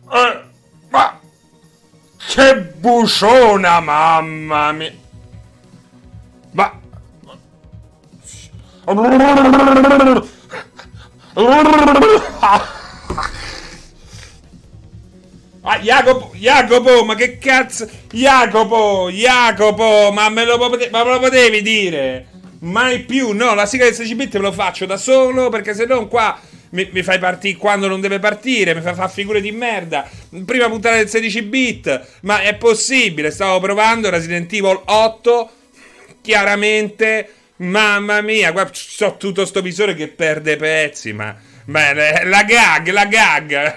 Ma che buciona, mamma mia! Ma Jacopo, ma che cazzo? Jacopo, ma me lo potevi dire? Mai più, no, la sigla del 16-bit me lo faccio da solo, perché se no qua mi fai partire quando non deve partire, mi fai fare figure di merda. Prima puntata del 16-bit, ma è possibile, stavo provando Resident Evil 8, chiaramente, mamma mia, guarda, so tutto sto visore che perde pezzi, ma la gag,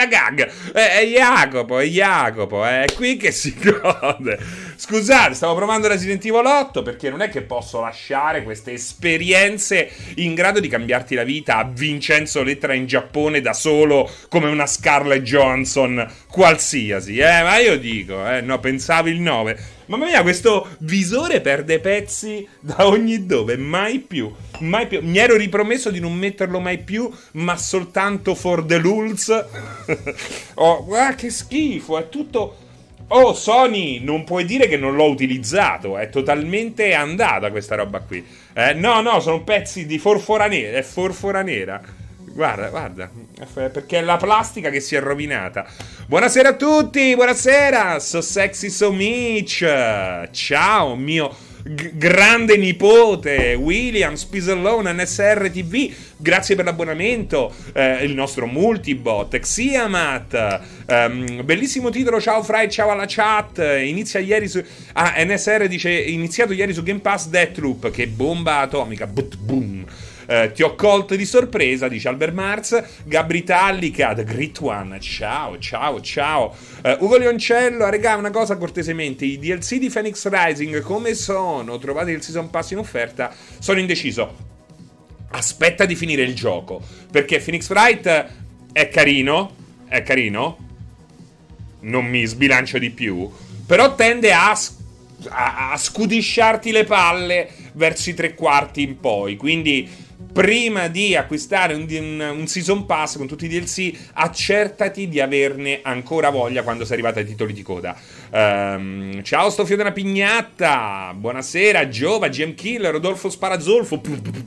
è Jacopo, è qui che si gode. Scusate, stavo provando Resident Evil 8 perché non è che posso lasciare queste esperienze in grado di cambiarti la vita a Vincenzo Lettra in Giappone da solo come una Scarlett Johansson qualsiasi, ma io dico, no, pensavi il 9. Mamma mia, questo visore perde pezzi da ogni dove, mai più. Mi ero ripromesso di non metterlo mai più, ma soltanto for the lulz. Oh, guarda che schifo, è tutto... Oh, Sony, non puoi dire che non l'ho utilizzato, è totalmente andata questa roba qui. No, sono pezzi di forfora nera, è forfora nera. Guarda, perché è la plastica che si è rovinata. Buonasera a tutti, buonasera, so sexy so Mitch. Ciao, mio grande nipote William Spisellone NSR TV, grazie per l'abbonamento. Il nostro multibot Xiamat, bellissimo titolo. Ciao Fry, ciao alla chat. Inizia ieri su NSR dice iniziato ieri su Game Pass Deathloop, che bomba atomica, boom. Ti ho colto di sorpresa, dice Albert Mars. Gabri Tallica, The Great One, ciao. Ugo Lioncello, regà, una cosa cortesemente, i DLC di Phoenix Rising come sono? Trovate il Season Pass in offerta? Sono indeciso, aspetta di finire il gioco, perché Phoenix Wright è carino, non mi sbilancio di più, però tende a scudisciarti le palle verso i 3/4 in poi, quindi prima di acquistare un Season Pass con tutti i DLC, accertati di averne ancora voglia quando sei arrivato ai titoli di coda. Ciao, sto fio della pignatta. Buonasera, Giova, GM Killer, Rodolfo Sparazolfo.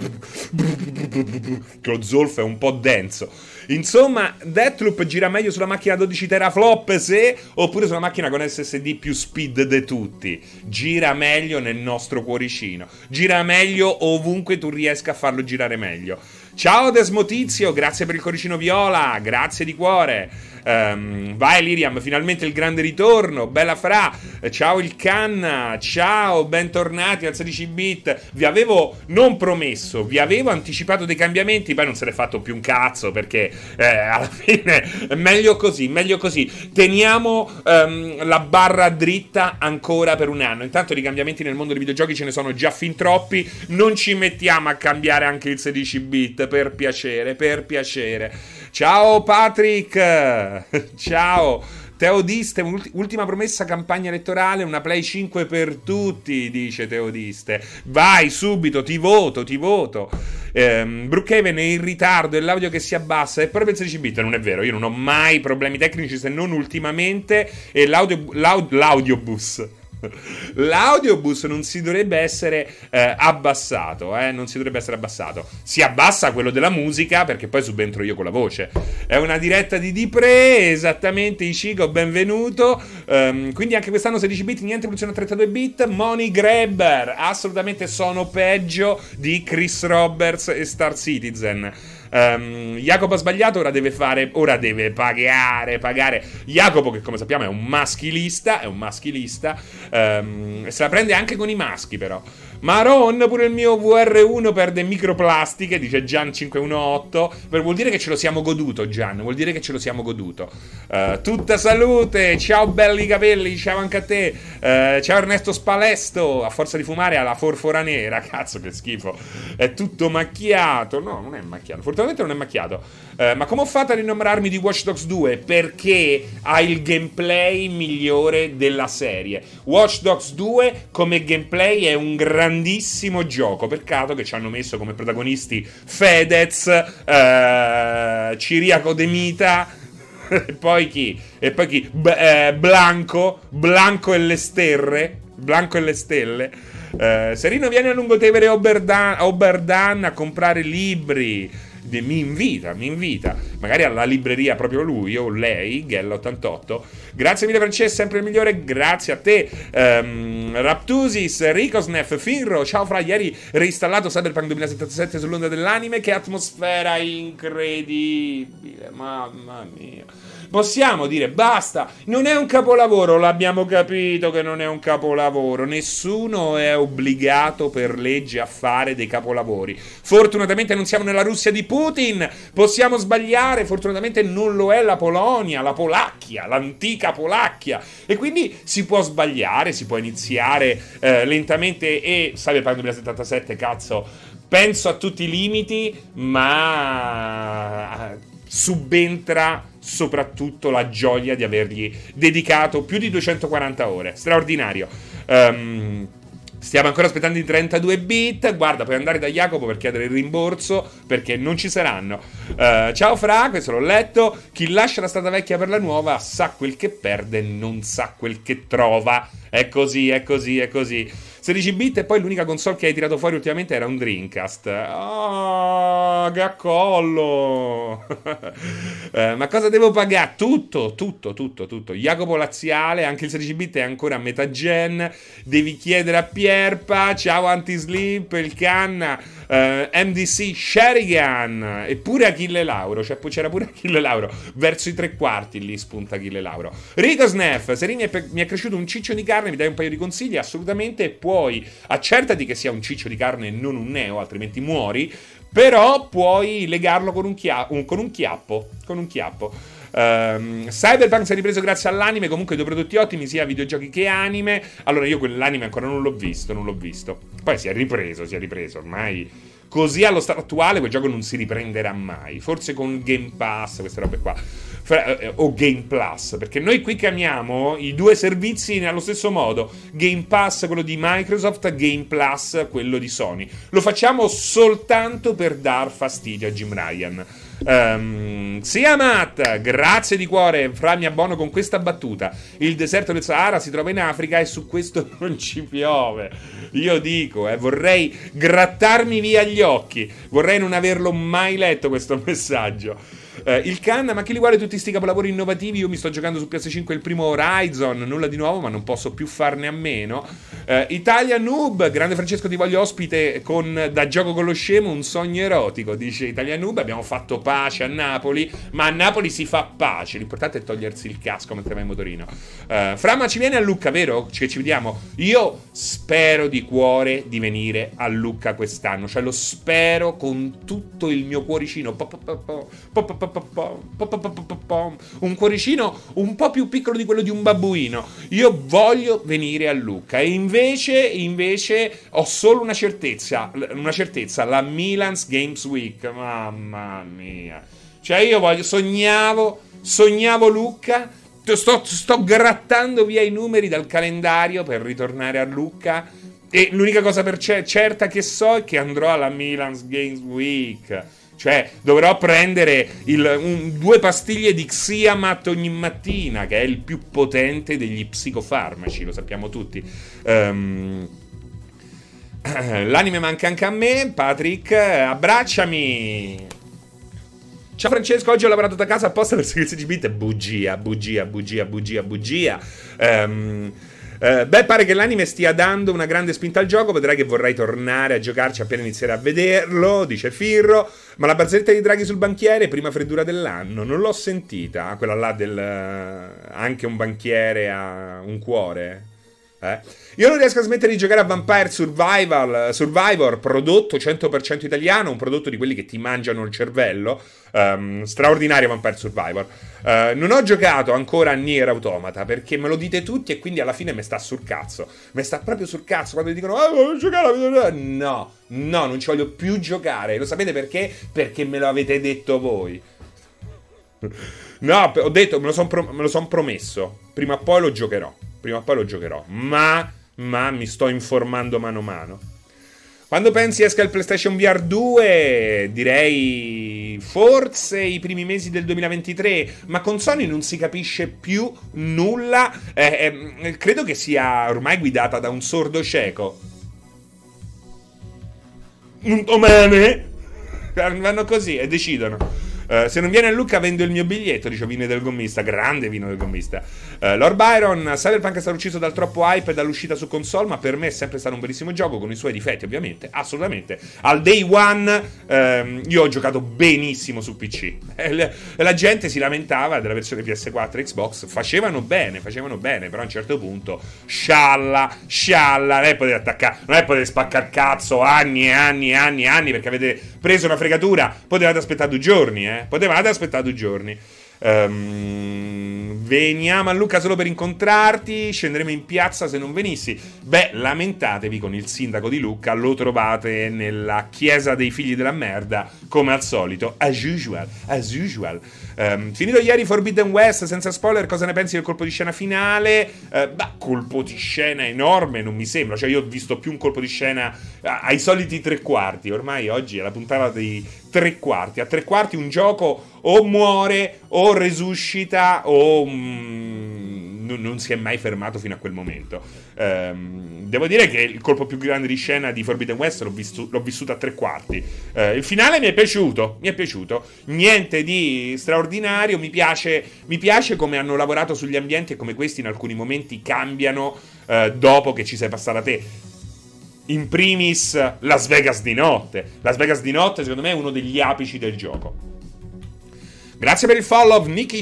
Che lo zolfo è un po' denso. Insomma, Deathloop gira meglio sulla macchina 12 teraflop, oppure sulla macchina con SSD più speed di tutti. Gira meglio nel nostro cuoricino. Gira meglio ovunque tu riesca a farlo girare meglio. Ciao Desmotizio, grazie per il cuoricino viola, grazie di cuore. Vai Liriam, finalmente il grande ritorno, bella Fra. Ciao il Canna, ciao, bentornati al 16-bit. Vi avevo non promesso, vi avevo anticipato dei cambiamenti, poi non se ne è fatto più un cazzo, perché alla fine meglio così. Teniamo la barra dritta ancora per un anno. Intanto di cambiamenti nel mondo dei videogiochi ce ne sono già fin troppi, non ci mettiamo a cambiare anche il 16-bit, per piacere. Ciao Patrick, ciao Teodiste, ultima promessa campagna elettorale, una Play 5 per tutti, dice Teodiste. Vai subito, ti voto. Brookhaven è in ritardo e l'audio che si abbassa è proprio il 16-bit. Non è vero, io non ho mai problemi tecnici, se non ultimamente, e l'audiobus non si dovrebbe essere abbassato, non si dovrebbe essere abbassato. Si abbassa quello della musica perché poi subentro io con la voce. È una diretta di Dipre, esattamente. Ichigo, benvenuto. Quindi anche quest'anno 16 bit, niente evoluzione a 32 bit. Money Grabber, assolutamente sono peggio di Chris Roberts e Star Citizen. Jacopo ha sbagliato, ora deve pagare. Jacopo, che come sappiamo è un maschilista, se la prende anche con i maschi, però. Maron, pure il mio VR1 perde microplastiche, dice Gian518. Vuol dire che ce lo siamo goduto, Gian. Tutta salute, ciao belli capelli, ciao anche a te. Ciao Ernesto Spalesto, a forza di fumare ha la forfora nera. Cazzo, che schifo. È tutto macchiato. No, non è macchiato, fortunatamente non è macchiato. Ma come ho fatto ad innamorarmi di Watch Dogs 2? Perché ha il gameplay migliore della serie. Watch Dogs 2 come gameplay è un grandissimo gioco. Peccato che ci hanno messo come protagonisti Fedez, Ciriaco De Mita E poi chi? Blanco e le sterre. Blanco e le stelle. Serino viene a Lungotevere Oberdan a comprare libri. Mi invita, magari alla libreria proprio lui o lei, Gella88. Grazie mille Francesco, sempre il migliore, grazie a te. Raptusis, Ricosnef, Finro, ciao Fra, ieri reinstallato Cyberpunk 2077 sull'onda dell'anime, che atmosfera incredibile, mamma mia. Possiamo dire basta, non è un capolavoro, l'abbiamo capito che non è un capolavoro, nessuno è obbligato per legge a fare dei capolavori. Fortunatamente non siamo nella Russia di Putin, possiamo sbagliare, fortunatamente non lo è la Polonia, la Polacchia, l'antica Polacchia, e quindi si può sbagliare, si può iniziare lentamente. E Cyberpunk 2077, cazzo, penso a tutti i limiti, ma subentra soprattutto la gioia di avergli dedicato più di 240 ore. Straordinario. Stiamo ancora aspettando i 32 bit. Guarda, puoi andare da Jacopo per chiedere il rimborso, perché non ci saranno. Ciao Fra, questo l'ho letto. Chi lascia la strada vecchia per la nuova sa quel che perde, non sa quel che trova. È così, è così, è così. 16 bit e poi l'unica console che hai tirato fuori ultimamente era un Dreamcast. Oh, che accollo. Ma cosa devo pagare? Tutto. Jacopo Laziale, anche il 16 bit è ancora a metà gen. Devi chiedere a Pierpa. Ciao Antislip, il Canna, MDC Sherigan, e pure Achille Lauro. Cioè, c'era pure Achille Lauro. Verso i 3/4 lì spunta Achille Lauro. Rico Snef, Serini mi è cresciuto un ciccio di carne, mi dai un paio di consigli? Assolutamente. Puoi accertati che sia un ciccio di carne e non un neo, altrimenti muori. Però puoi legarlo con un chiappo. Cyberpunk si è ripreso grazie all'anime. Comunque due prodotti ottimi, sia videogiochi che anime. Allora io quell'anime ancora non l'ho visto. Poi si è ripreso ormai. Così allo stato attuale quel gioco non si riprenderà mai. Forse con Game Pass, queste robe qua, o Game Plus, perché noi qui chiamiamo i due servizi nello stesso modo. Game Pass quello di Microsoft, Game Plus quello di Sony. Lo facciamo soltanto per dar fastidio a Jim Ryan. Sia Matt, grazie di cuore. Fra, mi abbono con questa battuta: il deserto del Sahara si trova in Africa e su questo non ci piove. Io dico, vorrei grattarmi via gli occhi, vorrei non averlo mai letto questo messaggio. Il Can, ma chi li vuole tutti sti capolavori innovativi? Io mi sto giocando su PS5 il primo Horizon, nulla di nuovo, ma non posso più farne a meno. Italia Noob, grande Francesco, ti voglio ospite con Da gioco con lo scemo, un sogno erotico, dice Italia Noob. Abbiamo fatto pace a Napoli, ma a Napoli si fa pace, l'importante è togliersi il casco mentre vai in motorino. Fra, ma ci viene a Lucca, vero? Che ci vediamo? Io spero di cuore di venire a Lucca quest'anno, cioè lo spero con tutto il mio cuoricino. Un cuoricino un po' più piccolo di quello di un babbuino. Io voglio venire a Lucca, e invece ho solo una certezza, la Milan's Games Week. Mamma mia, cioè io sognavo Lucca. Sto grattando via i numeri dal calendario per ritornare a Lucca, e l'unica cosa certa che so è che andrò alla Milan's Games Week. Cioè, dovrò prendere 2 pastiglie di Xiamat ogni mattina, che è il più potente degli psicofarmaci, lo sappiamo tutti. L'anime manca anche a me. Patrick, abbracciami. Ciao Francesco, oggi ho lavorato da casa apposta per seguire il 16 bit. Bugia. Pare che l'anime stia dando una grande spinta al gioco. Vedrai che vorrai tornare a giocarci appena inizierai a vederlo, dice Firro. Ma la barzelletta di Draghi sul banchiere, prima freddura dell'anno, non l'ho sentita. Quella là del anche un banchiere ha un cuore. Io non riesco a smettere di giocare a Vampire Survivor, prodotto 100% italiano, un prodotto di quelli che ti mangiano il cervello. Straordinario Vampire Survivor. Non ho giocato ancora a Nier Automata perché me lo dite tutti, e quindi alla fine mi sta sul cazzo. Mi sta proprio sul cazzo quando mi dicono voglio giocare. No, non ci voglio più giocare. Lo sapete perché? Perché me lo avete detto voi. No, ho detto, me lo son promesso. Prima o poi lo giocherò. Ma mi sto informando mano a mano. Quando pensi esca il PlayStation VR 2, direi forse i primi mesi del 2023, ma con Sony non si capisce più nulla. Credo che sia ormai guidata da un sordo cieco. Domani vanno così e decidono. Se non viene a Lucca vendo il mio biglietto, dice Vino del Gommista. Grande Vino del Gommista. Lord Byron, Cyberpunk è stato ucciso dal troppo hype e dall'uscita su console, ma per me è sempre stato un bellissimo gioco con i suoi difetti, ovviamente, assolutamente. Al day one io ho giocato benissimo su PC e la gente si lamentava della versione PS4 e Xbox. Facevano bene, però a un certo punto scialla, non è poter attaccare, non è poter spaccare cazzo anni perché avete preso una fregatura. Potevate aspettare 2 giorni, potevate aspettare 2 giorni. Veniamo a Lucca solo per incontrarti. Scenderemo in piazza se non venissi. Beh, lamentatevi con il sindaco di Lucca. Lo trovate nella chiesa dei figli della merda, come al solito, as usual. Finito ieri Forbidden West, senza spoiler, cosa ne pensi del colpo di scena finale? Colpo di scena enorme non mi sembra. Cioè io ho visto più un colpo di scena ai soliti 3/4. Ormai oggi è la puntata dei 3/4. A 3/4 un gioco o muore o resuscita o non si è mai fermato fino a quel momento. Devo dire che il colpo più grande di scena di Forbidden West l'ho vissuto a 3/4. Il finale mi è piaciuto. Niente di straordinario. Mi piace come hanno lavorato sugli ambienti e come questi in alcuni momenti cambiano dopo che ci sei passata te. In primis Las Vegas di notte. Las Vegas di notte secondo me è uno degli apici del gioco. Grazie per il follow, Nicky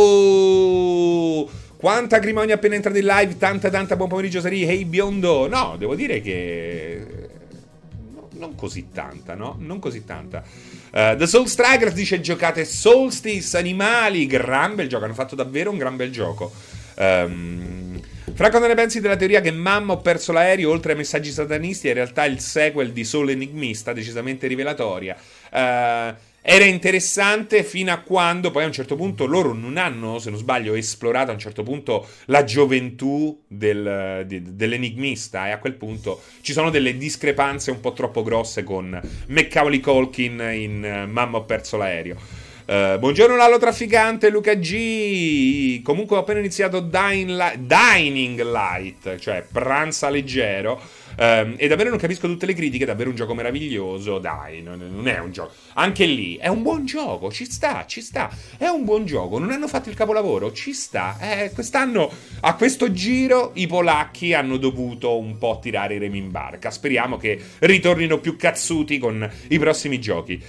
Shoto. Quanta acrimonia appena entrato in live. Tanta buon pomeriggio Sari. Hey biondo. No, devo dire che non così tanta, no? Non così tanta. The Soul Strikers dice giocate Solstice, animali. Gran bel gioco, hanno fatto davvero un gran bel gioco. Fra, cosa ne pensi della teoria che mamma ho perso l'aereo, oltre ai messaggi satanisti, è in realtà il sequel di Soul Enigmista, decisamente rivelatoria. Era interessante fino a quando poi a un certo punto loro non hanno, se non sbaglio, esplorato a un certo punto la gioventù dell'enigmista, e a quel punto ci sono delle discrepanze un po' troppo grosse con Macaulay Culkin in Mamma ho perso l'aereo. Buongiorno Lalo Trafficante, Luca G. Comunque ho appena iniziato Dining Light, cioè pranza leggero, e davvero non capisco tutte le critiche. Davvero un gioco meraviglioso. Dai, non è un gioco, anche lì è un buon gioco, ci sta, è un buon gioco, non hanno fatto il capolavoro, ci sta. Quest'anno a questo giro i polacchi hanno dovuto un po' tirare i remi in barca. Speriamo che ritornino più cazzuti con i prossimi giochi.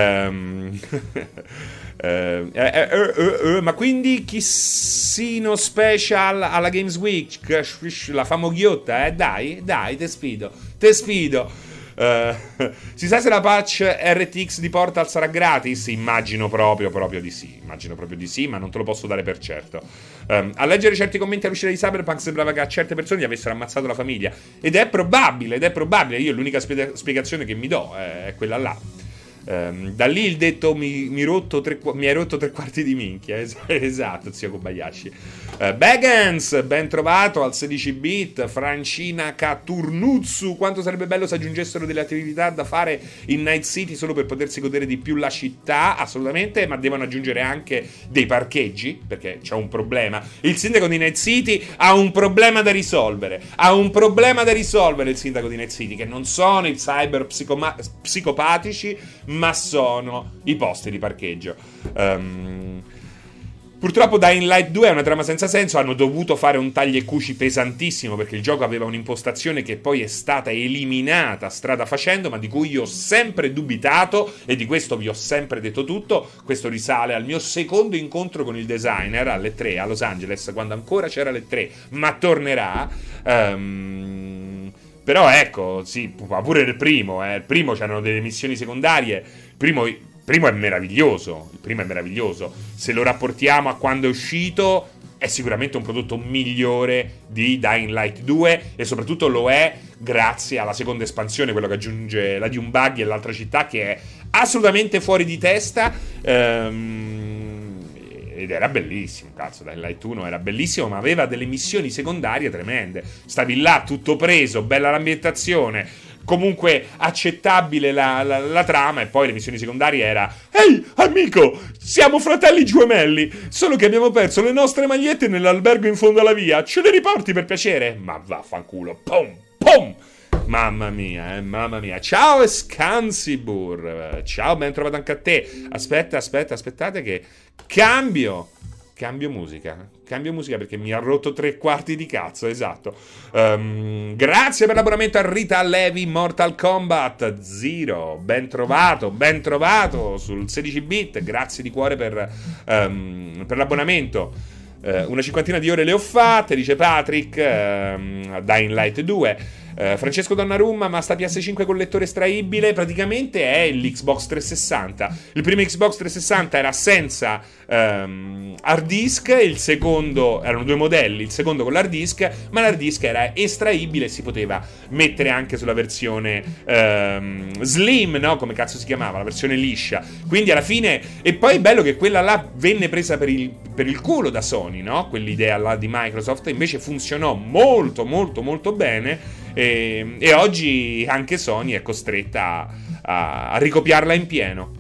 Ma quindi Chissino Special alla Games Week, la famoghiotta, dai, te sfido. Si sa se la patch RTX di Portal sarà gratis? Immagino proprio di sì, ma non te lo posso dare per certo. A leggere certi commenti all'uscita di Cyberpunk sembrava che a certe persone gli avessero ammazzato la famiglia, ed è probabile. Io l'unica spiegazione che mi do è quella là. Da lì il detto mi hai rotto 3/4 di minchia. Esatto, zio Kobayashi. Bagans, ben trovato al 16 bit. Francina Caturnuzzu, quanto sarebbe bello se aggiungessero delle attività da fare in Night City solo per potersi godere di più la città. Assolutamente, ma devono aggiungere anche dei parcheggi, perché c'è un problema. Il sindaco di Night City ha un problema da risolvere. Il sindaco di Night City, che non sono i cyber psicopatici, ma sono i posti di parcheggio. Purtroppo Dying Light 2 è una trama senza senso. Hanno dovuto fare un taglia e cuci pesantissimo, perché il gioco aveva un'impostazione che poi è stata eliminata strada facendo, ma di cui io ho sempre dubitato, e di questo vi ho sempre detto tutto. Questo risale al mio secondo incontro con il designer alle 3 a Los Angeles, quando ancora c'era le 3, ma tornerà. Però ecco, sì, pure nel primo. Il primo c'erano delle missioni secondarie. Il primo è meraviglioso. Se lo rapportiamo a quando è uscito, è sicuramente un prodotto migliore di Dying Light 2, e soprattutto lo è grazie alla seconda espansione, quello che aggiunge la Dune Buggy e l'altra città, che è assolutamente fuori di testa. Ed era bellissimo, cazzo, Dying Light 1 era bellissimo, ma aveva delle missioni secondarie tremende. Stavi là tutto preso, bella l'ambientazione, comunque accettabile la trama, e poi le missioni secondarie era: ehi amico, siamo fratelli gemelli, solo che abbiamo perso le nostre magliette nell'albergo in fondo alla via, ce le riporti per piacere? Ma vaffanculo, pom pom. Mamma mia, mamma mia. Ciao Scansibur, ciao, ben trovato anche a te. Aspettate che cambio musica perché mi ha rotto 3/4 di cazzo, esatto. Grazie per l'abbonamento a Rita Levi Mortal Kombat Zero, ben trovato sul 16 bit, grazie di cuore per l'abbonamento. Una cinquantina di ore le ho fatte, dice Patrick. Dying Light 2. Francesco Donnarumma, ma sta PS5 con lettore estraibile? Praticamente è l'Xbox 360. Il primo Xbox 360 era senza hard disk, il secondo, erano due modelli, il secondo con l'hard disk, ma l'hard disk era estraibile e si poteva mettere anche sulla versione slim, no? Come cazzo si chiamava? La versione liscia. Quindi alla fine, e poi è bello che quella là venne presa per il culo da Sony, no? Quell'idea là di Microsoft invece funzionò molto bene. E oggi anche Sony è costretta a ricopiarla in pieno.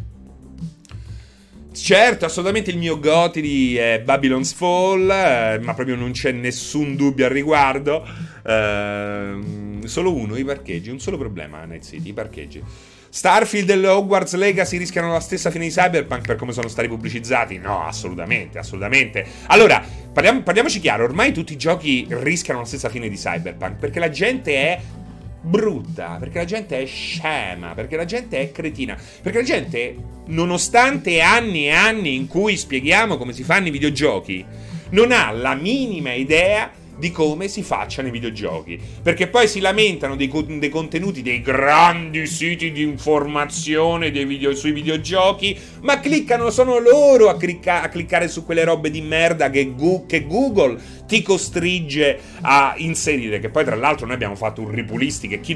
Certo, assolutamente il mio GOTY è Babylon's Fall, ma proprio non c'è nessun dubbio al riguardo. Solo uno, i parcheggi, un solo problema Night City, i parcheggi. Starfield e Hogwarts Legacy rischiano la stessa fine di Cyberpunk per come sono stati pubblicizzati? No, assolutamente. Allora, parliamoci chiaro, ormai tutti i giochi rischiano la stessa fine di Cyberpunk perché la gente è brutta, perché la gente è scema, perché la gente è cretina, perché la gente, nonostante anni e anni in cui spieghiamo come si fanno i videogiochi, non ha la minima idea di come si facciano i videogiochi, perché poi si lamentano dei contenuti dei grandi siti di informazione sui videogiochi, ma sono loro a cliccare su quelle robe di merda che Google ti costringe a inserire, che poi tra l'altro noi abbiamo fatto un ripulisti che chi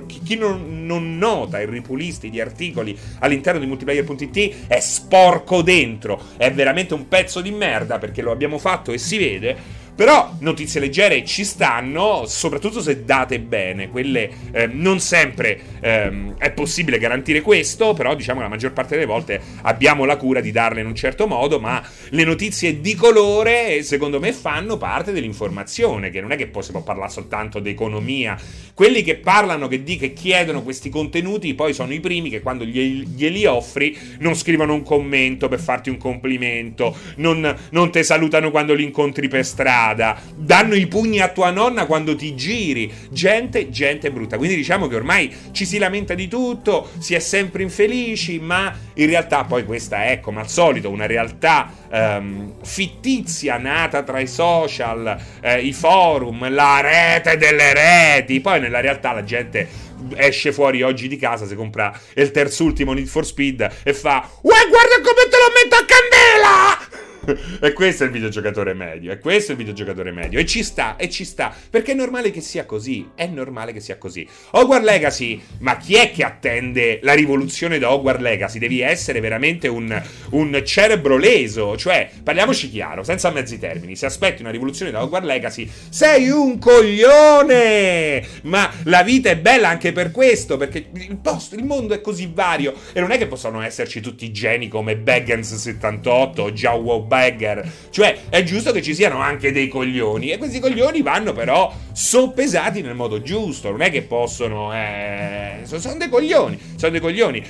non nota il ripulisti di articoli all'interno di multiplayer.it è sporco dentro, è veramente un pezzo di merda perché lo abbiamo fatto e si vede. Però notizie leggere ci stanno, soprattutto se date bene. Quelle non sempre è possibile garantire questo, però diciamo la maggior parte delle volte abbiamo la cura di darle in un certo modo, ma le notizie di colore secondo me fanno parte dell'informazione, che non è che si può parlare soltanto di economia. Quelli che parlano, che chiedono questi contenuti poi sono i primi che quando glieli offri non scrivono un commento per farti un complimento, non te salutano quando li incontri per strada, danno i pugni a tua nonna quando ti giri, gente brutta. Quindi diciamo che ormai ci si lamenta di tutto, si è sempre infelici, ma in realtà poi questa è, come al solito, una realtà fittizia nata tra i social, i forum, la rete delle reti. Poi nella realtà la gente esce fuori oggi di casa, si compra il terzultimo Need for Speed e fa: uè, guarda come te lo metto a candela! E questo è il videogiocatore medio, e ci sta, perché è normale che sia così, Hogwarts Legacy, ma chi è che attende la rivoluzione da Hogwarts Legacy? Devi essere veramente un cerebro leso, cioè, parliamoci chiaro, senza mezzi termini, se aspetti una rivoluzione da Hogwarts Legacy sei un coglione, ma la vita è bella anche per questo, perché il mondo è così vario, e non è che possano esserci tutti i geni come Baggins78 o Joe Bagger, cioè è giusto che ci siano anche dei coglioni, e questi coglioni vanno però soppesati nel modo giusto, non è che possono sono dei coglioni.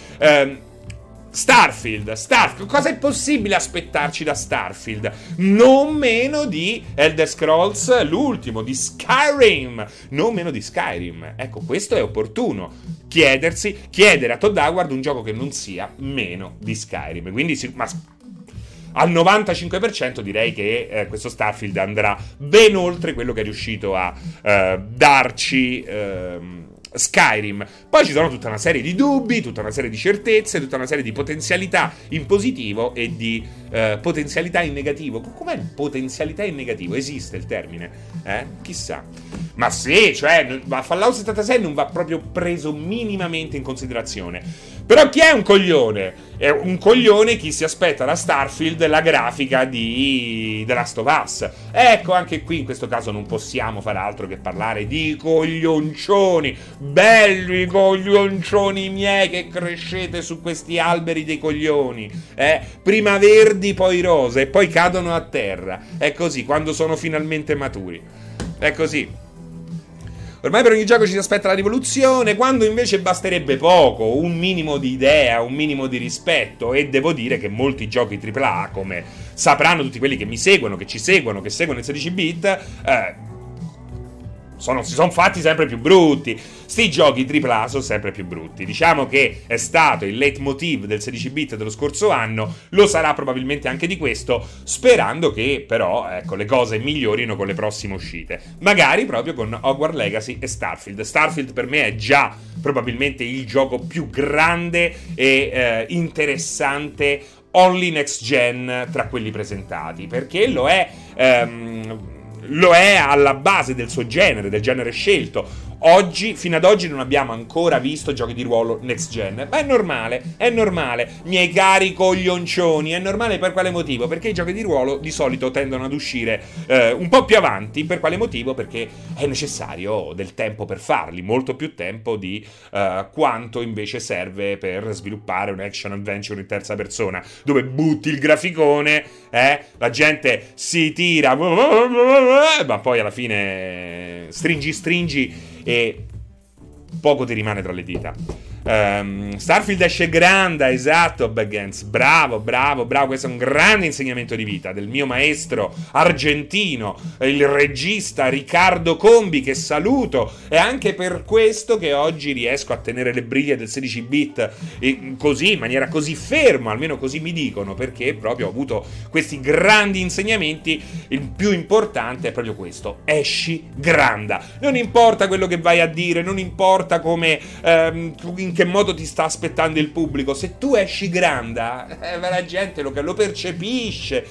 Starfield, cosa è possibile aspettarci da Starfield? Non meno di Elder Scrolls, l'ultimo, di Skyrim, non meno di Skyrim. Ecco, questo è opportuno, chiedere a Todd Howard un gioco che non sia meno di Skyrim. Quindi al 95% direi che questo Starfield andrà ben oltre quello che è riuscito a darci Skyrim. Poi ci sono tutta una serie di dubbi, tutta una serie di certezze, tutta una serie di potenzialità in positivo e di potenzialità in negativo. Com'è potenzialità in negativo? Esiste il termine? Chissà. Ma sì, cioè Fallout 76 non va proprio preso minimamente in considerazione. Però chi è un coglione? È un coglione chi si aspetta da Starfield la grafica di The Last of Us. Ecco, anche qui in questo caso non possiamo fare altro che parlare di coglioncioni, belli coglioncioni miei che crescete su questi alberi dei coglioni, prima verdi poi rosa e poi cadono a terra. È così, quando sono finalmente maturi. È così. Ormai per ogni gioco ci si aspetta la rivoluzione, quando invece basterebbe poco, un minimo di idea, un minimo di rispetto. E devo dire che molti giochi AAA, come sapranno tutti quelli che mi seguono, che ci seguono, che seguono il 16-bit, si sono fatti sempre più brutti. Sti giochi AAA sono sempre più brutti. Diciamo che è stato il leitmotiv del 16-bit dello scorso anno, lo sarà probabilmente anche di questo, sperando che però, ecco, le cose migliorino con le prossime uscite. Magari proprio con Hogwarts Legacy e Starfield. Starfield per me è già probabilmente il gioco più grande e interessante only next gen tra quelli presentati, perché lo è alla base del suo genere, del genere scelto. Fino ad oggi non abbiamo ancora visto giochi di ruolo next gen. Ma è normale, miei cari coglioncioni, è normale per quale motivo? Perché i giochi di ruolo di solito tendono ad uscire un po' più avanti. Per quale motivo? Perché è necessario del tempo per farli, molto più tempo di quanto invece serve per sviluppare un action adventure in terza persona, dove butti il graficone, la gente si tira, ma poi alla fine stringi e poco ti rimane tra le dita. Starfield esce grande, esatto, Baggins, bravo, questo è un grande insegnamento di vita del mio maestro argentino, il regista Riccardo Combi, che saluto. È anche per questo che oggi riesco a tenere le briglie del 16-bit così, in maniera così ferma, almeno così mi dicono, perché proprio ho avuto questi grandi insegnamenti. Il più importante è proprio questo: esci granda, non importa quello che vai a dire, non importa come in che modo ti sta aspettando il pubblico, se tu esci granda, la gente lo percepisce.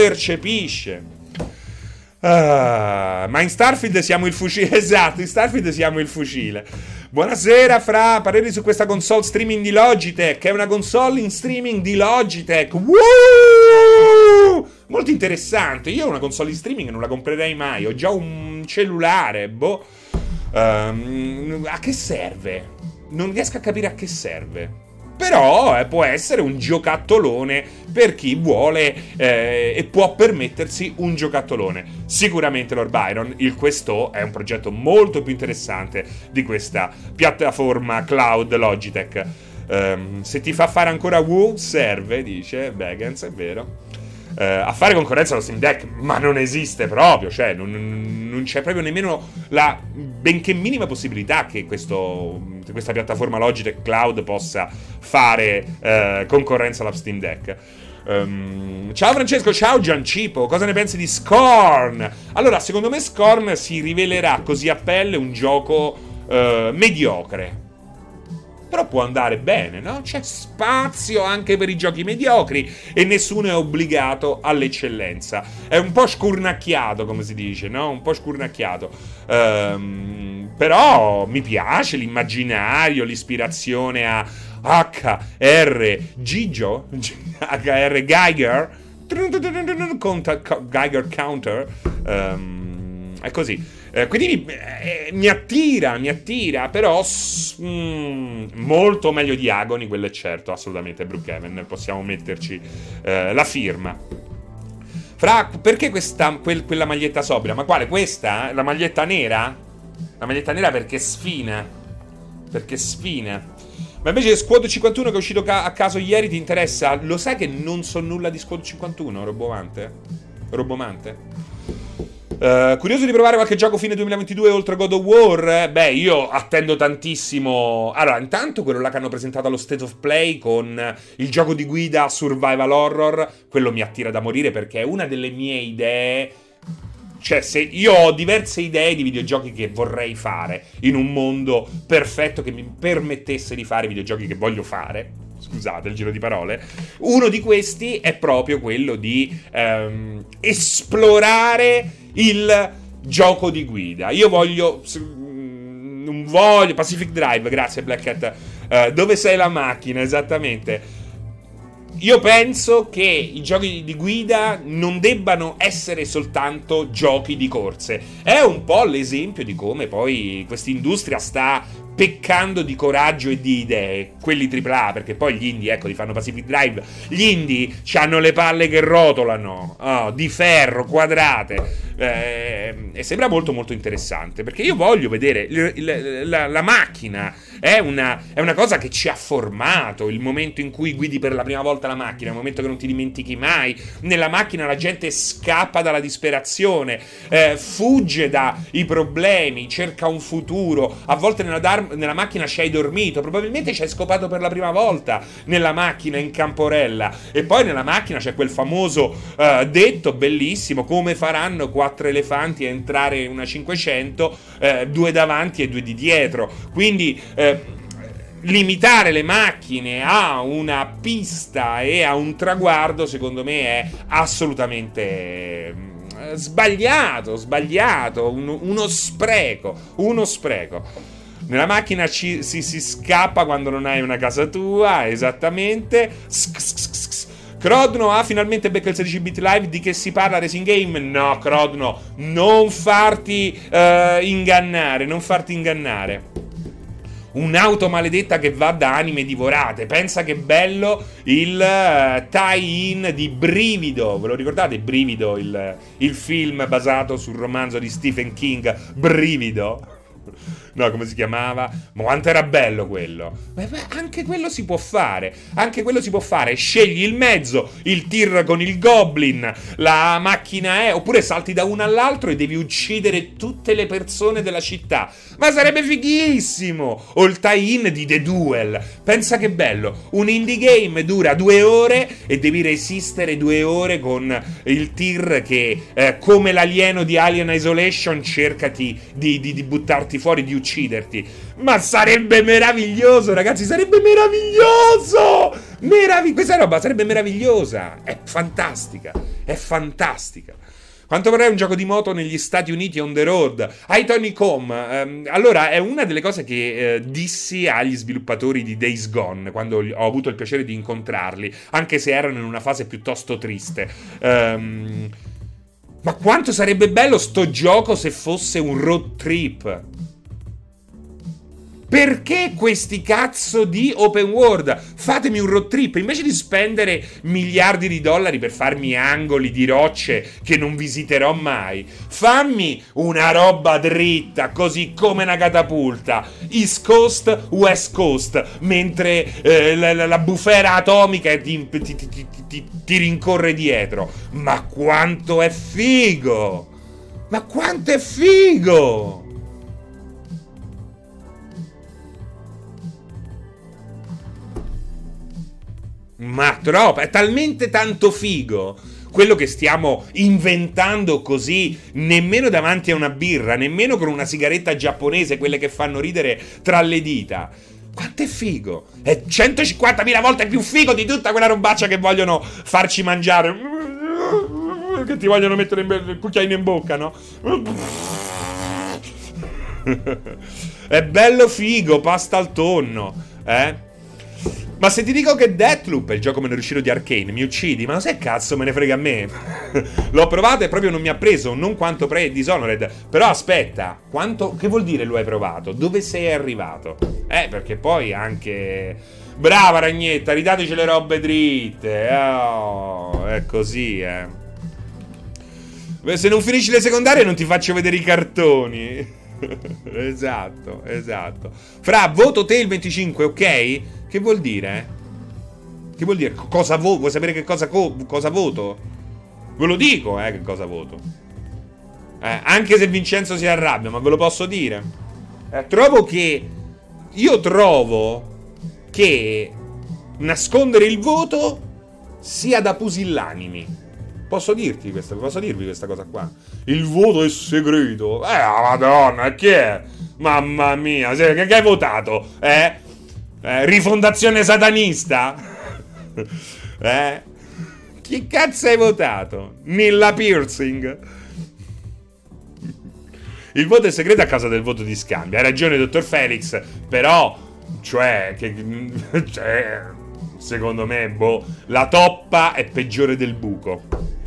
Ma in Starfield siamo il fucile. Esatto, in Starfield siamo il fucile. Buonasera, Fra, pareri su questa console streaming di Logitech. È una console in streaming di Logitech. Woo! Molto interessante. Io una console in streaming non la comprerei mai. Ho già un cellulare, a che serve? Non riesco a capire a che serve. Però può essere un giocattolone per chi vuole e può permettersi un giocattolone. Sicuramente Lord Byron, il Questo è un progetto molto più interessante di questa piattaforma cloud Logitech. Se ti fa fare ancora Woo, serve, dice Bagans, è vero. A fare concorrenza allo Steam Deck, ma non esiste proprio, cioè non c'è proprio nemmeno la benché minima possibilità che questa piattaforma Logitech Cloud possa fare concorrenza alla Steam Deck. Ciao Francesco, ciao Giancipo, cosa ne pensi di Scorn? Allora, secondo me Scorn si rivelerà così a pelle un gioco mediocre. Però può andare bene, no? C'è spazio anche per i giochi mediocri e nessuno è obbligato all'eccellenza. È un po' scurnacchiato, come si dice, no? Un po' scurnacchiato. Però mi piace l'immaginario, l'ispirazione a HR Gigio, HR Geiger, Geiger Counter. È così. Quindi mi attira, però molto meglio di Agony, quello è certo, assolutamente. Brookhaven, possiamo metterci la firma. Fra, perché quella maglietta sobria? Ma quale? Questa? La maglietta nera? La maglietta nera perché sfina. Ma invece Squad 51 che è uscito a caso ieri ti interessa? Lo sai che non so nulla di Squad 51, Robomante? Curioso di provare qualche gioco fine 2022 oltre God of War? Beh, io attendo tantissimo. Allora, intanto quello là che hanno presentato allo State of Play con il gioco di guida survival horror, quello mi attira da morire perché è una delle mie idee. Cioè, se io ho diverse idee di videogiochi che vorrei fare in un mondo perfetto che mi permettesse di fare i videogiochi che voglio fare. Scusate il giro di parole. Uno di questi è proprio quello di esplorare il gioco di guida. Io voglio non voglio. Pacific Drive, grazie Black Cat. Dove sei la macchina, esattamente. Io penso che i giochi di guida non debbano essere soltanto giochi di corse. È un po' l'esempio di come poi quest'industria sta peccando di coraggio e di idee, quelli AAA, perché poi gli indie, ecco, ti fanno Pacific Drive, gli indie hanno le palle che rotolano, di ferro, quadrate, e sembra molto molto interessante, perché io voglio vedere la macchina. È una cosa che ci ha formato. Il momento in cui guidi per la prima volta la macchina, è un momento che non ti dimentichi mai. Nella macchina la gente scappa dalla disperazione, fugge dai problemi, cerca un futuro. A volte nella macchina ci hai dormito, probabilmente ci hai scopato per la prima volta nella macchina in Camporella. E poi nella macchina c'è quel famoso detto bellissimo: come faranno 4 elefanti a entrare in una 500, 2 davanti e 2 di dietro. Quindi limitare le macchine a una pista e a un traguardo, secondo me, è assolutamente sbagliato, uno spreco. Nella macchina si scappa quando non hai una casa tua, esattamente. Crodno finalmente becca il 16-bit live. Di che si parla? Racing Game? No, Crodno, non farti ingannare. Un'auto maledetta che va da anime divorate. Pensa che bello il tie-in di Brivido. Ve lo ricordate? Brivido, il film basato sul romanzo di Stephen King, Brivido. No, come si chiamava? Ma quanto era bello quello. Beh, anche quello si può fare. Scegli il mezzo, il tir con il goblin, la macchina è, oppure salti da uno all'altro e devi uccidere tutte le persone della città. Ma sarebbe fighissimo. O il tie-in di The Duel. Pensa che bello. Un indie game dura 2 ore e devi resistere 2 ore con il tir che, come l'alieno di Alien Isolation, cerca di buttarti fuori, di ucciderti. Ma sarebbe meraviglioso, ragazzi, sarebbe meraviglioso. Questa roba sarebbe meravigliosa. È fantastica. Quanto vorrei un gioco di moto negli Stati Uniti on the road. Tony Com. Allora, è una delle cose che dissi agli sviluppatori di Days Gone quando ho avuto il piacere di incontrarli, anche se erano in una fase piuttosto triste. Ma quanto sarebbe bello sto gioco se fosse un road trip? Perché questi cazzo di open world? Fatemi un road trip. Invece di spendere miliardi di dollari per farmi angoli di rocce che non visiterò mai, fammi una roba dritta, così come una catapulta. East Coast, West Coast. Mentre la bufera atomica ti rincorre dietro. Ma quanto è figo! Ma troppo, è talmente tanto figo quello che stiamo inventando, così nemmeno davanti a una birra, nemmeno con una sigaretta giapponese, quelle che fanno ridere tra le dita. Quanto è figo! È 150.000 volte più figo di tutta quella robaccia che vogliono farci mangiare, che ti vogliono mettere il cucchiaino in bocca, no? È bello figo, pasta al tonno, Ma se ti dico che Deathloop è il gioco meno riuscito di Arcane, mi uccidi? Ma lo sai cazzo me ne frega a me? L'ho provato e proprio non mi ha preso, non quanto Prey e Dishonored. Però aspetta, che vuol dire lo hai provato? Dove sei arrivato? Perché poi anche... Brava Ragnetta, ridateci le robe dritte. Oh, è così, Se non finisci le secondarie non ti faccio vedere i cartoni. Esatto. Fra, voto te il 25, ok? Che vuol dire? Cosa voto? Vuoi sapere che cosa voto? Ve lo dico, che cosa voto. Anche se Vincenzo si arrabbia, ma ve lo posso dire. Trovo che nascondere il voto sia da pusillanimi. Posso dirvi questa cosa qua? Il voto è segreto. Madonna, chi è? Mamma mia, che hai votato? Rifondazione satanista? Chi cazzo hai votato? Nilla Piercing? Il voto è segreto a causa del voto di scambio. Hai ragione, dottor Felix, però, cioè, secondo me, la toppa è peggiore del buco.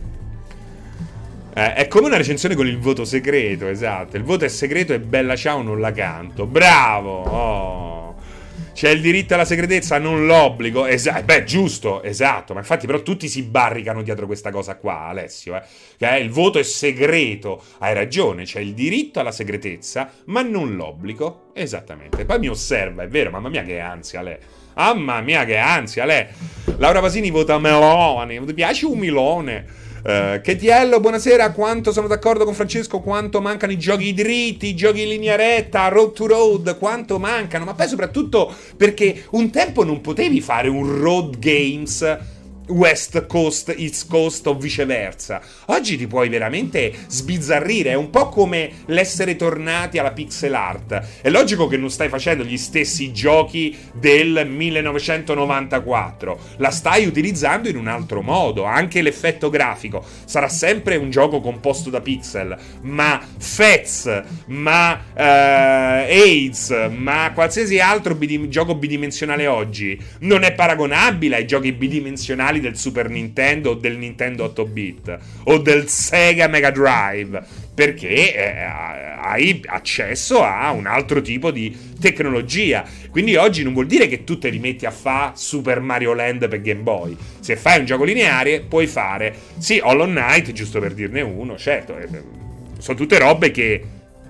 È come una recensione con il voto segreto, esatto. Il voto è segreto e bella ciao non la canto. Bravo! Oh. C'è il diritto alla segretezza, non l'obbligo. Beh, giusto, esatto. Ma infatti però tutti si barricano dietro questa cosa qua, Alessio. Il voto è segreto. Hai ragione, c'è il diritto alla segretezza, ma non l'obbligo. Esattamente. Poi mi osserva, è vero, mamma mia che ansia lei. Mamma mia che ansia lei. Laura Pasini vota Meloni. Ti piace un Milone? Chetiello, buonasera. Quanto sono d'accordo con Francesco, quanto mancano i giochi dritti, i giochi in linea retta, road to road, quanto mancano, ma poi soprattutto perché un tempo non potevi fare un road games West Coast, East Coast o viceversa. Oggi ti puoi veramente sbizzarrire. È un po' come l'essere tornati alla pixel art. È logico che non stai facendo gli stessi giochi del 1994, la stai utilizzando in un altro modo. Anche l'effetto grafico sarà sempre un gioco composto da pixel, ma Fez, ma AIDS, ma qualsiasi altro gioco bidimensionale oggi non è paragonabile ai giochi bidimensionali del Super Nintendo o del Nintendo 8-bit o del Sega Mega Drive, perché hai accesso a un altro tipo di tecnologia. Quindi oggi non vuol dire che tu te li metti a fare Super Mario Land per Game Boy. Se fai un gioco lineare puoi fare, sì, Hollow Knight, giusto per dirne uno, certo, sono tutte robe che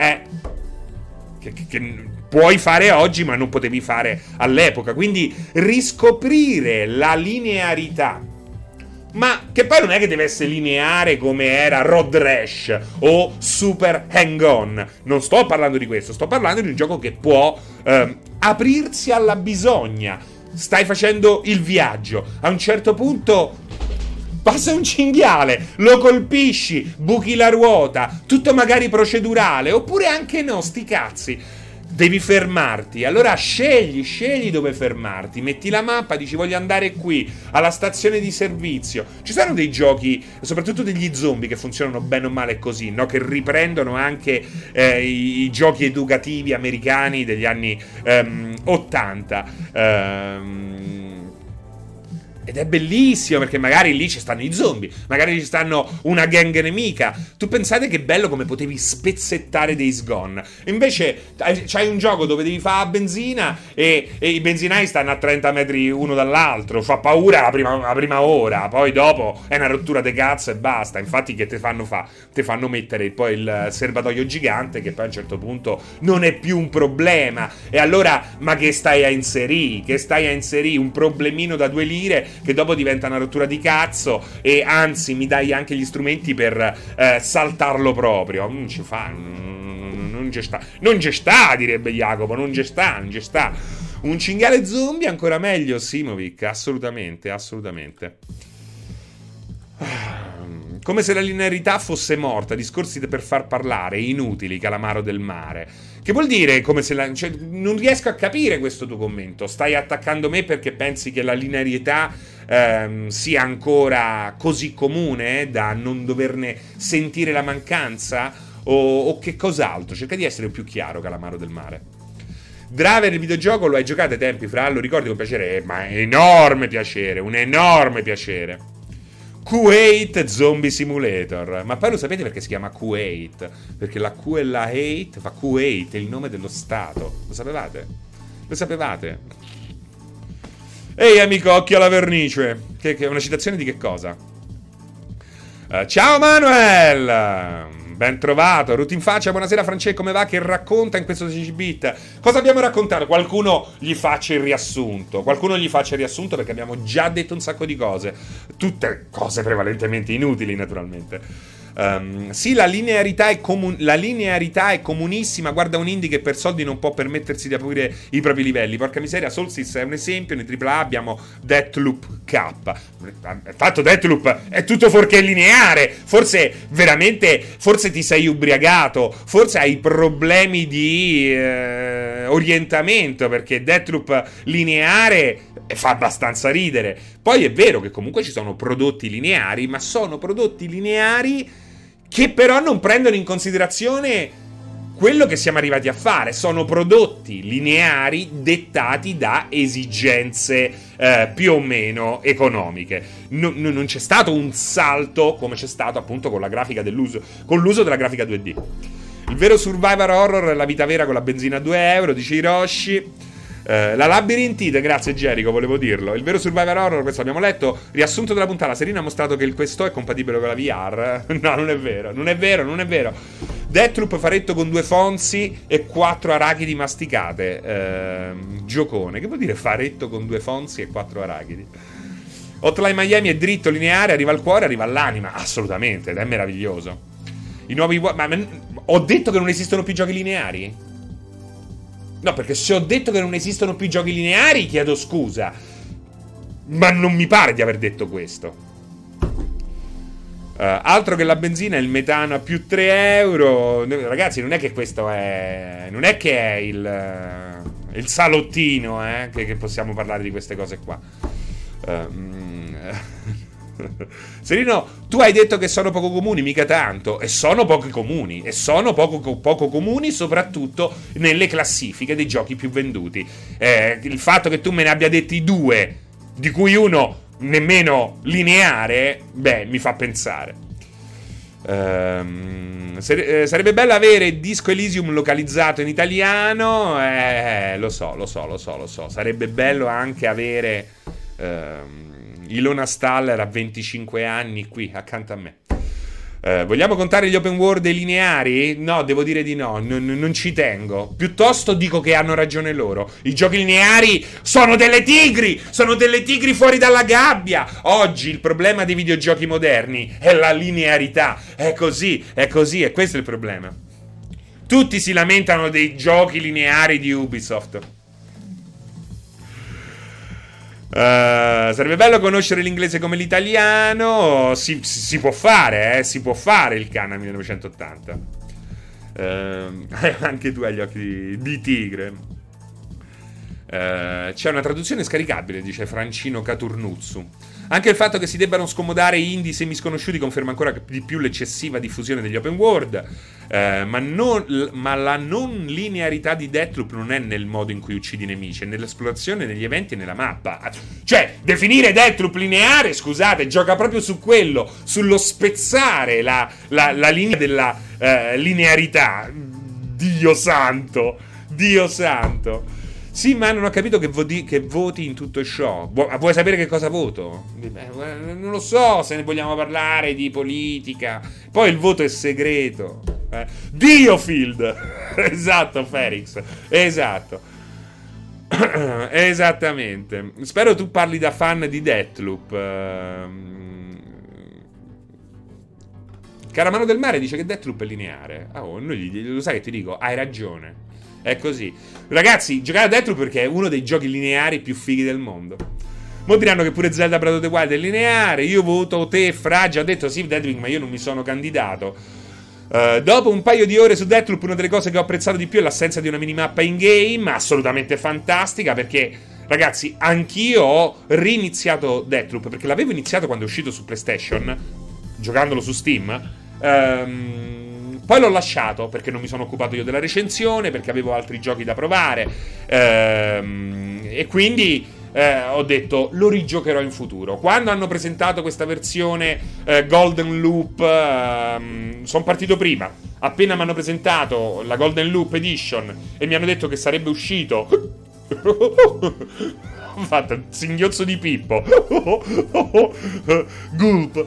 puoi fare oggi ma non potevi fare all'epoca. Quindi riscoprire la linearità, ma che poi non è che deve essere lineare come era Road Rash o Super Hang-On. Non sto parlando di questo, sto parlando di un gioco che può aprirsi alla bisogna. Stai facendo il viaggio, a un certo punto passa un cinghiale, lo colpisci, buchi la ruota, tutto magari procedurale, oppure anche no, sti cazzi. Devi fermarti, allora scegli dove fermarti, metti la mappa, dici voglio andare qui, alla stazione di servizio. Ci sono dei giochi, soprattutto degli zombie, che funzionano bene o male così, no? Che riprendono anche i giochi educativi americani degli anni 80. Ed è bellissimo, perché magari lì ci stanno i zombie, magari ci stanno una gang nemica. Tu pensate che bello come potevi spezzettare Days Gone. Invece c'hai un gioco dove devi fare la benzina e i benzinai stanno a 30 metri uno dall'altro. Fa paura la prima ora, poi dopo è una rottura de cazzo e basta. Infatti che te fanno fa? Te fanno mettere poi il serbatoio gigante, che poi a un certo punto non è più un problema. E allora, ma che stai a inserire? Che stai a inserire un problemino da 2 lire che dopo diventa una rottura di cazzo, e anzi mi dai anche gli strumenti per saltarlo proprio. Non ci fa, non ci sta, direbbe Jacopo, non ci sta. Un cinghiale zombie ancora meglio, Simovic, assolutamente. Come se la linearità fosse morta, discorsi per far parlare, inutili, calamaro del mare. Che vuol dire come se cioè, non riesco a capire questo tuo commento. Stai attaccando me perché pensi che la linearità sia ancora così comune da non doverne sentire la mancanza? O che cos'altro? Cerca di essere più chiaro, calamaro del mare. Driver, il videogioco, lo hai giocato ai tempi, fra? Lo ricordi con piacere? Ma un enorme piacere. Q8 Zombie Simulator. Ma poi lo sapete perché si chiama Q8? Perché la Q e la 8 fa Q8, è il nome dello stato. Lo sapevate? Ehi amico, occhio alla vernice. Che è una citazione di che cosa? Ciao Manuel, ben trovato. Ruti in faccia, buonasera Francesco, come va? Che racconta in questo 16 bit? Cosa abbiamo raccontato? Qualcuno gli faccia il riassunto perché abbiamo già detto un sacco di cose. Tutte cose prevalentemente inutili, naturalmente. Sì, la linearità è comunissima. Guarda un indie che per soldi non può permettersi di aprire i propri livelli. Porca miseria, Solstice è un esempio. Nei AAA abbiamo Deathloop K. Tanto Deathloop è tutto fuorché lineare. Forse ti sei ubriagato, forse hai problemi di orientamento, perché Deathloop lineare fa abbastanza ridere. Poi è vero che comunque ci sono prodotti lineari, ma sono prodotti lineari che però non prendono in considerazione quello che siamo arrivati a fare. Sono prodotti lineari dettati da esigenze più o meno economiche. Non c'è stato un salto come c'è stato appunto con la grafica con l'uso della grafica 2D. Il vero survivor horror è la vita vera con la benzina a 2 euro, dice Hiroshi. La labirintite, grazie Jericho, volevo dirlo. Il vero survivor horror, questo abbiamo letto. Riassunto della puntata, Serena ha mostrato che il questo è compatibile con la VR. No, non è vero, non è vero, non è vero. Deathloop faretto con 2 Fonzi e 4 arachidi masticate. Giocone, che vuol dire faretto con 2 Fonzi e 4 arachidi? Hotline Miami è dritto, lineare, arriva al cuore, arriva all'anima. Assolutamente, ed è meraviglioso. I nuovi... Ma ho detto che non esistono più giochi lineari? No, perché se ho detto che non esistono più giochi lineari, chiedo scusa. Ma non mi pare di aver detto questo. Altro che la benzina, il metano a più 3 euro. Ragazzi, non è che questo è... Non è che è il salottino, che possiamo parlare di queste cose qua. Serino, tu hai detto che sono poco comuni, mica tanto. E sono pochi comuni. E sono poco comuni soprattutto nelle classifiche dei giochi più venduti. Il fatto che tu me ne abbia detti 2, di cui uno nemmeno lineare, beh, mi fa pensare. Sarebbe bello avere Disco Elysium localizzato in italiano. Lo so. Sarebbe bello anche avere Ilona Staller a 25 anni qui accanto a me. Vogliamo contare gli open world e lineari? No, devo dire di no, non ci tengo. Piuttosto dico che hanno ragione loro. I giochi lineari sono delle tigri fuori dalla gabbia. Oggi il problema dei videogiochi moderni è la linearità. È così, e questo è il problema. Tutti si lamentano dei giochi lineari di Ubisoft. Sarebbe bello conoscere l'inglese come l'italiano. Si può fare, si può fare il Cana 1980. Anche tu hai gli occhi di tigre. C'è una traduzione scaricabile, dice Francino Caturnuzzu. Anche il fatto che si debbano scomodare indie semisconosciuti conferma ancora di più l'eccessiva diffusione degli open world. Ma la non linearità di Deathloop non è nel modo in cui uccidi i nemici, è nell'esplorazione, negli eventi e nella mappa. Cioè, definire Deathloop lineare, scusate, gioca proprio su quello, sullo spezzare la linea della linearità. Dio santo. Sì, ma non ho capito che voti in tutto ciò. Vuoi sapere che cosa voto? Non lo so, se ne vogliamo parlare di politica. Poi il voto è segreto. Diofield. Esatto, Felix. Esatto. Esattamente. Spero tu parli da fan di Deathloop. Caramano del Mare dice che Deathloop è lineare. Lo sai che ti dico? Hai ragione. È così. Ragazzi, giocate a Deathloop perché è uno dei giochi lineari più fighi del mondo. Mo diranno che pure Zelda Breath of the Wild è lineare. Io voto te, Fraggia. Ha detto sì, Deathloop, ma io non mi sono candidato. Dopo un paio di ore su Deathloop, una delle cose che ho apprezzato di più è l'assenza di una minimappa in game. Assolutamente fantastica, perché, ragazzi, anch'io ho riniziato Deathloop, perché l'avevo iniziato quando è uscito su PlayStation, giocandolo su Steam. Poi l'ho lasciato perché non mi sono occupato io della recensione, perché avevo altri giochi da provare, e quindi ho detto lo rigiocherò in futuro. Quando hanno presentato questa versione Golden Loop, sono partito prima. Appena mi hanno presentato la Golden Loop Edition e mi hanno detto che sarebbe uscito ho fatto un singhiozzo di Pippo. Gulp.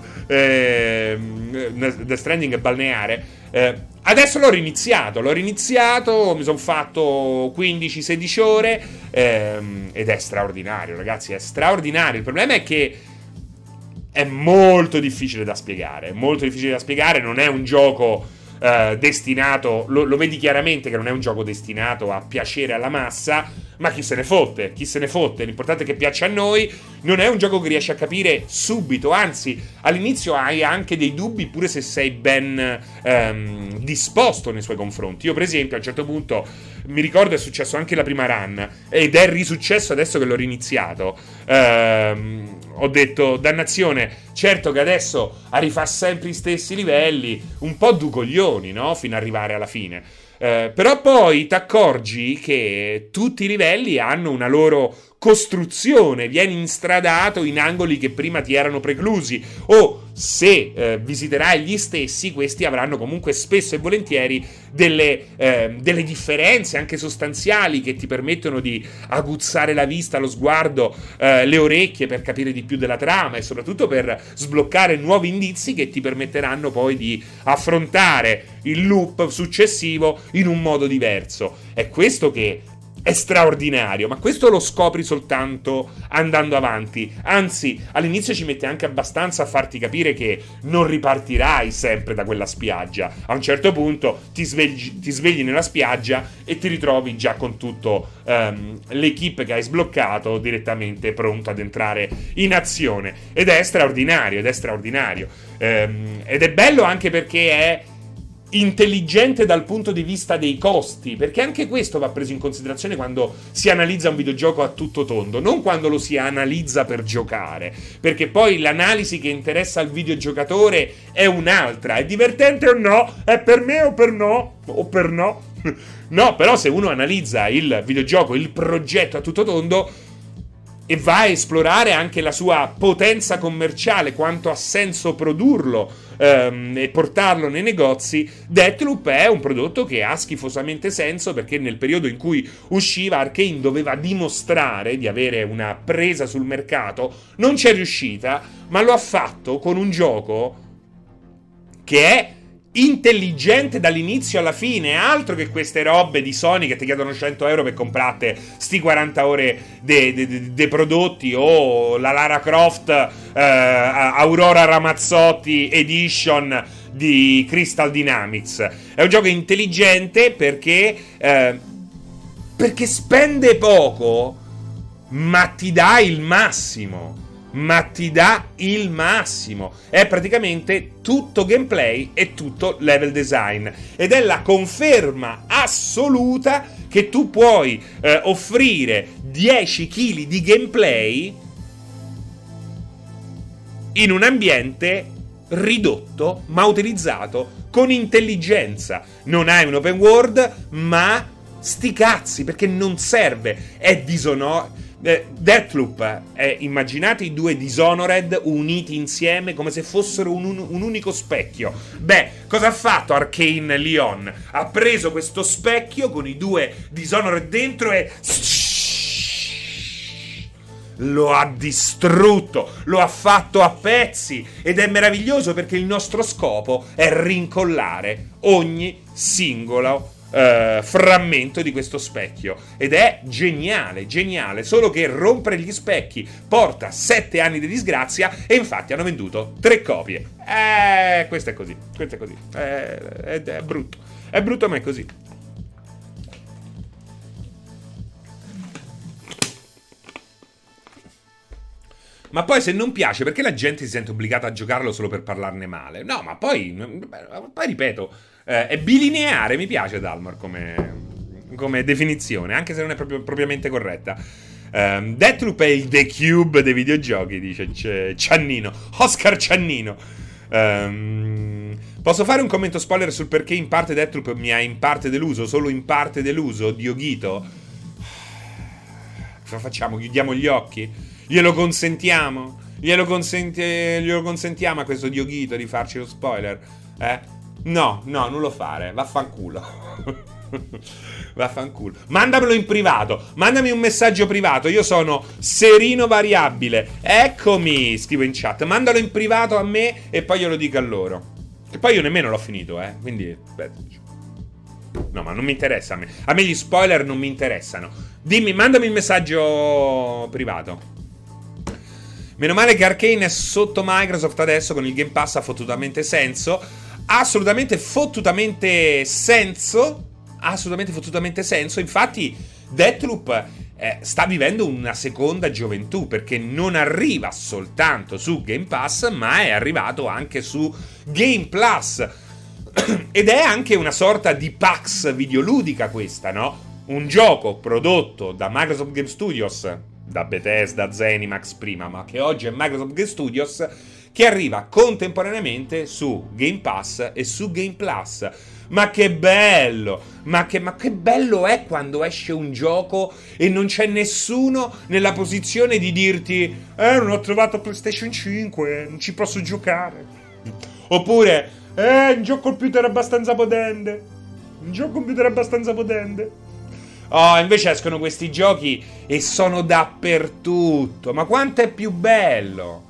The Stranding è balneare. Adesso l'ho riniziato, mi sono fatto 15-16 ore, ed è straordinario, ragazzi, è straordinario. Il problema è che è molto difficile da spiegare, non è un gioco destinato, lo vedi chiaramente che non è un gioco destinato a piacere alla massa, ma chi se ne fotte, l'importante è che piaccia a noi. Non è un gioco che riesci a capire subito, anzi all'inizio hai anche dei dubbi pure se sei ben disposto nei suoi confronti. Io per esempio a un certo punto, mi ricordo, è successo anche la prima run ed è risuccesso adesso che l'ho riniziato. Ho detto dannazione, Certo che adesso a rifà sempre gli stessi livelli, un po' du coglioni, no? Fino ad arrivare alla fine. Però poi ti accorgi che tutti i livelli hanno una loro costruzione, vieni instradato in angoli che prima ti erano preclusi, o se visiterai gli stessi, questi avranno comunque spesso e volentieri delle differenze anche sostanziali che ti permettono di aguzzare la vista, lo sguardo, le orecchie per capire di più della trama e soprattutto per sbloccare nuovi indizi che ti permetteranno poi di affrontare il loop successivo in un modo diverso. È questo che è straordinario, ma questo lo scopri soltanto andando avanti. Anzi, all'inizio ci mette anche abbastanza a farti capire che non ripartirai sempre da quella spiaggia. A un certo punto ti svegli nella spiaggia e ti ritrovi già con tutto l'equipe che hai sbloccato direttamente pronto ad entrare in azione. Ed è straordinario, ed è bello anche perché è intelligente dal punto di vista dei costi, perché anche questo va preso in considerazione quando si analizza un videogioco a tutto tondo, non quando lo si analizza per giocare, perché poi l'analisi che interessa al videogiocatore è un'altra. È divertente o no? È per me o per no? O per no? No, però se uno analizza il videogioco, il progetto a tutto tondo, e va a esplorare anche la sua potenza commerciale, quanto ha senso produrlo e portarlo nei negozi, Deathloop è un prodotto che ha schifosamente senso, perché nel periodo in cui usciva Arkane doveva dimostrare di avere una presa sul mercato, non c'è riuscita, ma lo ha fatto con un gioco che è intelligente dall'inizio alla fine, altro che queste robe di Sony che ti chiedono 100 euro per comprate sti 40 ore dei prodotti, o la Lara Croft Aurora Ramazzotti Edition di Crystal Dynamics. È un gioco intelligente perché spende poco ma ti dà il massimo. È praticamente tutto gameplay e tutto level design, ed è la conferma assoluta che tu puoi offrire 10 kg di gameplay in un ambiente ridotto ma utilizzato con intelligenza. Non hai un open world, ma sti cazzi, perché non serve. È Deathloop, immaginate i due Dishonored uniti insieme come se fossero un unico specchio. Beh, cosa ha fatto Arkane Lyon? Ha preso questo specchio con i due Dishonored dentro e lo ha distrutto, lo ha fatto a pezzi, ed è meraviglioso perché il nostro scopo è rincollare ogni singolo frammento di questo specchio, ed è geniale, solo che rompere gli specchi porta 7 anni di disgrazia, e infatti hanno venduto 3 copie. Questo è così, è brutto ma è così. Ma poi se non piace, perché la gente si sente obbligata a giocarlo solo per parlarne male? No, ma poi ripeto, è bilineare, mi piace Dalmor come definizione, anche se non è propriamente corretta. Deathloop è il The Cube dei videogiochi, dice Ciannino, Oscar Ciannino. Posso fare un commento spoiler sul perché in parte Deathloop mi ha in parte deluso, solo in parte deluso, Dioghito? Cosa facciamo? Chiudiamo gli occhi? Glielo consentiamo? Glielo consentiamo a questo Dioghito di farci lo spoiler? No, non lo fare. Vaffanculo. Mandamelo in privato. Mandami un messaggio privato. Io sono Serino Variabile. Eccomi, scrivo in chat. Mandalo in privato a me e poi glielo dico a loro. E poi io nemmeno l'ho finito, quindi no, ma non mi interessa a me. A me gli spoiler non mi interessano. Dimmi, mandami il messaggio privato. Meno male che Arkane è sotto Microsoft adesso, con il Game Pass ha fottutamente senso. Assolutamente fottutamente senso. Infatti Deathloop sta vivendo una seconda gioventù, perché non arriva soltanto su Game Pass, ma è arrivato anche su Game Plus. Ed è anche una sorta di Pax videoludica questa, no? Un gioco prodotto da Microsoft Game Studios, da Bethesda, Zenimax prima, ma che oggi è Microsoft Game Studios, che arriva contemporaneamente su Game Pass e su Game Plus. Ma che bello! Ma che bello è quando esce un gioco e non c'è nessuno nella posizione di dirti non ho trovato PlayStation 5, non ci posso giocare. Oppure un gioco computer abbastanza potente. Un gioco computer abbastanza potente. Oh, invece escono questi giochi e sono dappertutto. Ma quanto è più bello!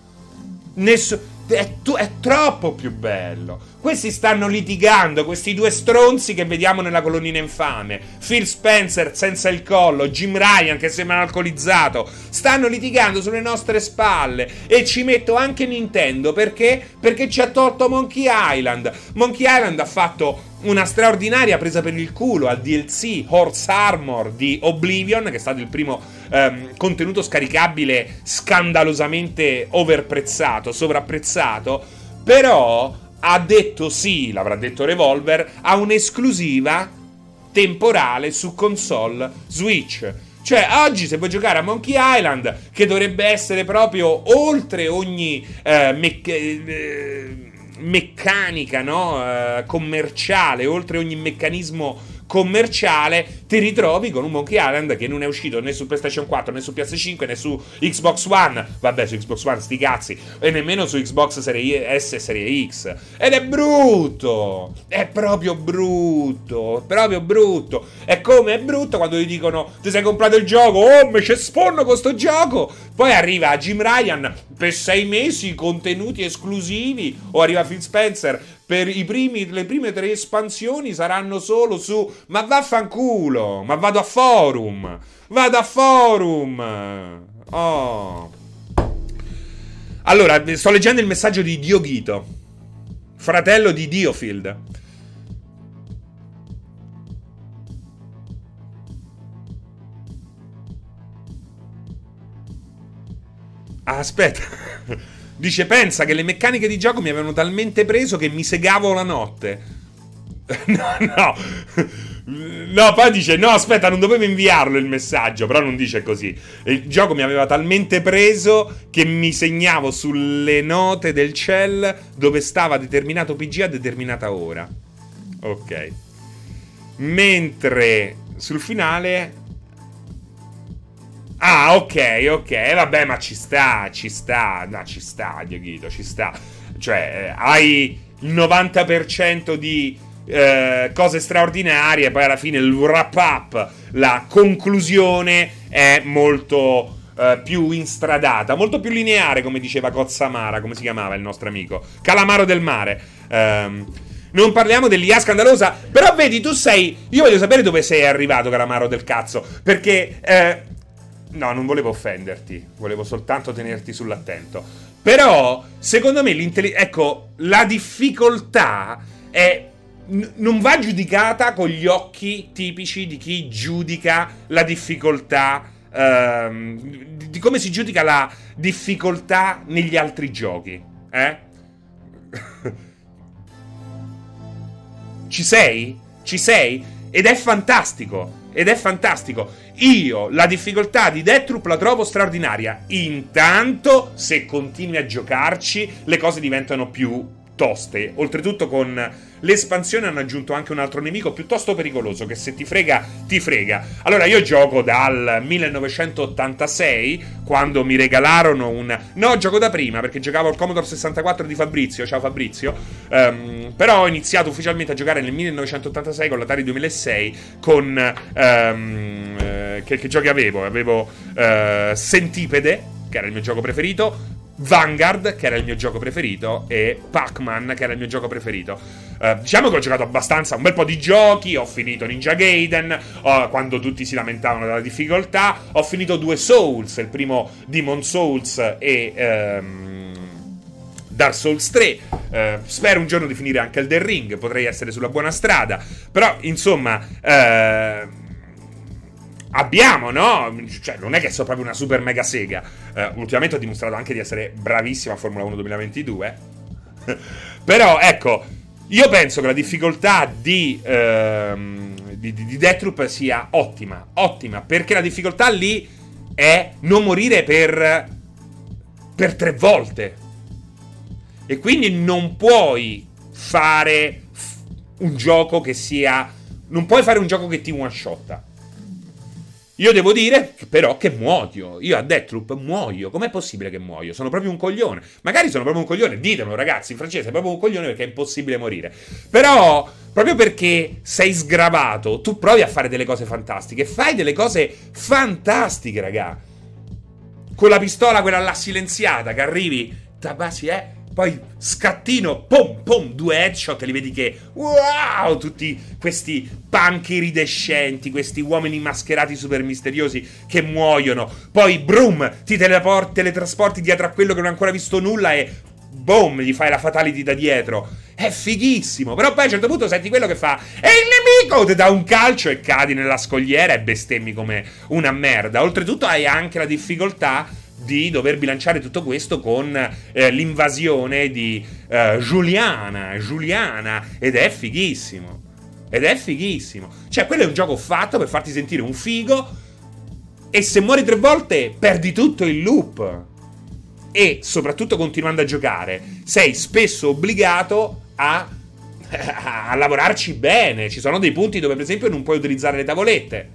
È troppo più bello. Questi stanno litigando, questi due stronzi che vediamo nella colonnina infame. Phil Spencer senza il collo, Jim Ryan che sembra alcolizzato. Stanno litigando sulle nostre spalle. E ci metto anche Nintendo. Perché? Perché ci ha tolto Monkey Island. Monkey Island ha fatto una straordinaria presa per il culo al DLC Horse Armor di Oblivion, che è stato il primo contenuto scaricabile scandalosamente overprezzato, sovrapprezzato. Però ha detto sì, l'avrà detto Revolver, a un'esclusiva temporale su console Switch. Cioè, oggi se vuoi giocare a Monkey Island, che dovrebbe essere proprio oltre ogni meccanica, no? Commerciale, oltre ogni meccanismo commerciale, ti ritrovi con un Monkey Island che non è uscito né su PlayStation 4 né su PS5 né su Xbox One. Vabbè, su Xbox One sti cazzi. E nemmeno su Xbox Serie S e Serie X. Ed è brutto. È proprio brutto. Proprio brutto. È come è brutto quando ti dicono ti sei comprato il gioco, oh me c'è sfonno con sto gioco. Poi arriva Jim Ryan per 6 mesi contenuti esclusivi. O arriva Phil Spencer per le prime 3 espansioni saranno solo su. Ma vaffanculo. Ma vado a forum. Oh. Allora, sto leggendo il messaggio di Dioghito, fratello di Diofield. Aspetta. Dice, pensa che le meccaniche di gioco mi avevano talmente preso che mi segavo la notte. No, poi dice, no, aspetta, non dovevo inviarlo il messaggio, però non dice così. Il gioco mi aveva talmente preso che mi segnavo sulle note del cell dove stava determinato PG a determinata ora. Ok. Mentre sul finale... Ah, ok, vabbè, ma ci sta, no, ci sta, Dioghito, ci sta. Cioè, hai il 90% di cose straordinarie, poi alla fine il wrap up, la conclusione è molto più instradata, molto più lineare, come diceva Kozamara, come si chiamava il nostro amico, Calamaro del mare. Non parliamo dell'IA scandalosa, però vedi, tu sei... Io voglio sapere dove sei arrivato, Calamaro del cazzo, perché... No, non volevo offenderti, volevo soltanto tenerti sull'attento. Però, secondo me, ecco, la difficoltà è... non va giudicata con gli occhi tipici di chi giudica la difficoltà, di come si giudica la difficoltà negli altri giochi, Ci sei? Ed è fantastico. Io la difficoltà di Deathloop la trovo straordinaria. Intanto, se continui a giocarci, le cose diventano più toste. Oltretutto con l'espansione hanno aggiunto anche un altro nemico piuttosto pericoloso, che se ti frega, ti frega. Allora, io gioco dal 1986, quando mi regalarono un... No, gioco da prima, perché giocavo al Commodore 64 di Fabrizio. Ciao Fabrizio. Però ho iniziato ufficialmente a giocare nel 1986 con l'Atari 2006, con... che giochi avevo? Avevo Centipede, che era il mio gioco preferito, Vanguard, che era il mio gioco preferito, e Pac-Man, che era il mio gioco preferito. Diciamo che ho giocato abbastanza, un bel po' di giochi. Ho finito Ninja Gaiden, quando tutti si lamentavano della difficoltà. Ho finito 2 Souls, il primo Demon Souls e Dark Souls 3. Spero un giorno di finire anche Elden Ring, potrei essere sulla buona strada. Però, insomma... abbiamo, no? Cioè, non è che sono proprio una super mega sega. Ultimamente ho dimostrato anche di essere bravissimo a Formula 1 2022. Però, ecco, io penso che la difficoltà di Deathloop sia ottima, perché la difficoltà lì è non morire per 3 volte. E quindi non puoi fare un gioco che sia... Non puoi fare un gioco che ti one-shotta. Io devo dire però che muoio. Io a Deathloop muoio. Com'è possibile che muoio? Sono proprio un coglione. Magari sono proprio un coglione. Ditemelo, ragazzi, in francese è proprio un coglione perché è impossibile morire. Però, proprio perché sei sgravato, tu provi a fare delle cose fantastiche. Fai delle cose fantastiche, raga. Con la pistola, quella là silenziata, che arrivi, tabassi, poi scattino, pom, pom, 2 headshot e li vedi che, wow, tutti questi punk iridescenti, questi uomini mascherati super misteriosi che muoiono. Poi, brum, ti teletrasporti dietro a quello che non ha ancora visto nulla e, boom, gli fai la fatality da dietro. È fighissimo. Però poi a un certo punto senti quello che fa, e il nemico ti dà un calcio e cadi nella scogliera e bestemmi come una merda. Oltretutto hai anche la difficoltà di dover bilanciare tutto questo con l'invasione di Juliana, ed è fighissimo. Cioè, quello è un gioco fatto per farti sentire un figo, e se muori 3 volte perdi tutto il loop. E soprattutto continuando a giocare sei spesso obbligato a lavorarci bene. Ci sono dei punti dove per esempio non puoi utilizzare le tavolette.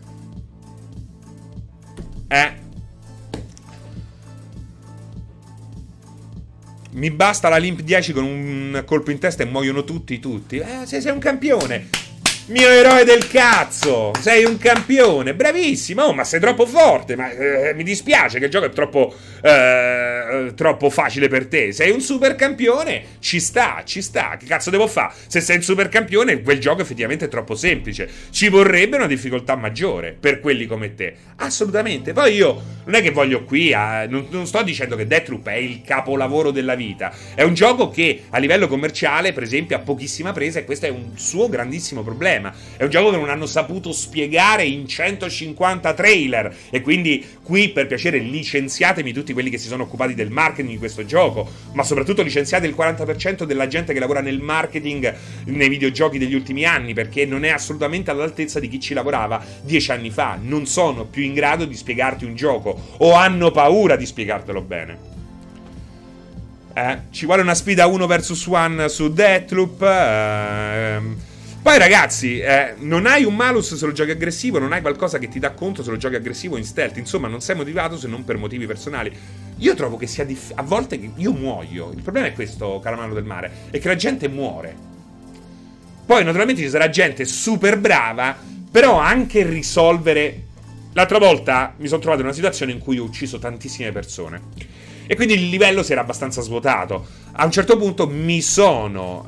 Mi basta la Limp 10 con un colpo in testa e muoiono tutti. Sei un campione. Mio eroe del cazzo. Sei un campione. Bravissimo. Oh, ma sei troppo forte. Ma mi dispiace che il gioco è troppo facile per te. Sei un super campione. Ci sta. Che cazzo devo fare? Se sei un super campione, quel gioco effettivamente è troppo semplice. Ci vorrebbe una difficoltà maggiore per quelli come te. Assolutamente. Poi io non è che voglio qui non sto dicendo che Deathloop è il capolavoro della vita. È un gioco che a livello commerciale, per esempio, ha pochissima presa, e questo è un suo grandissimo problema. È un gioco che non hanno saputo spiegare in 150 trailer, e quindi qui, per piacere, licenziatemi tutti quelli che si sono occupati del marketing di questo gioco, ma soprattutto licenziate il 40% della gente che lavora nel marketing nei videogiochi degli ultimi anni, perché non è assolutamente all'altezza di chi ci lavorava 10 anni fa. Non sono più in grado di spiegarti un gioco, o hanno paura di spiegartelo bene. Ci vuole una sfida 1 vs 1 su Deathloop. Poi ragazzi, non hai un malus se lo giochi aggressivo, non hai qualcosa che ti dà conto se lo giochi aggressivo in stealth. Insomma, non sei motivato se non per motivi personali. Io trovo che sia a volte che io muoio. Il problema è questo, Calamaro del Mare, è che la gente muore. Poi naturalmente ci sarà gente super brava, però anche risolvere... L'altra volta mi sono trovato in una situazione in cui ho ucciso tantissime persone, e quindi il livello si era abbastanza svuotato. A un certo punto mi sono...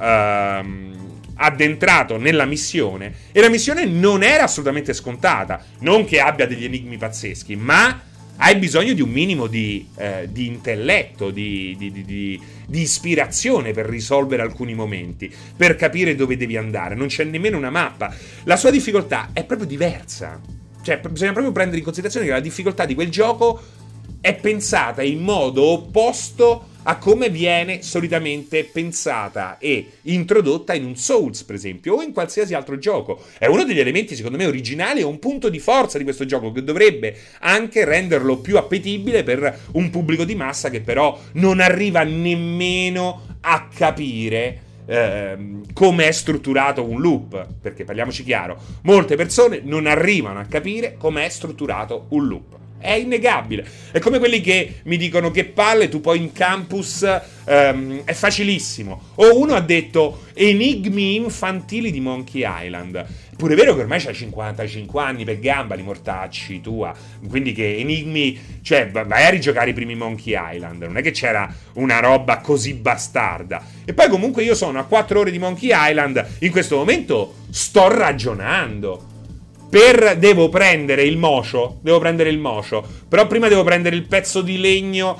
addentrato nella missione, e la missione non era assolutamente scontata. Non che abbia degli enigmi pazzeschi, ma hai bisogno di un minimo di intelletto, di ispirazione per risolvere alcuni momenti, per capire dove devi andare. Non c'è nemmeno una mappa. La sua difficoltà è proprio diversa. Cioè, bisogna proprio prendere in considerazione che la difficoltà di quel gioco è pensata in modo opposto a come viene solitamente pensata e introdotta in un Souls, per esempio, o in qualsiasi altro gioco. È uno degli elementi, secondo me, originali e un punto di forza di questo gioco, che dovrebbe anche renderlo più appetibile per un pubblico di massa che però non arriva nemmeno a capire come è strutturato un loop. Perché, parliamoci chiaro, molte persone non arrivano a capire come è strutturato un loop. È innegabile. È come quelli che mi dicono che palle, tu poi in campus è facilissimo. O uno ha detto enigmi infantili di Monkey Island. Pure è vero che ormai c'ha 55 anni per gamba, li mortacci tua. Quindi che enigmi... Cioè, vai a rigiocare i primi Monkey Island. Non è che c'era una roba così bastarda. E poi comunque io sono a 4 ore di Monkey Island. In questo momento sto ragionando. Devo prendere il mocio. Però prima devo prendere il pezzo di legno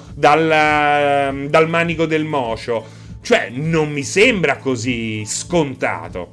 dal manico del mocio. Cioè, non mi sembra così scontato.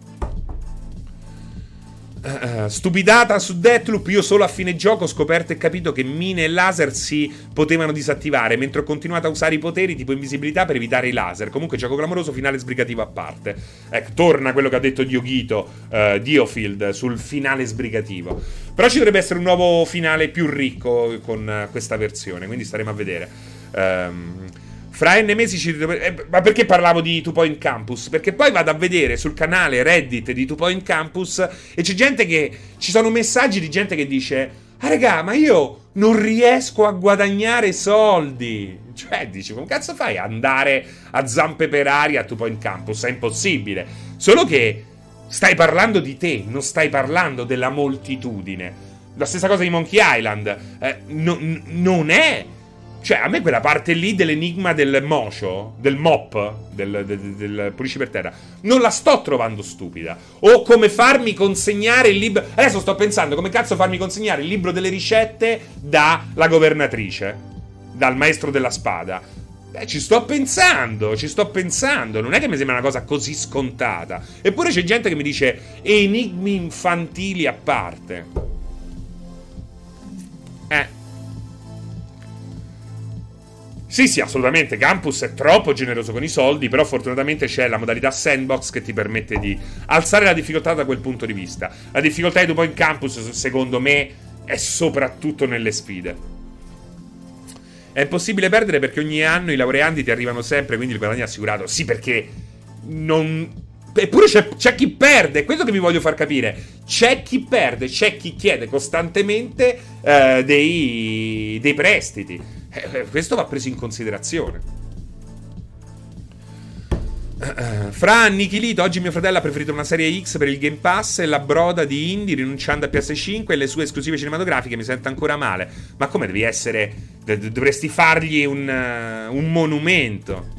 Stupidata su Deathloop. Io solo a fine gioco ho scoperto e capito che mine e laser si potevano disattivare, mentre ho continuato a usare i poteri tipo invisibilità per evitare i laser. Comunque gioco clamoroso, finale sbrigativo a parte. Ecco, torna quello che ha detto Diofield sul finale sbrigativo. Però ci dovrebbe essere un nuovo finale più ricco con questa versione, quindi staremo a vedere. Fra N mesi ma perché parlavo di Two Point Campus? Perché poi vado a vedere sul canale Reddit di Two Point Campus e c'è gente che... Ci sono messaggi di gente che dice: ah raga, ma io non riesco a guadagnare soldi. Cioè, dici, come cazzo fai ad andare a zampe per aria a Two Point Campus? È impossibile. Solo che stai parlando di te, non stai parlando della moltitudine. La stessa cosa di Monkey Island. Non è... Cioè, a me quella parte lì dell'enigma del mocio, del mop, del pulisci per terra, non la sto trovando stupida. O come farmi consegnare il libro... Adesso sto pensando come cazzo farmi consegnare il libro delle ricette dalla governatrice, dal maestro della spada. Ci sto pensando. Non è che mi sembra una cosa così scontata. Eppure c'è gente che mi dice enigmi infantili a parte. Sì, assolutamente. Campus è troppo generoso con i soldi, però fortunatamente c'è la modalità sandbox che ti permette di alzare la difficoltà da quel punto di vista. La difficoltà di Two Point Campus, secondo me, è soprattutto nelle sfide. È impossibile perdere perché ogni anno i laureandi ti arrivano sempre, quindi il guadagno è assicurato. Sì, perché non... Eppure c'è chi perde, è quello che vi voglio far capire. C'è chi perde, c'è chi chiede costantemente dei prestiti. Questo va preso in considerazione. Fra Annichilito, oggi mio fratello ha preferito una serie X per il Game Pass e la broda di indie rinunciando a PS5 e le sue esclusive cinematografiche. Mi sento ancora male. Ma come devi essere... dovresti fargli un monumento.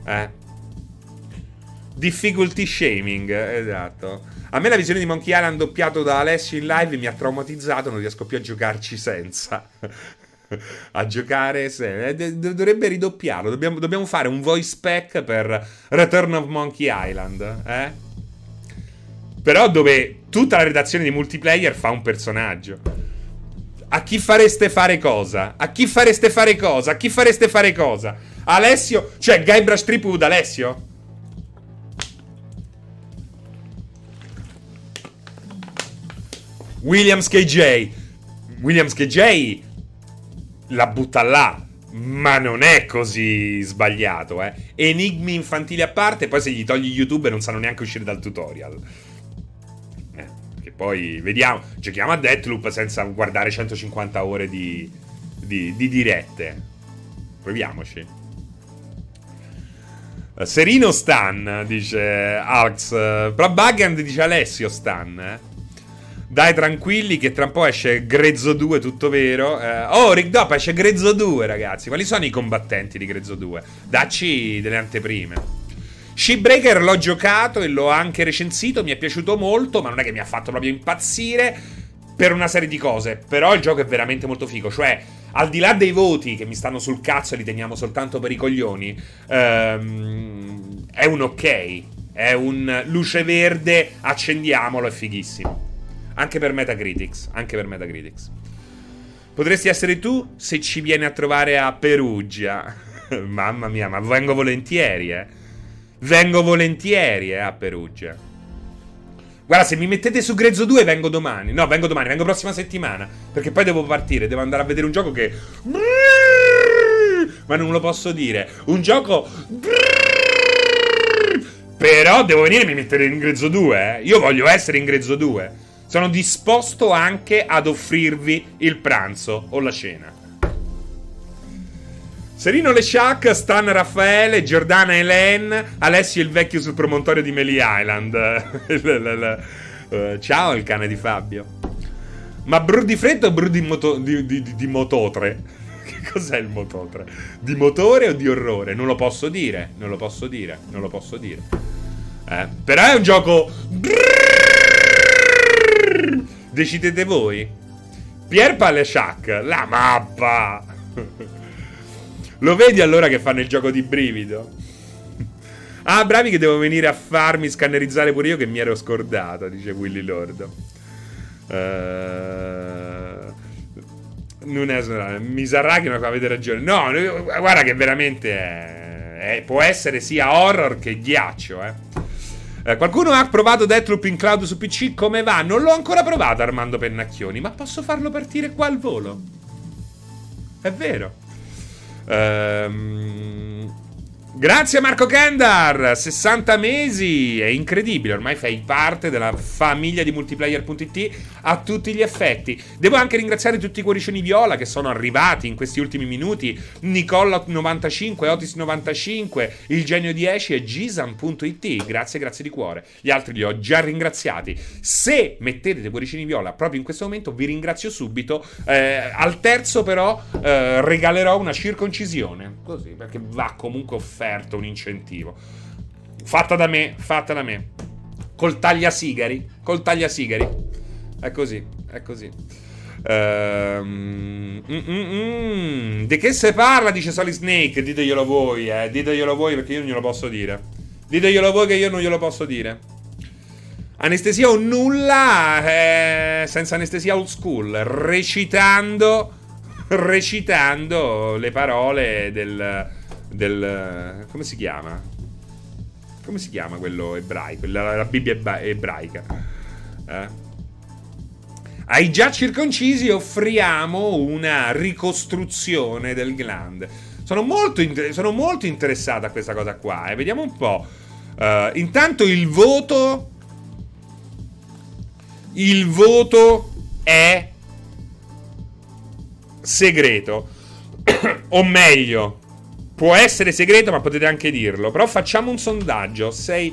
Difficulty shaming, esatto. A me la visione di Monkey Island doppiato da Alessio in live mi ha traumatizzato, non riesco più a giocarci senza. A giocare dovrebbe ridoppiarlo. Dobbiamo fare un voice pack per Return of Monkey Island, però dove tutta la redazione di multiplayer fa un personaggio. A chi fareste fare cosa? A chi fareste fare cosa? A chi fareste fare cosa? Alessio? Cioè Guybrush Threepwood Alessio? Williams KJ la butta là, ma non è così sbagliato, Enigmi infantili a parte, poi se gli togli YouTube non sanno neanche uscire dal tutorial. Che poi, vediamo, giochiamo a Deathloop senza guardare 150 ore di dirette. Proviamoci. Serino Stan, dice Alex. Prabagand dice Alessio Stan, Dai tranquilli che tra un po' esce Grezzo 2, tutto vero. Rick Dop, esce Grezzo 2, ragazzi. Quali sono i combattenti di Grezzo 2? Dacci delle anteprime. Shipbreaker l'ho giocato e l'ho anche recensito. Mi è piaciuto molto, ma non è che mi ha fatto proprio impazzire per una serie di cose. Però il gioco è veramente molto figo. Cioè, al di là dei voti che mi stanno sul cazzo e li teniamo soltanto per i coglioni, è un ok. È un luce verde, accendiamolo, è fighissimo. Anche per Metacritics. Potresti essere tu se ci vieni a trovare a Perugia. Mamma mia, ma vengo volentieri, Vengo volentieri, a Perugia. Guarda, se mi mettete su Grezzo 2 vengo domani. No, vengo prossima settimana. Perché poi devo partire, devo andare a vedere un gioco che... Ma non lo posso dire. Un gioco... Però devo venire e mi mettere in Grezzo 2, Io voglio essere in Grezzo 2. Sono disposto anche ad offrirvi il pranzo o la cena. Serino Leciac, Stan Raffaele, Giordana Helen, Alessio il vecchio sul promontorio di Melee Island. Ciao il cane di Fabio. Ma bru di freddo o bru di mototre? Che cos'è il mototre? Di motore o di orrore? Non lo posso dire. Però è un gioco... Decidete voi. Pierpa Leciac, la mappa. Lo vedi allora che fanno il gioco di brivido? Ah, bravi che devo venire a farmi scannerizzare pure io che mi ero scordato, dice Willy Lordo. Non è Misaraki, ma avete ragione. No, guarda che veramente può essere sia horror che ghiaccio, Qualcuno ha provato Deathloop in cloud su PC? Come va? Non l'ho ancora provato, Armando Pennacchioni, ma posso farlo partire qua al volo. È vero. Grazie Marco Kendar, 60 mesi, è incredibile, ormai fai parte della famiglia di multiplayer.it a tutti gli effetti. Devo anche ringraziare tutti i cuoricioni viola che sono arrivati in questi ultimi minuti, Nicola 95, Otis 95, il genio 10 e Gisam.it, grazie di cuore. Gli altri li ho già ringraziati. Se mettete dei cuoricini viola proprio in questo momento vi ringrazio subito, al terzo però regalerò una circoncisione, così, perché va comunque offerto un incentivo fatta da me col tagliasigari è così di che se parla, dice Solid Snake. Diteglielo voi perché io non glielo posso dire. Diteglielo voi che io non glielo posso dire. Anestesia o nulla, senza anestesia old school, recitando le parole del come si chiama quello ebraico, la Bibbia ebraica. Ai già circoncisi offriamo una ricostruzione del glande. Sono molto interessato a questa cosa qua, vediamo un po'. Intanto il voto è segreto. O meglio, può essere segreto, ma potete anche dirlo. Però facciamo un sondaggio.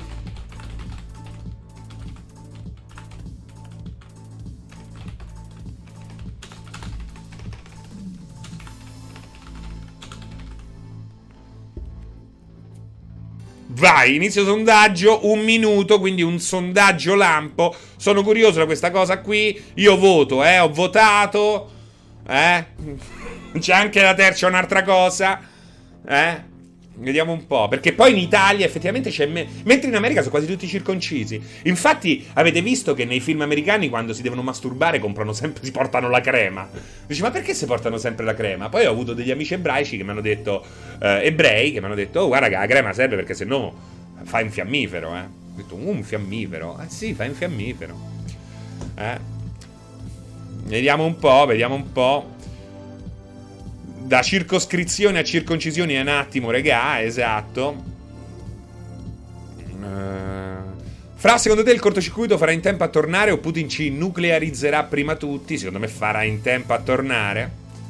Vai, inizio sondaggio, 1 minuto, quindi un sondaggio lampo. Sono curioso da questa cosa qui. Io voto, ho votato. C'è anche la terza, un'altra cosa. Vediamo un po'. Perché poi in Italia effettivamente c'è mentre in America sono quasi tutti circoncisi. Infatti avete visto che nei film americani quando si devono masturbare si portano la crema. Dici, ma perché si portano sempre la crema? Poi ho avuto degli amici ebraici che mi hanno detto ebrei che mi hanno detto, oh guarda che la crema serve perché sennò fa un fiammifero. Ho detto, un fiammifero? Sì, fa un fiammifero. Vediamo un po'. Da circoscrizione a circoncisioni è un attimo, regà, esatto. Fra, secondo te il cortocircuito farà in tempo a tornare o Putin ci nuclearizzerà prima tutti? Secondo me farà in tempo a tornare.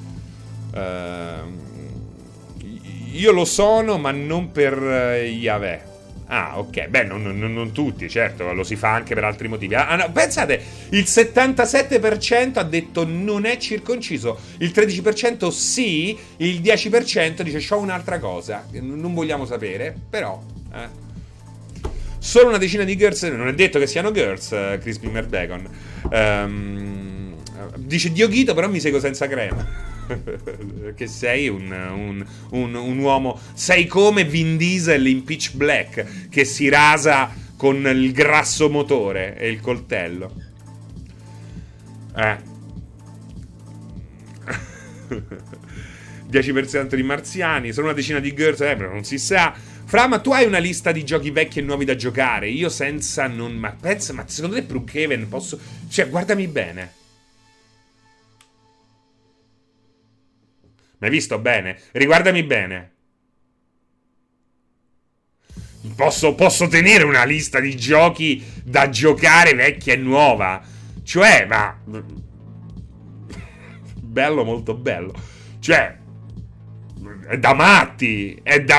Io lo sono, ma non per Yahweh. Ah, ok. Beh, non tutti, certo, lo si fa anche per altri motivi. No, pensate, il 77% ha detto non è circonciso, il 13% sì, il 10% dice c'ho un'altra cosa, non vogliamo sapere, però... Solo una decina di girls, non è detto che siano girls, Crispy Bacon. Dice Dioghito, però mi seguo senza crema. Che sei un uomo. Sei come Vin Diesel in Pitch Black, che si rasa con il grasso motore e il coltello. 10% di marziani. Solo una decina di girls, però non si sa. Fra, ma tu hai una lista di giochi vecchi e nuovi da giocare? Io senza non... Ma pensa, ma secondo te Brookhaven posso... Cioè, guardami bene. Mi hai visto bene? Riguardami bene. Posso tenere una lista di giochi da giocare vecchia e nuova. Cioè, ma... Bello, molto bello. Cioè... È da matti.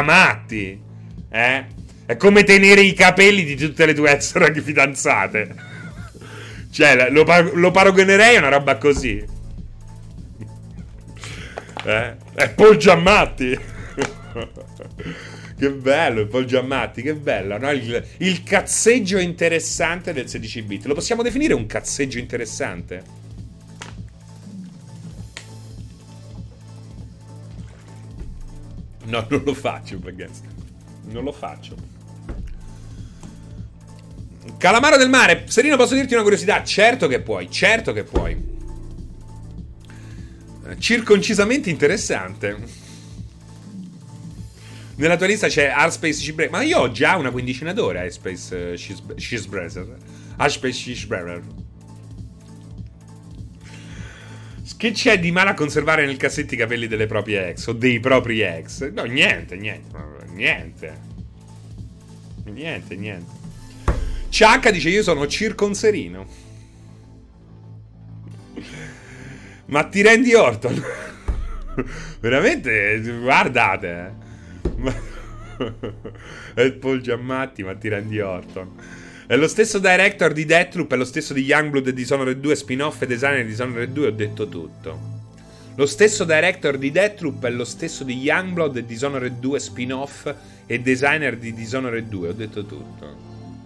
È come tenere i capelli di tutte le tue ex fidanzate. Cioè, lo paragonerei a una roba così. È Paul Giamatti. Che bello, Paul Giamatti, che bello, no? Il cazzeggio interessante del 16 bit. Lo possiamo definire un cazzeggio interessante? No, non lo faccio, ragazzi. Non lo faccio. Calamaro del mare. Serino, posso dirti una curiosità? Certo che puoi. Circoncisamente interessante. Nella tua lista c'è Arspace Cheeseburger. Ma io ho già una quindicina d'ore Arspace Cheeseburger. Che c'è di male a conservare nel cassetto i capelli delle proprie ex o dei propri ex? No, niente. Ciacca dice io sono circonserino. Ma ti rendi Orton? Veramente? Guardate. È il Paul Giammatti, ma ti rendi Orton. È lo stesso director di Deathloop, è lo stesso di Youngblood e Dishonored 2, spin-off e designer di Dishonored 2, ho detto tutto. Lo stesso director di Deathloop è lo stesso di Youngblood e Dishonored 2, spin-off e designer di Dishonored 2, ho detto tutto.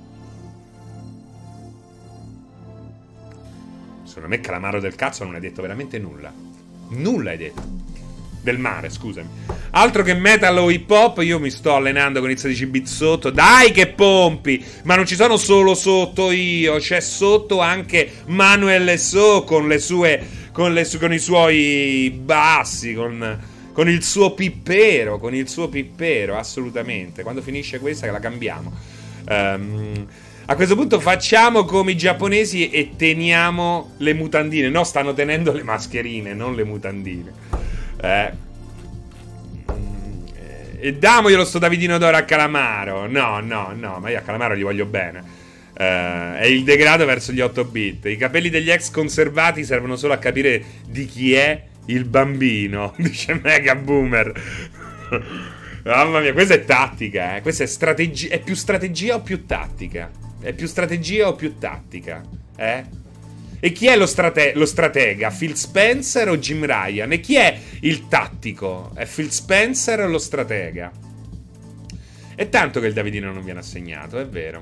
Secondo me Calamaro del cazzo non hai detto veramente nulla. Nulla hai detto. Del mare, scusami. Altro che metal o hip hop, io mi sto allenando con i 16 bit sotto. Dai che pompi! Ma non ci sono solo sotto io, c'è sotto anche Manuel So con le sue con i suoi bassi, con il suo pippero, assolutamente. Quando finisce questa che la cambiamo. A questo punto facciamo come i giapponesi e teniamo le mutandine. No, stanno tenendo le mascherine, non le mutandine. E damoglielo sto Davidino d'oro a Calamaro. No, ma io a Calamaro gli voglio bene. È il degrado verso gli 8 bit. I capelli degli ex conservati servono solo a capire di chi è il bambino. Dice Mega Boomer. Mamma mia, questa è tattica, Questa è strategia. È più strategia o più tattica? E chi è lo stratega? Phil Spencer o Jim Ryan? E chi è il tattico? È Phil Spencer o lo stratega? È tanto che il Davidino non viene assegnato, è vero.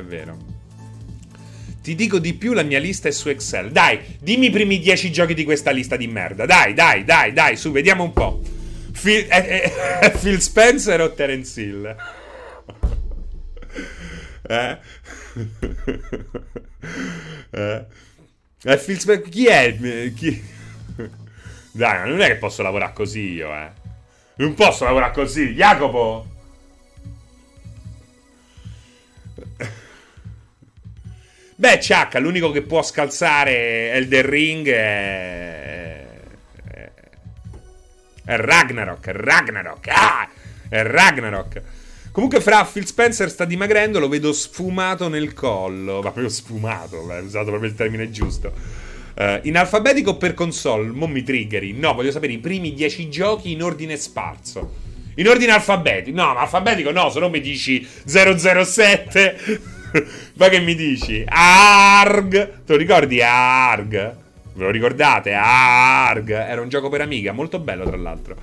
Ti dico di più, la mia lista è su Excel. Dai, dimmi i primi 10 giochi di questa lista di merda. Dai, su, vediamo un po'. Phil Spencer o Terence Hill? Phil Spencer, chi è? Dai, non è che posso lavorare così io, Non posso lavorare così, Jacopo. Beh, Chuck, l'unico che può scalzare Elden Ring è Ragnarok. È Ragnarok. Comunque fra Phil Spencer sta dimagrendo, lo vedo sfumato nel collo. Ma proprio sfumato, ho usato proprio il termine giusto. In alfabetico per console, mo mi triggeri. No, voglio sapere i primi 10 giochi in ordine sparso. In ordine alfabetico. No, ma alfabetico no, se no mi dici 007. Ma che mi dici? Arg. Te lo ricordi? Arg. Ve lo ricordate? Arg. Era un gioco per Amiga, molto bello tra l'altro.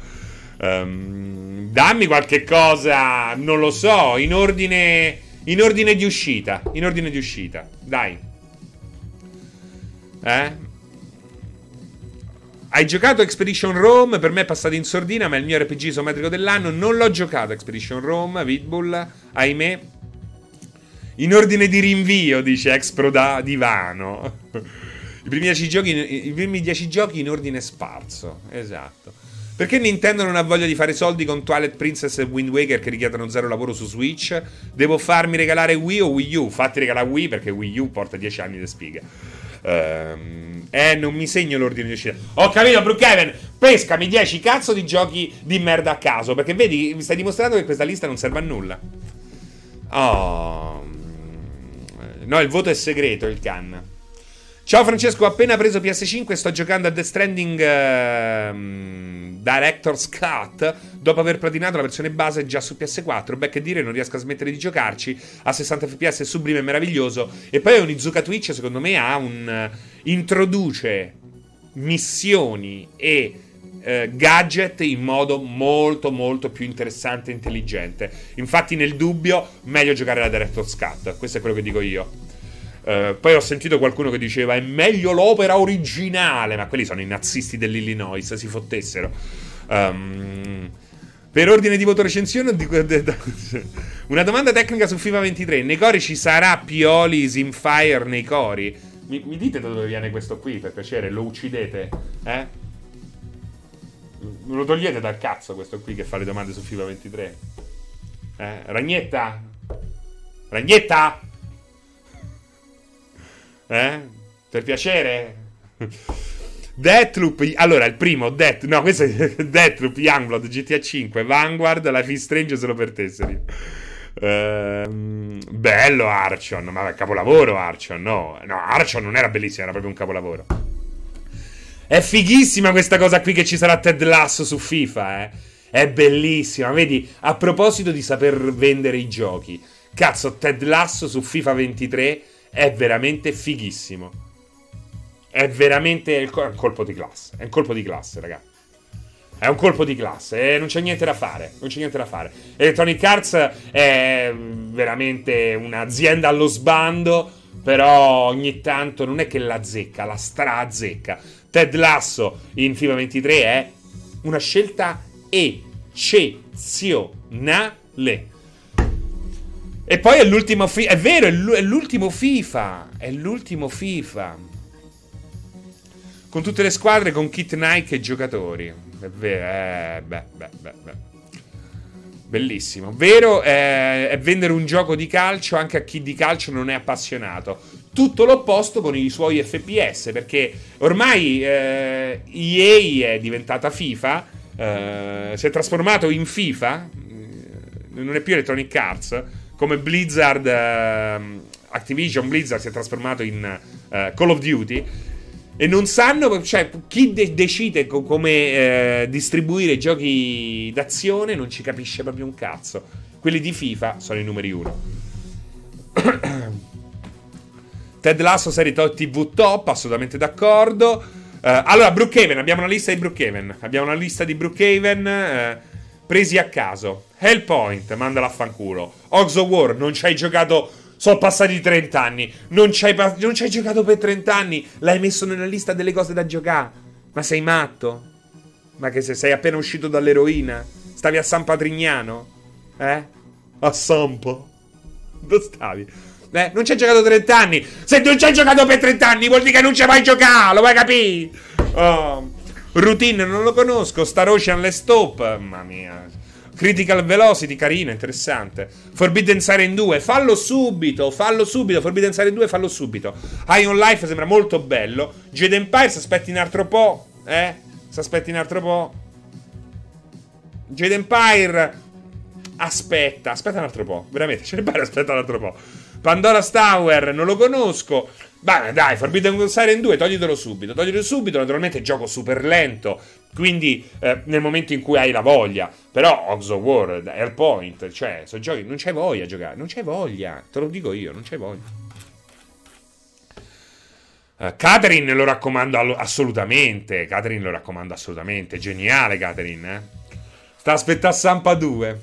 Dammi qualche cosa, non lo so, in ordine di uscita. Dai. Hai giocato Expedition Rome? Per me è passato in sordina, ma è il mio RPG isometrico dell'anno. Non l'ho giocato Expedition Rome, Vidbull, ahimè. In ordine di rinvio, dice ex pro da divano. I primi 10 giochi in ordine sparso. Esatto. Perché Nintendo non ha voglia di fare soldi con Twilight Princess e Wind Waker che richiedono zero lavoro su Switch? Devo farmi regalare Wii o Wii U? Fatti regalare Wii perché Wii U porta 10 anni di spiga. Non mi segno l'ordine di uscita. Ho capito, Brookhaven. Pescami 10 cazzo di giochi di merda a caso. Perché vedi, mi stai dimostrando che questa lista non serve a nulla. No, il voto è segreto, il can. Ciao Francesco, ho appena preso PS5 e sto giocando a Death Stranding Director's Cut dopo aver platinato la versione base già su PS4. Beh, che dire, non riesco a smettere di giocarci. A 60 fps è sublime e meraviglioso. E poi Onizuka Twitch, secondo me, introduce missioni e gadget in modo molto molto più interessante e intelligente. Infatti, nel dubbio, meglio giocare la Director's Cut. Questo è quello che dico io. Poi ho sentito qualcuno che diceva è meglio l'opera originale, ma quelli sono i nazisti dell'Illinois, si fottessero. Per ordine di voto recensione una domanda tecnica su FIFA 23. Nei cori ci sarà Pioli Simfire nei cori? Mi dite da dove viene questo qui, per piacere? Lo uccidete? Lo togliete dal cazzo questo qui che fa le domande su FIFA 23? Ragnetta? Per piacere? Deathloop, allora il primo questo è Deathloop, Youngblood, GTA 5, Vanguard, Life is Strange solo per te, Serino. Bello Archon, ma capolavoro Archon, no, Archon non era bellissimo, era proprio un capolavoro. È fighissima questa cosa qui che ci sarà Ted Lasso su FIFA, è bellissima, vedi, a proposito di saper vendere i giochi, cazzo, Ted Lasso su FIFA 23 è veramente fighissimo. È veramente un colpo di classe. È un colpo di classe, ragazzi. È un colpo di classe. Non c'è niente da fare. Non c'è niente da fare. Electronic Arts è veramente un'azienda allo sbando. Però ogni tanto non è che la zecca, la stra-zecca. Ted Lasso in FIFA 23 è una scelta eccezionale. E poi è l'ultimo FIFA. È vero, è l'ultimo FIFA. È l'ultimo FIFA. Con tutte le squadre, con kit Nike e giocatori. È vero, beh. Bellissimo. Vero, è vendere un gioco di calcio anche a chi di calcio non è appassionato. Tutto l'opposto con i suoi FPS, perché ormai EA è diventata FIFA, si è trasformato in FIFA, non è più Electronic Arts, come Blizzard, Activision Blizzard si è trasformato in Call of Duty. E non sanno, cioè, chi decide come distribuire i giochi d'azione non ci capisce proprio un cazzo. Quelli di FIFA sono i numeri 1. Ted Lasso serie TV top, assolutamente d'accordo. Allora, Brookhaven, abbiamo una lista di Brookhaven. Presi a caso. Hellpoint, mandala a fanculo. Hogs of War, non ci hai giocato. Sono passati 30 anni. Non ci hai giocato per 30 anni. L'hai messo nella lista delle cose da giocare. Ma sei matto? Ma che sei appena uscito dall'eroina? Stavi a San Patrignano? A Sampo? Dove stavi? Non ci hai giocato 30 anni. Se non ci hai giocato per 30 anni vuol dire che non ci hai mai giocato. Lo vuoi capire? Routine non lo conosco. Star Ocean Let's Stop. Mamma mia. Critical Velocity, carino, interessante. Forbidden Siren 2, fallo subito. Forbidden Siren 2, fallo subito. High on Life sembra molto bello. Jade Empire, si aspetti un altro po'. Jade Empire, aspetta un altro po'. Veramente, Jade Empire aspetta un altro po'. Pandora's Tower, non lo conosco. Dai, Forbidden Siren 2, toglitelo subito. Naturalmente gioco super lento, quindi nel momento in cui hai la voglia. Però Hogs of War, Hellpoint, cioè, sono giochi, non c'hai voglia a giocare. Non c'hai voglia, te lo dico io, non c'hai voglia. Catherine lo raccomando assolutamente. Geniale Catherine, Sta aspettando Sampa 2.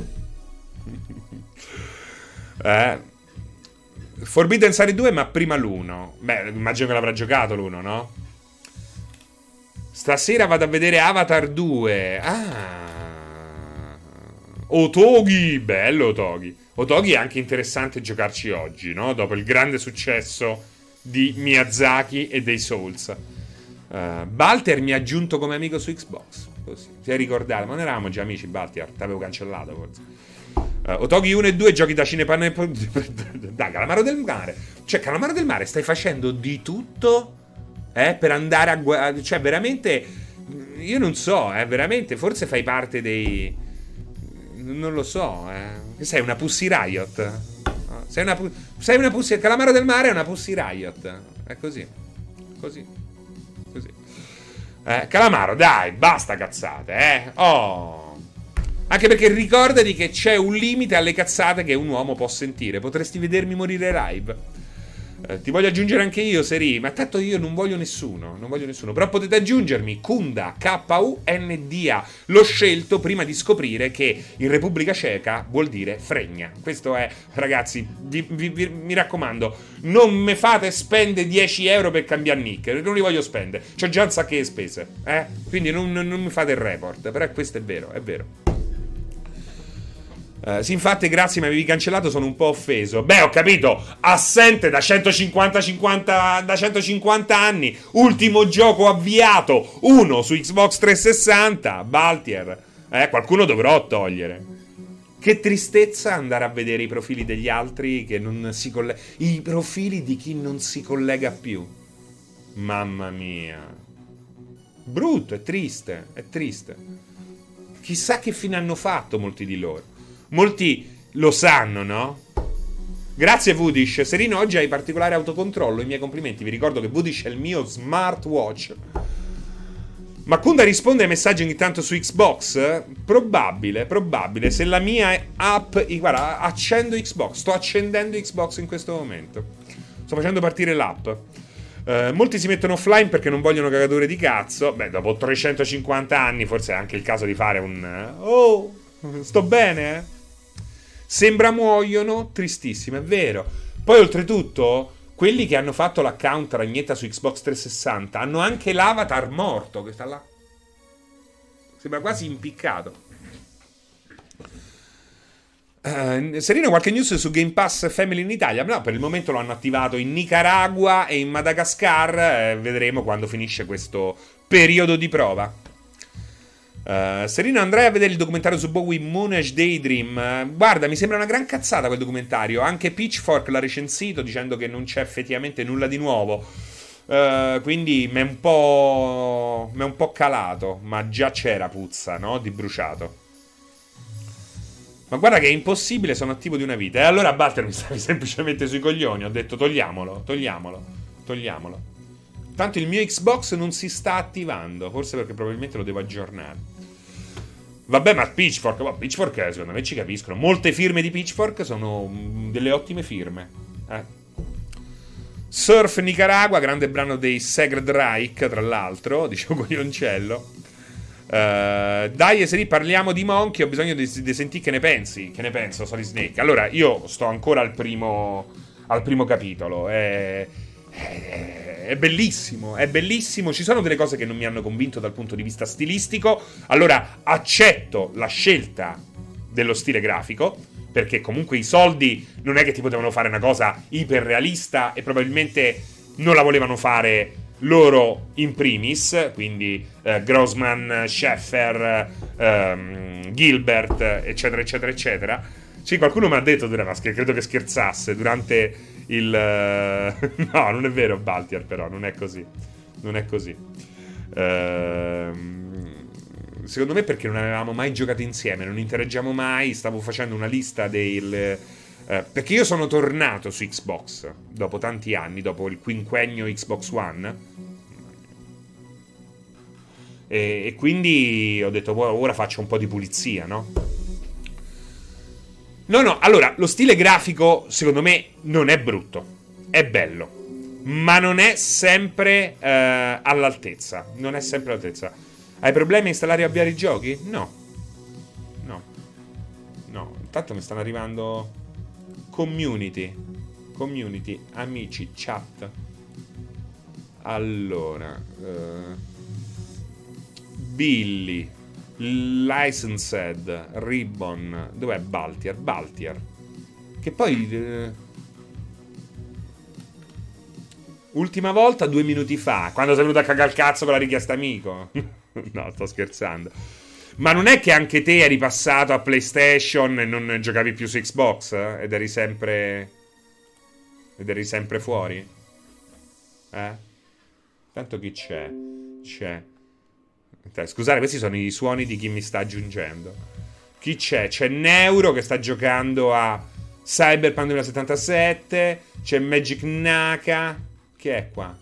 Forbidden Siren 2, ma prima l'1. Beh, immagino che l'avrà giocato l'1, no? Stasera vado a vedere Avatar 2. Otogi, bello Otogi. Otogi è anche interessante giocarci oggi, no? Dopo il grande successo di Miyazaki e dei Souls. Balter mi ha aggiunto come amico su Xbox. Così, ti hai ricordato? Ma non eravamo già amici, Balter? T'avevo cancellato forse. Otogi 1 e 2, giochi da cinepanne. Dai, Calamaro del Mare. Cioè, Calamaro del Mare, stai facendo di tutto per andare a cioè, veramente. Io non so, veramente. Forse fai parte dei. Non lo so, Che sei una Pussy Riot? Sei una Pussy. Calamaro del Mare è una Pussy Riot. È così. Calamaro, dai, basta cazzate, Anche perché ricordati che c'è un limite alle cazzate che un uomo può sentire. Potresti vedermi morire live. Ti voglio aggiungere anche io, Seri. Ma tanto io non voglio nessuno. Però potete aggiungermi. Kunda, K-U-N-D-A. L'ho scelto prima di scoprire che in Repubblica Ceca vuol dire fregna. Questo è, ragazzi, mi raccomando, non me fate spendere 10 euro per cambiare nick. Non li voglio spendere. C'ho già un sacco di spese. Quindi non mi fate il report. Però questo è vero, è vero. Sì, infatti, grazie, mi avevi cancellato, sono un po' offeso. Beh, ho capito, assente da 150 anni. Ultimo gioco avviato, uno su Xbox 360, Baltier. Qualcuno dovrò togliere. Che tristezza andare a vedere i profili degli altri che non si i profili di chi non si collega più. Mamma mia. Brutto, è triste, è triste. Chissà che fine hanno fatto molti di loro. Molti lo sanno, no? Grazie Vudish. Serino, oggi hai particolare autocontrollo, i miei complimenti. Vi ricordo che Vudish è il mio smartwatch. Makunda risponde ai messaggi ogni tanto su Xbox? Probabile. Se la mia app... Guarda, accendo Xbox. Sto accendendo Xbox in questo momento. Sto facendo partire l'app. Molti si mettono offline perché non vogliono cagature di cazzo. Beh, dopo 350 anni forse è anche il caso di fare un... Oh, sto bene, eh? Sembra muoiono, tristissimo, è vero. Poi oltretutto... Quelli che hanno fatto l'account Ragnetta su Xbox 360 hanno anche l'avatar morto che sta là. Sembra quasi impiccato. Serino, qualche news su Game Pass Family in Italia? No, per il momento lo hanno attivato in Nicaragua e in Madagascar. Vedremo quando finisce questo periodo di prova. Serino, andrai a vedere il documentario su Bowie, Moonage Daydream. Guarda, mi sembra una gran cazzata quel documentario. Anche Pitchfork l'ha recensito dicendo che non c'è effettivamente nulla di nuovo. Quindi mi è un po' calato. Ma già c'era puzza, no? Di bruciato. Ma guarda che è impossibile, sono attivo di una vita. E allora Balter mi stavi semplicemente sui coglioni. Ho detto togliamolo. Tanto il mio Xbox non si sta attivando. Forse perché probabilmente lo devo aggiornare. Vabbè, ma Pitchfork secondo me ci capiscono. Molte firme di Pitchfork sono delle ottime firme. Surf Nicaragua, grande brano dei Sacred Reich, tra l'altro, dicevo Coglioncello. Dai, e se lì parliamo di Monkey, ho bisogno di sentire che ne pensi. Che ne penso, Solid Snake? Allora, io sto ancora al primo capitolo. È bellissimo. Ci sono delle cose che non mi hanno convinto dal punto di vista stilistico. Allora accetto la scelta dello stile grafico, perché comunque i soldi non è che ti potevano fare una cosa iperrealista e probabilmente non la volevano fare loro in primis. Quindi Grossman, Scheffer, Gilbert, eccetera. Sì, qualcuno mi ha detto, credo che scherzasse durante il... No, non è vero, Baltier, però, non è così. Secondo me perché non avevamo mai giocato insieme, non interagiamo mai, stavo facendo una lista perché io sono tornato su Xbox dopo tanti anni, dopo il quinquennio Xbox One, e quindi ho detto, ora faccio un po' di pulizia, no? No, allora, lo stile grafico, secondo me, non è brutto. È bello. Ma non è sempre all'altezza. Hai problemi a installare e avviare i giochi? No. Intanto mi stanno arrivando community, amici, chat. Allora, Billy, Licensed, Ribbon. Dov'è Baltier? Che poi ultima volta 2 minuti fa, quando sei venuto a cagare il cazzo con la richiesta amico. No, sto scherzando. Ma non è che anche te eri passato a PlayStation e non giocavi più su Xbox? Ed eri sempre fuori? Tanto chi c'è? Scusate, questi sono i suoni di chi mi sta aggiungendo. Chi c'è? C'è Neuro che sta giocando a Cyberpunk 2077. C'è Magic Naka. Che è qua?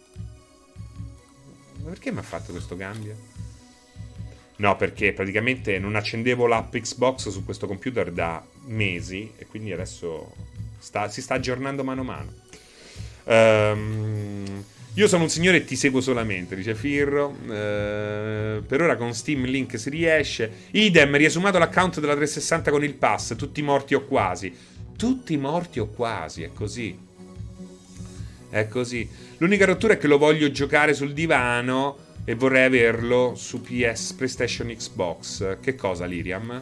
Ma perché mi ha fatto questo cambio? No, perché praticamente non accendevo l'app Xbox su questo computer da mesi e quindi adesso si sta aggiornando mano a mano. Io sono un signore e ti seguo solamente, dice Firro. Per ora con Steam Link si riesce. Idem, riesumato l'account della 360 con il pass. Tutti morti o quasi. È così. L'unica rottura è che lo voglio giocare sul divano e vorrei averlo su PS, PlayStation, Xbox. Che cosa, Liriam?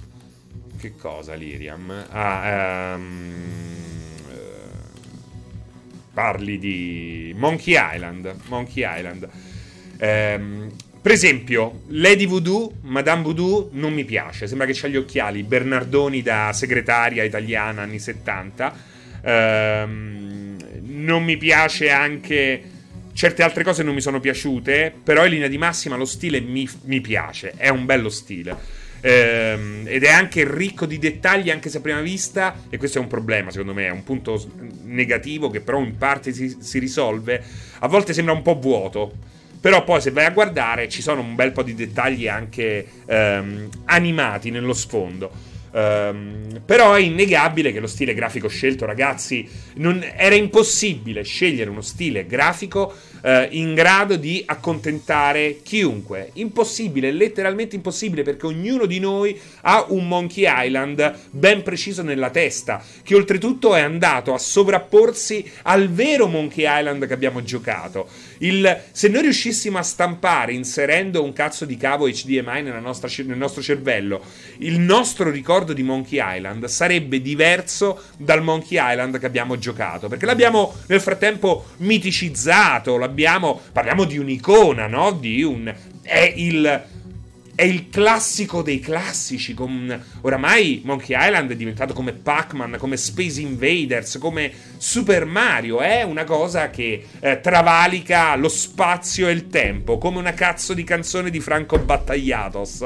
Parli di Monkey Island. Per esempio, Lady Voodoo, Madame Voodoo non mi piace. Sembra che c'ha gli occhiali Bernardoni da segretaria italiana anni 70. Non mi piace anche Certe altre cose non mi sono piaciute, però in linea di massima lo stile mi piace, è un bello stile. Ed è anche ricco di dettagli anche se a prima vista, e questo è un problema secondo me, è un punto negativo che però in parte si risolve, a volte sembra un po' vuoto, però poi se vai a guardare ci sono un bel po' di dettagli anche animati nello sfondo. Però è innegabile che lo stile grafico scelto, ragazzi, era impossibile scegliere uno stile grafico in grado di accontentare chiunque. Impossibile, letteralmente impossibile, perché ognuno di noi ha un Monkey Island ben preciso nella testa, che oltretutto è andato a sovrapporsi al vero Monkey Island che abbiamo giocato. Se noi riuscissimo a stampare, inserendo un cazzo di cavo HDMI nel nostro cervello, il nostro ricordo di Monkey Island sarebbe diverso dal Monkey Island che abbiamo giocato, perché l'abbiamo nel frattempo miticizzato, parliamo di un'icona, no? È il classico dei classici. Oramai Monkey Island è diventato come Pac-Man, come Space Invaders, come Super Mario. È una cosa che travalica lo spazio e il tempo, come una cazzo di canzone di Franco Battagliatos.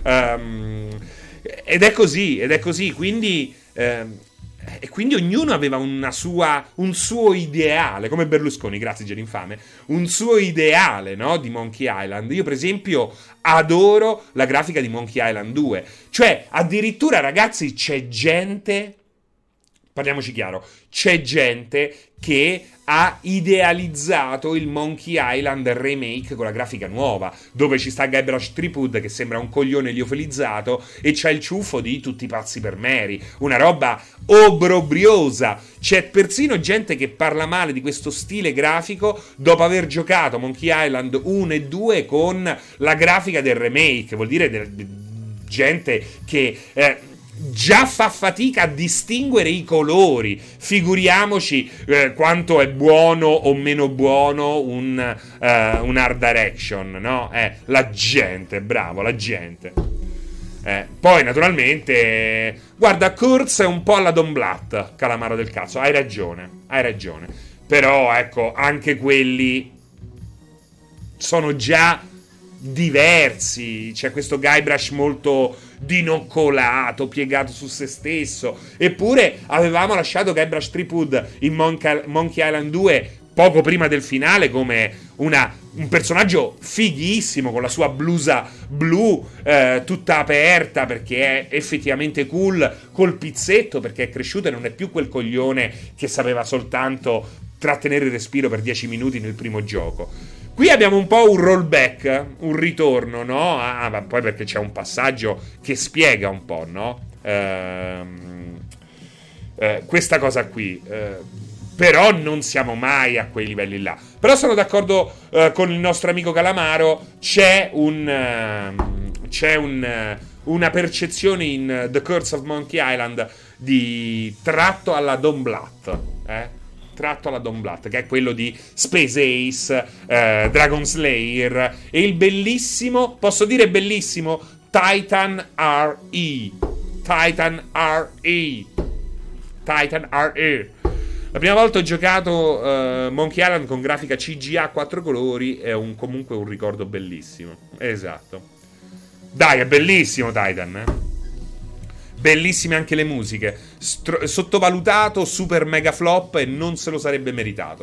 Ed è così, quindi... e quindi ognuno aveva un suo ideale, come Berlusconi, grazie Gelinfame, un suo ideale, no, di Monkey Island. Io per esempio adoro la grafica di Monkey Island 2, cioè addirittura, ragazzi, c'è gente, parliamoci chiaro, c'è gente che ha idealizzato il Monkey Island remake con la grafica nuova, dove ci sta Guybrush Threepwood che sembra un coglione liofilizzato e c'è il ciuffo di Tutti pazzi per Mary, una roba obbrobriosa. C'è persino gente che parla male di questo stile grafico dopo aver giocato Monkey Island 1 e 2 con la grafica del remake. Vuol dire gente che già fa fatica a distinguere i colori, figuriamoci quanto è buono o meno buono un Art Direction, no? La gente, bravo, la gente. Poi naturalmente, guarda, Kurtz è un po' alla Don Bluth, calamaro del cazzo, hai ragione, però ecco, anche quelli sono già diversi. C'è questo Guybrush molto dinoccolato, piegato su se stesso, eppure avevamo lasciato Guybrush Threepwood in Monkey Island 2 poco prima del finale come un personaggio fighissimo, con la sua blusa blu tutta aperta, perché è effettivamente cool, col pizzetto, perché è cresciuto e non è più quel coglione che sapeva soltanto trattenere il respiro per 10 minuti nel primo gioco. Qui abbiamo un po' un rollback, un ritorno, no? Ma poi perché c'è un passaggio che spiega un po', no? Questa cosa qui. Però non siamo mai a quei livelli là. Però sono d'accordo con il nostro amico Calamaro. C'è una percezione in The Curse of Monkey Island di tratto alla Don Bluth, tratto alla Don Bluth, che è quello di Space Ace, Dragon Slayer e il bellissimo, posso dire bellissimo, Titan RE. La prima volta ho giocato Monkey Island con grafica CGA a 4 colori, è comunque un ricordo bellissimo. Esatto. Dai, è bellissimo Titan, Bellissime anche le musiche. Sottovalutato, super mega flop e non se lo sarebbe meritato.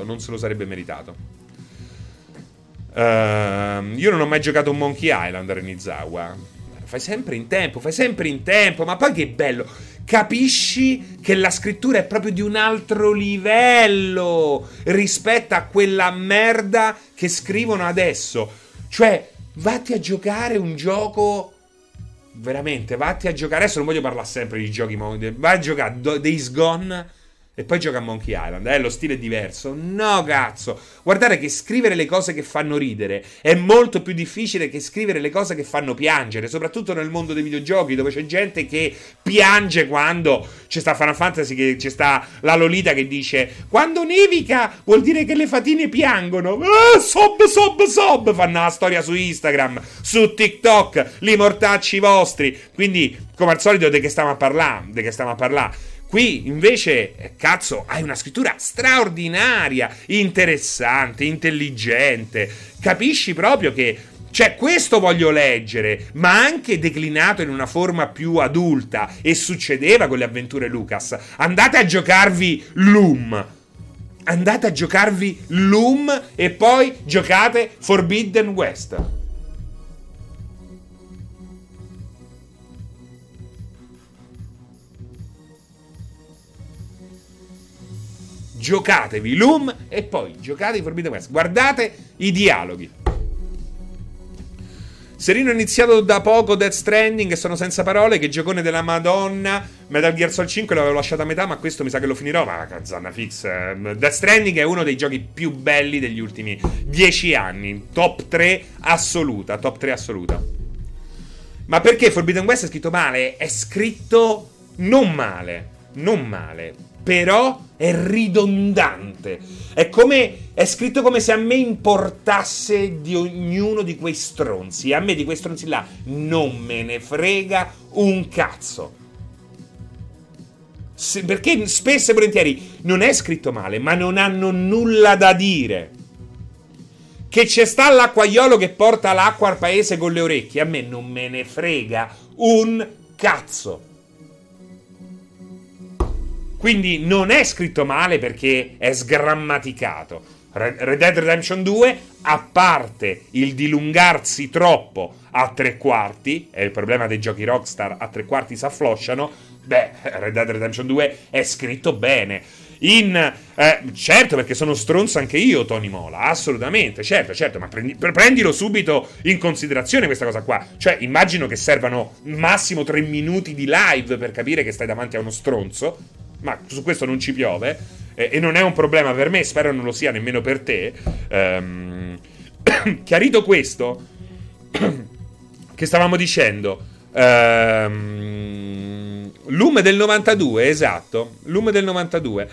Io non ho mai giocato un Monkey Island, Renizawa. Fai sempre in tempo, ma poi che bello. Capisci che la scrittura è proprio di un altro livello rispetto a quella merda che scrivono adesso. Cioè, vatti a giocare un gioco... Veramente, vatti a giocare. Adesso non voglio parlare sempre di giochi, vai a giocare Days Gone e poi gioca a Monkey Island. Lo stile è diverso. No, cazzo. Guardate che scrivere le cose che fanno ridere è molto più difficile che scrivere le cose che fanno piangere, soprattutto nel mondo dei videogiochi, dove c'è gente che piange quando c'è sta Final Fantasy, che c'è sta la Lolita che dice: quando nevica vuol dire che le fatine piangono. Sob. Fanno la storia su Instagram, su TikTok, li mortacci vostri. Quindi, come al solito, di che stiamo a parlare? Qui invece, cazzo, hai una scrittura straordinaria, interessante, intelligente. Capisci proprio che, cioè, questo voglio leggere, ma anche declinato in una forma più adulta. E succedeva con le avventure Lucas. Andate a giocarvi Loom. Andate a giocarvi Loom e poi giocate Forbidden West. Giocatevi Loom e poi giocate Forbidden West. Guardate i dialoghi. Serino ha iniziato da poco Death Stranding e sono senza parole. Che giocone della Madonna. Metal Gear Solid 5 l'avevo lasciato a metà, ma questo mi sa che lo finirò. Ma Zanna Fix, Death Stranding è uno dei giochi più belli degli ultimi 10 anni. Top 3 assoluta. Top 3 assoluta. Ma perché Forbidden West è scritto male? È scritto non male. Non male. Però è ridondante. È scritto come se a me importasse di ognuno di quei stronzi. A me di quei stronzi là non me ne frega un cazzo. Perché spesso e volentieri non è scritto male, ma non hanno nulla da dire. Che c'è sta l'acquaiolo che porta l'acqua al paese con le orecchie. A me non me ne frega un cazzo. Quindi non è scritto male perché è sgrammaticato. Red Dead Redemption 2, a parte il dilungarsi troppo a 3/4, è il problema dei giochi Rockstar, a 3/4 si afflosciano, Red Dead Redemption 2 è scritto bene. Certo, perché sono stronzo anche io, Tony Mola, assolutamente, certo, ma prendilo subito in considerazione questa cosa qua. Cioè, immagino che servano massimo 3 minuti di live per capire che stai davanti a uno stronzo. Ma su questo non ci piove, e non è un problema per me, spero non lo sia nemmeno per te. Chiarito questo, che stavamo dicendo, Loom del 92, esatto, Loom del 92.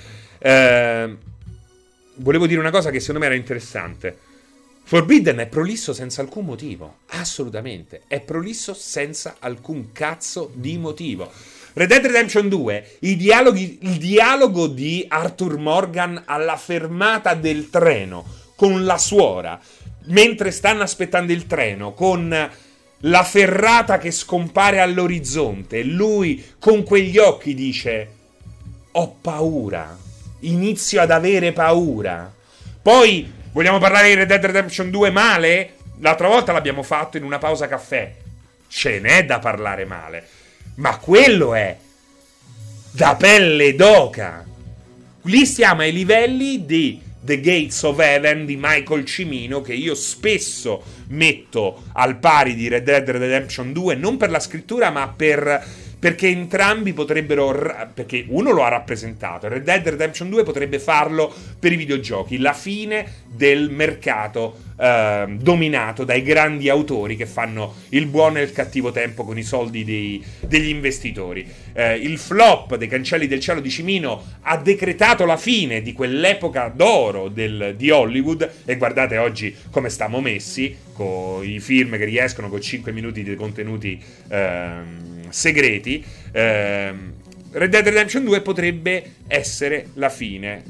Volevo dire una cosa che secondo me era interessante. Forbidden è prolisso senza alcun motivo, assolutamente, è prolisso senza alcun cazzo di motivo. Red Dead Redemption 2, il dialogo di Arthur Morgan alla fermata del treno con la suora, mentre stanno aspettando il treno, con la ferrata che scompare all'orizzonte, lui con quegli occhi dice: ho paura, inizio ad avere paura. Poi, vogliamo parlare di Red Dead Redemption 2 male? L'altra volta l'abbiamo fatto in una pausa caffè. Ce n'è da parlare male. Ma quello è da pelle d'oca. Lì siamo ai livelli di The Gates of Heaven di Michael Cimino, che io spesso metto al pari di Red Dead Redemption 2, non per la scrittura ma perché entrambi potrebbero, perché uno lo ha rappresentato, Red Dead Redemption 2 potrebbe farlo per i videogiochi, la fine del mercato dominato dai grandi autori che fanno il buono e il cattivo tempo con i soldi degli investitori. Il flop dei Cancelli del Cielo di Cimino ha decretato la fine di quell'epoca d'oro di Hollywood, e guardate oggi come stiamo messi con i film che riescono con 5 minuti di contenuti segreti. Red Dead Redemption 2 potrebbe essere la fine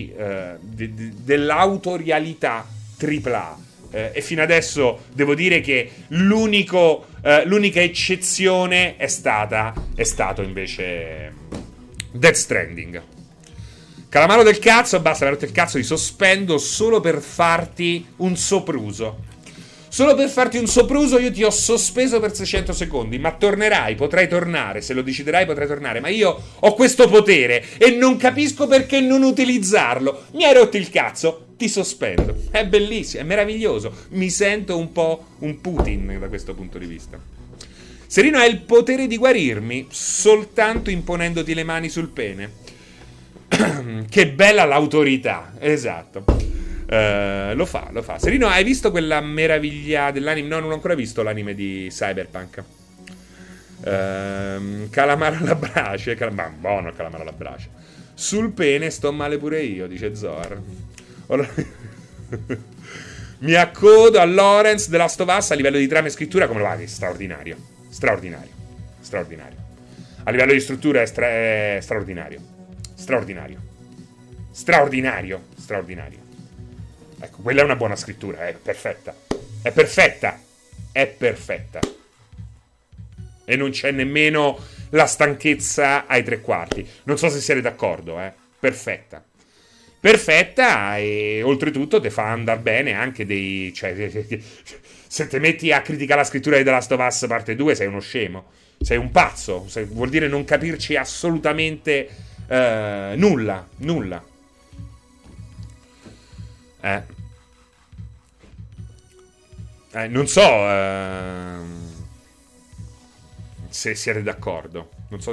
dell'autorialità AAA. E fino adesso devo dire che l'unica eccezione è stato invece Death Stranding. Calamaro del cazzo, basta, mi ha rotto il cazzo, ti sospendo solo per farti un sopruso. Solo per farti un sopruso io ti ho sospeso per 600 secondi, ma tornerai, potrai tornare, se lo deciderai potrai tornare, ma io ho questo potere e non capisco perché non utilizzarlo. Mi hai rotto il cazzo, ti sospendo. È bellissimo, è meraviglioso, mi sento un po' un Putin da questo punto di vista. Serino ha il potere di guarirmi soltanto imponendoti le mani sul pene. Che bella l'autorità, esatto. Lo fa. Serino, hai visto quella meraviglia dell'anime? No, non ho ancora visto l'anime di Cyberpunk. Calamaro alla brace. Buono il calamaro alla brace. Sul pene sto male pure io, dice Zohar. Mi accodo a Lawrence della Last of Us a livello di trama e scrittura. Come lo va? Straordinario. a livello di struttura è straordinario. Straordinario. Ecco, quella è una buona scrittura, è perfetta. E non c'è nemmeno la stanchezza ai tre quarti. Non so se siete d'accordo, perfetta, e oltretutto te fa andare bene anche dei... Cioè, se ti metti a criticare la scrittura di The Last of Us parte 2 sei uno scemo, sei un pazzo, vuol dire non capirci assolutamente nulla. Non so se siete d'accordo.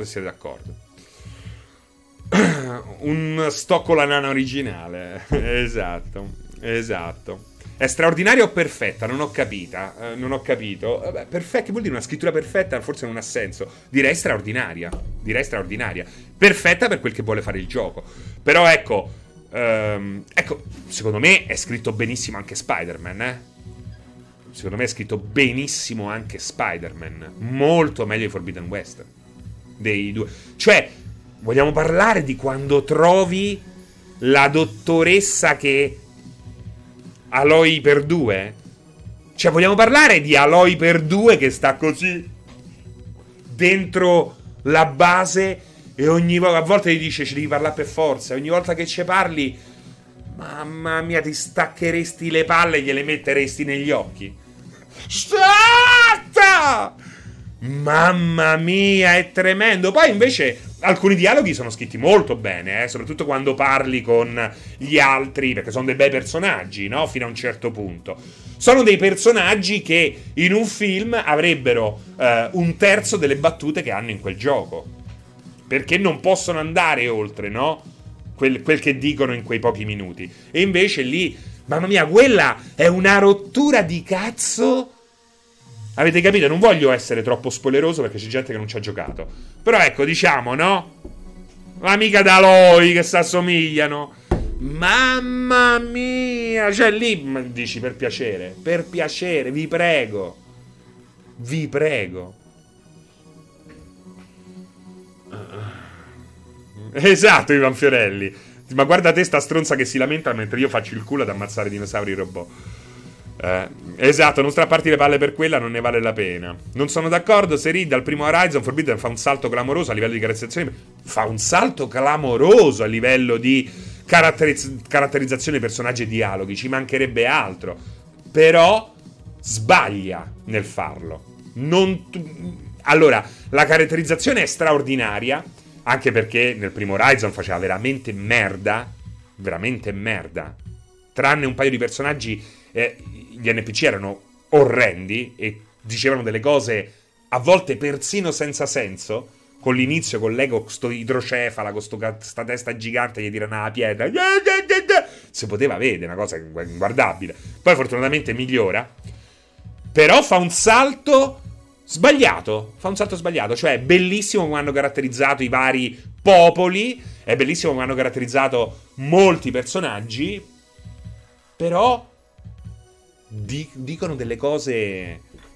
Un stocco la nana originale. Esatto. È straordinaria o perfetta? Non ho capito. Perfetta, che vuol dire una scrittura perfetta? Forse non ha senso. Direi straordinaria. Perfetta per quel che vuole fare il gioco. Però ecco, secondo me è scritto benissimo anche Spider-Man, Secondo me è scritto benissimo anche Spider-Man. Molto meglio di Forbidden West dei due. Cioè, vogliamo parlare di quando trovi la dottoressa che Aloy per 2? Cioè, vogliamo parlare di Aloy per 2 che sta così dentro la base e ogni volta, a volte gli dice ci devi parlare per forza, ogni volta che ci parli, mamma mia, ti staccheresti le palle e gliele metteresti negli occhi. Statta! Mamma mia, è tremendo. Poi invece alcuni dialoghi sono scritti molto bene, soprattutto quando parli con gli altri, perché sono dei bei personaggi, no? Fino a un certo punto. Sono dei personaggi che in un film avrebbero un terzo delle battute che hanno in quel gioco, perché non possono andare oltre, no? Quel che dicono in quei pochi minuti. E invece lì, mamma mia, quella è una rottura di cazzo. Avete capito? Non voglio essere troppo spoileroso perché c'è gente che non ci ha giocato. Però ecco, diciamo, no? L'amica d'Aloy che si assomigliano. Mamma mia. Cioè lì dici per piacere, vi prego. Esatto, Ivan Fiorelli. Ma guarda te sta stronza che si lamenta mentre io faccio il culo ad ammazzare dinosauri robot. Esatto, non strapparti le palle per quella non ne vale la pena. Non sono d'accordo, se Reed al primo Horizon Forbidden fa un salto clamoroso a livello di caratterizzazione. Fa un salto clamoroso a livello di caratterizzazione dei personaggi e dialoghi. Ci mancherebbe altro. Però sbaglia nel farlo. Allora, la caratterizzazione è straordinaria, anche perché nel primo Horizon faceva veramente merda. Tranne un paio di personaggi, gli NPC erano orrendi e dicevano delle cose a volte persino senza senso. Con l'inizio, con l'ego, sto idrocefala, con sta testa gigante che tira una pietra, si poteva vedere, una cosa inguardabile. Poi fortunatamente migliora, però fa un salto sbagliato. Cioè è bellissimo come hanno caratterizzato i vari popoli, è bellissimo come hanno caratterizzato molti personaggi, però dicono delle cose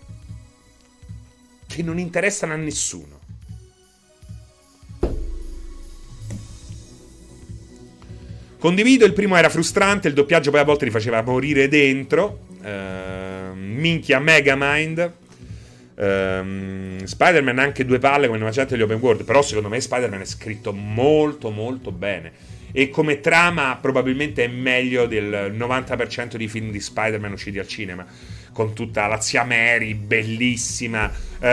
che non interessano a nessuno. Condivido, il primo era frustrante, il doppiaggio poi a volte li faceva morire dentro. Minchia Megamind. Spider-Man ha anche due palle come una gente degli open world, però secondo me Spider-Man è scritto molto molto bene. E come trama probabilmente è meglio del 90% di film di Spider-Man usciti al cinema, con tutta la zia Mary bellissima,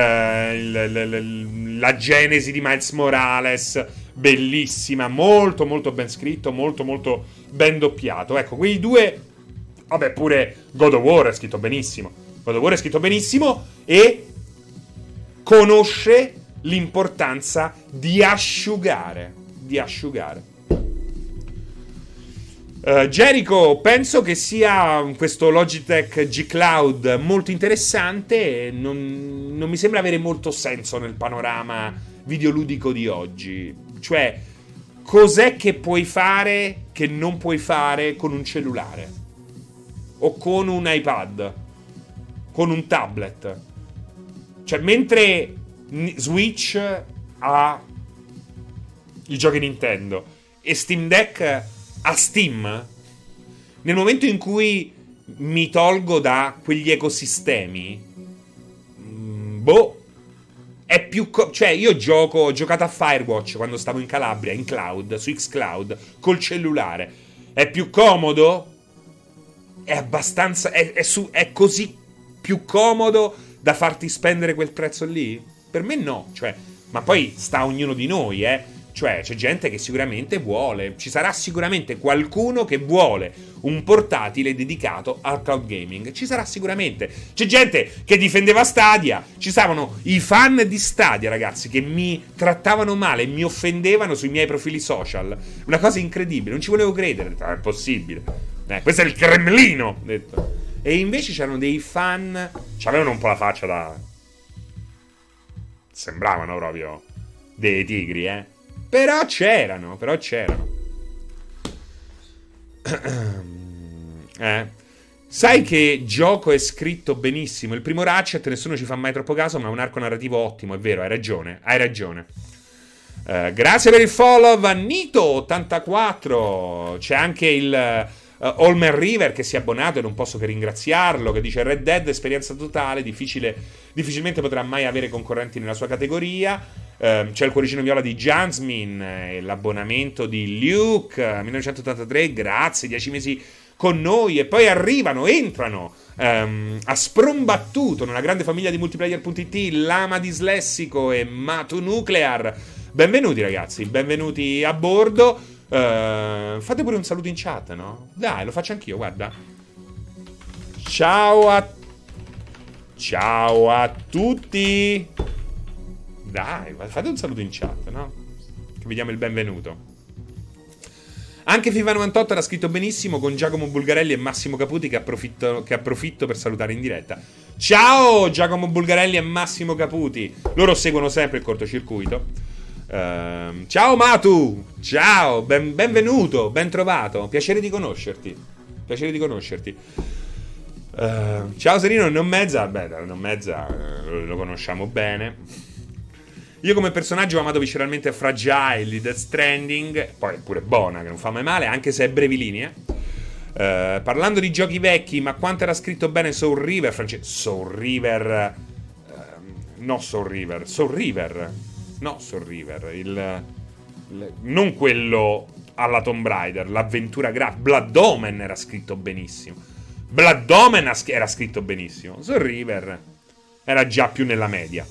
la genesi di Miles Morales bellissima, molto molto ben scritto, molto molto ben doppiato. Ecco, quei due. Vabbè, pure God of War è scritto benissimo. E conosce l'importanza di asciugare. Jericho, penso che sia questo Logitech G Cloud molto interessante. Non mi sembra avere molto senso nel panorama videoludico di oggi. Cioè, cos'è che puoi fare che non puoi fare con un cellulare? O con un iPad? Con un tablet? Cioè, mentre Switch ha i giochi Nintendo e Steam Deck ha Steam, nel momento in cui mi tolgo da quegli ecosistemi, è più cioè io ho giocato a Firewatch quando stavo in Calabria, in cloud, su xCloud, col cellulare. È più comodo? È abbastanza è così più comodo da farti spendere quel prezzo lì? Per me no, cioè, ma poi sta a ognuno di noi, cioè c'è gente che sicuramente vuole, ci sarà sicuramente qualcuno che vuole un portatile dedicato al cloud gaming, ci sarà sicuramente. C'è gente che difendeva Stadia, ci stavano i fan di Stadia, ragazzi, che mi trattavano male, mi offendevano sui miei profili social, una cosa incredibile, non ci volevo credere, è possibile, questo è il Cremlino, ho detto. E invece c'erano dei fan, c'avevano un po' la faccia da, sembravano proprio dei tigri, Però c'erano. Sai che gioco è scritto benissimo? Il primo Ratchet, nessuno ci fa mai troppo caso, ma è un arco narrativo ottimo, è vero, hai ragione. Grazie per il follow, Nito84. C'è anche il Olmer River che si è abbonato e non posso che ringraziarlo, che dice Red Dead, esperienza totale, difficilmente potrà mai avere concorrenti nella sua categoria. C'è il cuoricino viola di Jasmine, l'abbonamento di Luke 1983, grazie, 10 mesi con noi. E poi entrano a sprombattuto nella grande famiglia di multiplayer.it Lama Dislessico e Matu Nuclear. Benvenuti ragazzi, benvenuti a bordo. Fate pure un saluto in chat, no? Dai, lo faccio anch'io, guarda. Ciao a tutti. Dai, fate un saluto in chat, no? Che vediamo il benvenuto. Anche FIFA98 era scritto benissimo, con Giacomo Bulgarelli e Massimo Caputi che approfitto per salutare in diretta. Ciao Giacomo Bulgarelli e Massimo Caputi. Loro seguono sempre il cortocircuito. Ciao Matu. Ciao, benvenuto, ben trovato. Piacere di conoscerti. Ciao Serino, non mezza. Beh, non mezza lo conosciamo bene. Io come personaggio ho amato visceralmente Fragile di Death Stranding, poi pure Bona che non fa mai male, anche se è brevilinea. Parlando di giochi vecchi, ma quanto era scritto bene Soul River, non quello alla Tomb Raider, l'avventura grafica. Blood Omen era scritto benissimo. Era scritto benissimo. Soul River era già più nella media.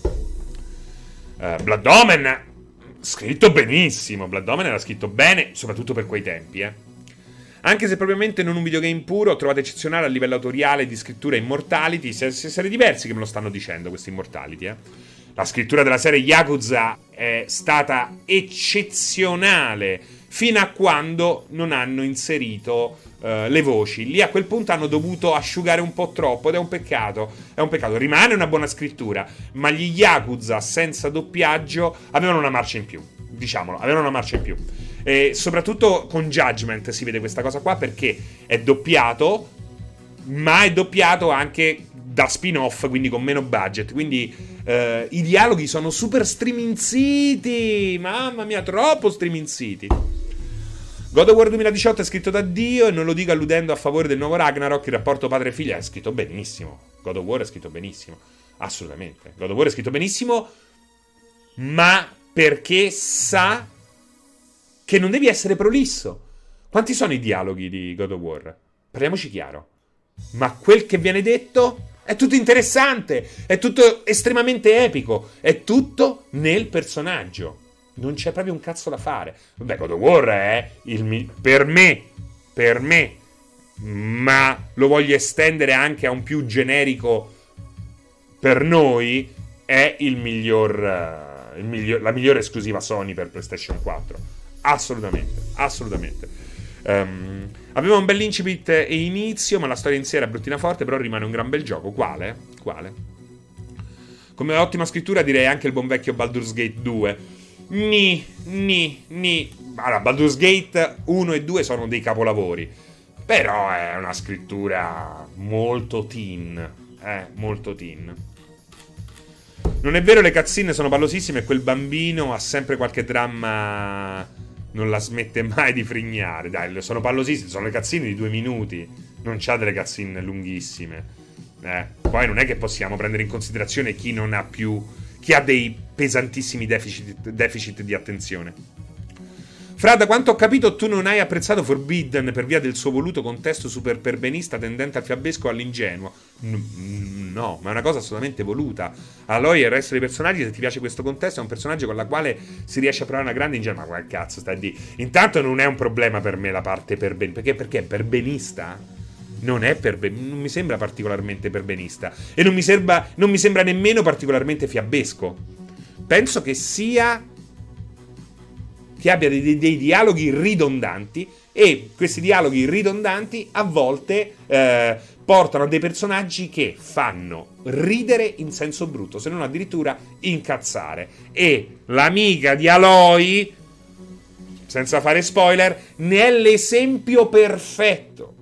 Blood Omen scritto benissimo. Blood Omen era scritto bene, soprattutto per quei tempi, Anche se propriamente non un videogame puro, ho trovato eccezionale a livello autoriale di scrittura Immortality. Siete diversi che me lo stanno dicendo questi Immortality, La scrittura della serie Yakuza è stata eccezionale fino a quando non hanno inserito le voci. Lì a quel punto hanno dovuto asciugare un po' troppo ed è un peccato. Rimane una buona scrittura, ma gli Yakuza senza doppiaggio avevano una marcia in più. Diciamolo, avevano una marcia in più. E soprattutto con Judgment si vede questa cosa qua, perché è doppiato, ma è doppiato anche da spin-off, quindi con meno budget. Quindi i dialoghi sono super striminziti. Mamma mia, troppo striminziti. God of War 2018 è scritto da Dio, e non lo dico alludendo a favore del nuovo Ragnarok. Il rapporto padre-figlio è scritto benissimo. God of War è scritto benissimo, assolutamente. God of War è scritto benissimo, ma perché sa che non devi essere prolisso. Quanti sono i dialoghi di God of War? Parliamoci chiaro. Ma quel che viene detto è tutto interessante, è tutto estremamente epico, è tutto nel personaggio. Non c'è proprio un cazzo da fare. Vabbè, God of War è per me, ma lo voglio estendere anche a un più generico per noi, è la migliore esclusiva Sony per PlayStation 4. Assolutamente. Aveva un bel incipit e inizio, ma la storia in sé era bruttina forte, però rimane un gran bel gioco. Quale? Come ottima scrittura direi anche il buon vecchio Baldur's Gate 2. Allora, Baldur's Gate 1 e 2 sono dei capolavori, però è una scrittura molto teen. Non è vero, le cutscene sono pallosissime e quel bambino ha sempre qualche dramma, non la smette mai di frignare. Dai, sono pallosissime, sono le cutscene di 2 minuti, non c'ha delle cutscene lunghissime. Poi non è che possiamo prendere in considerazione chi non ha più, chi ha dei pesantissimi deficit di attenzione. Fra, da quanto ho capito, tu non hai apprezzato Forbidden per via del suo voluto contesto super perbenista tendente al fiabesco o all'ingenuo. No, ma è una cosa assolutamente voluta. Aloy e il resto dei personaggi, se ti piace questo contesto, è un personaggio con la quale si riesce a provare una grande ingenuità. Ma qual cazzo stai a dire? Intanto non è un problema per me la parte perbenista. Perché è perbenista? Non mi sembra particolarmente perbenista. E non mi sembra nemmeno particolarmente fiabesco. Penso che sia... che abbia dei dialoghi ridondanti, e questi dialoghi ridondanti a volte portano a dei personaggi che fanno ridere in senso brutto, se non addirittura incazzare. E l'amica di Aloy, senza fare spoiler, ne è l'esempio perfetto.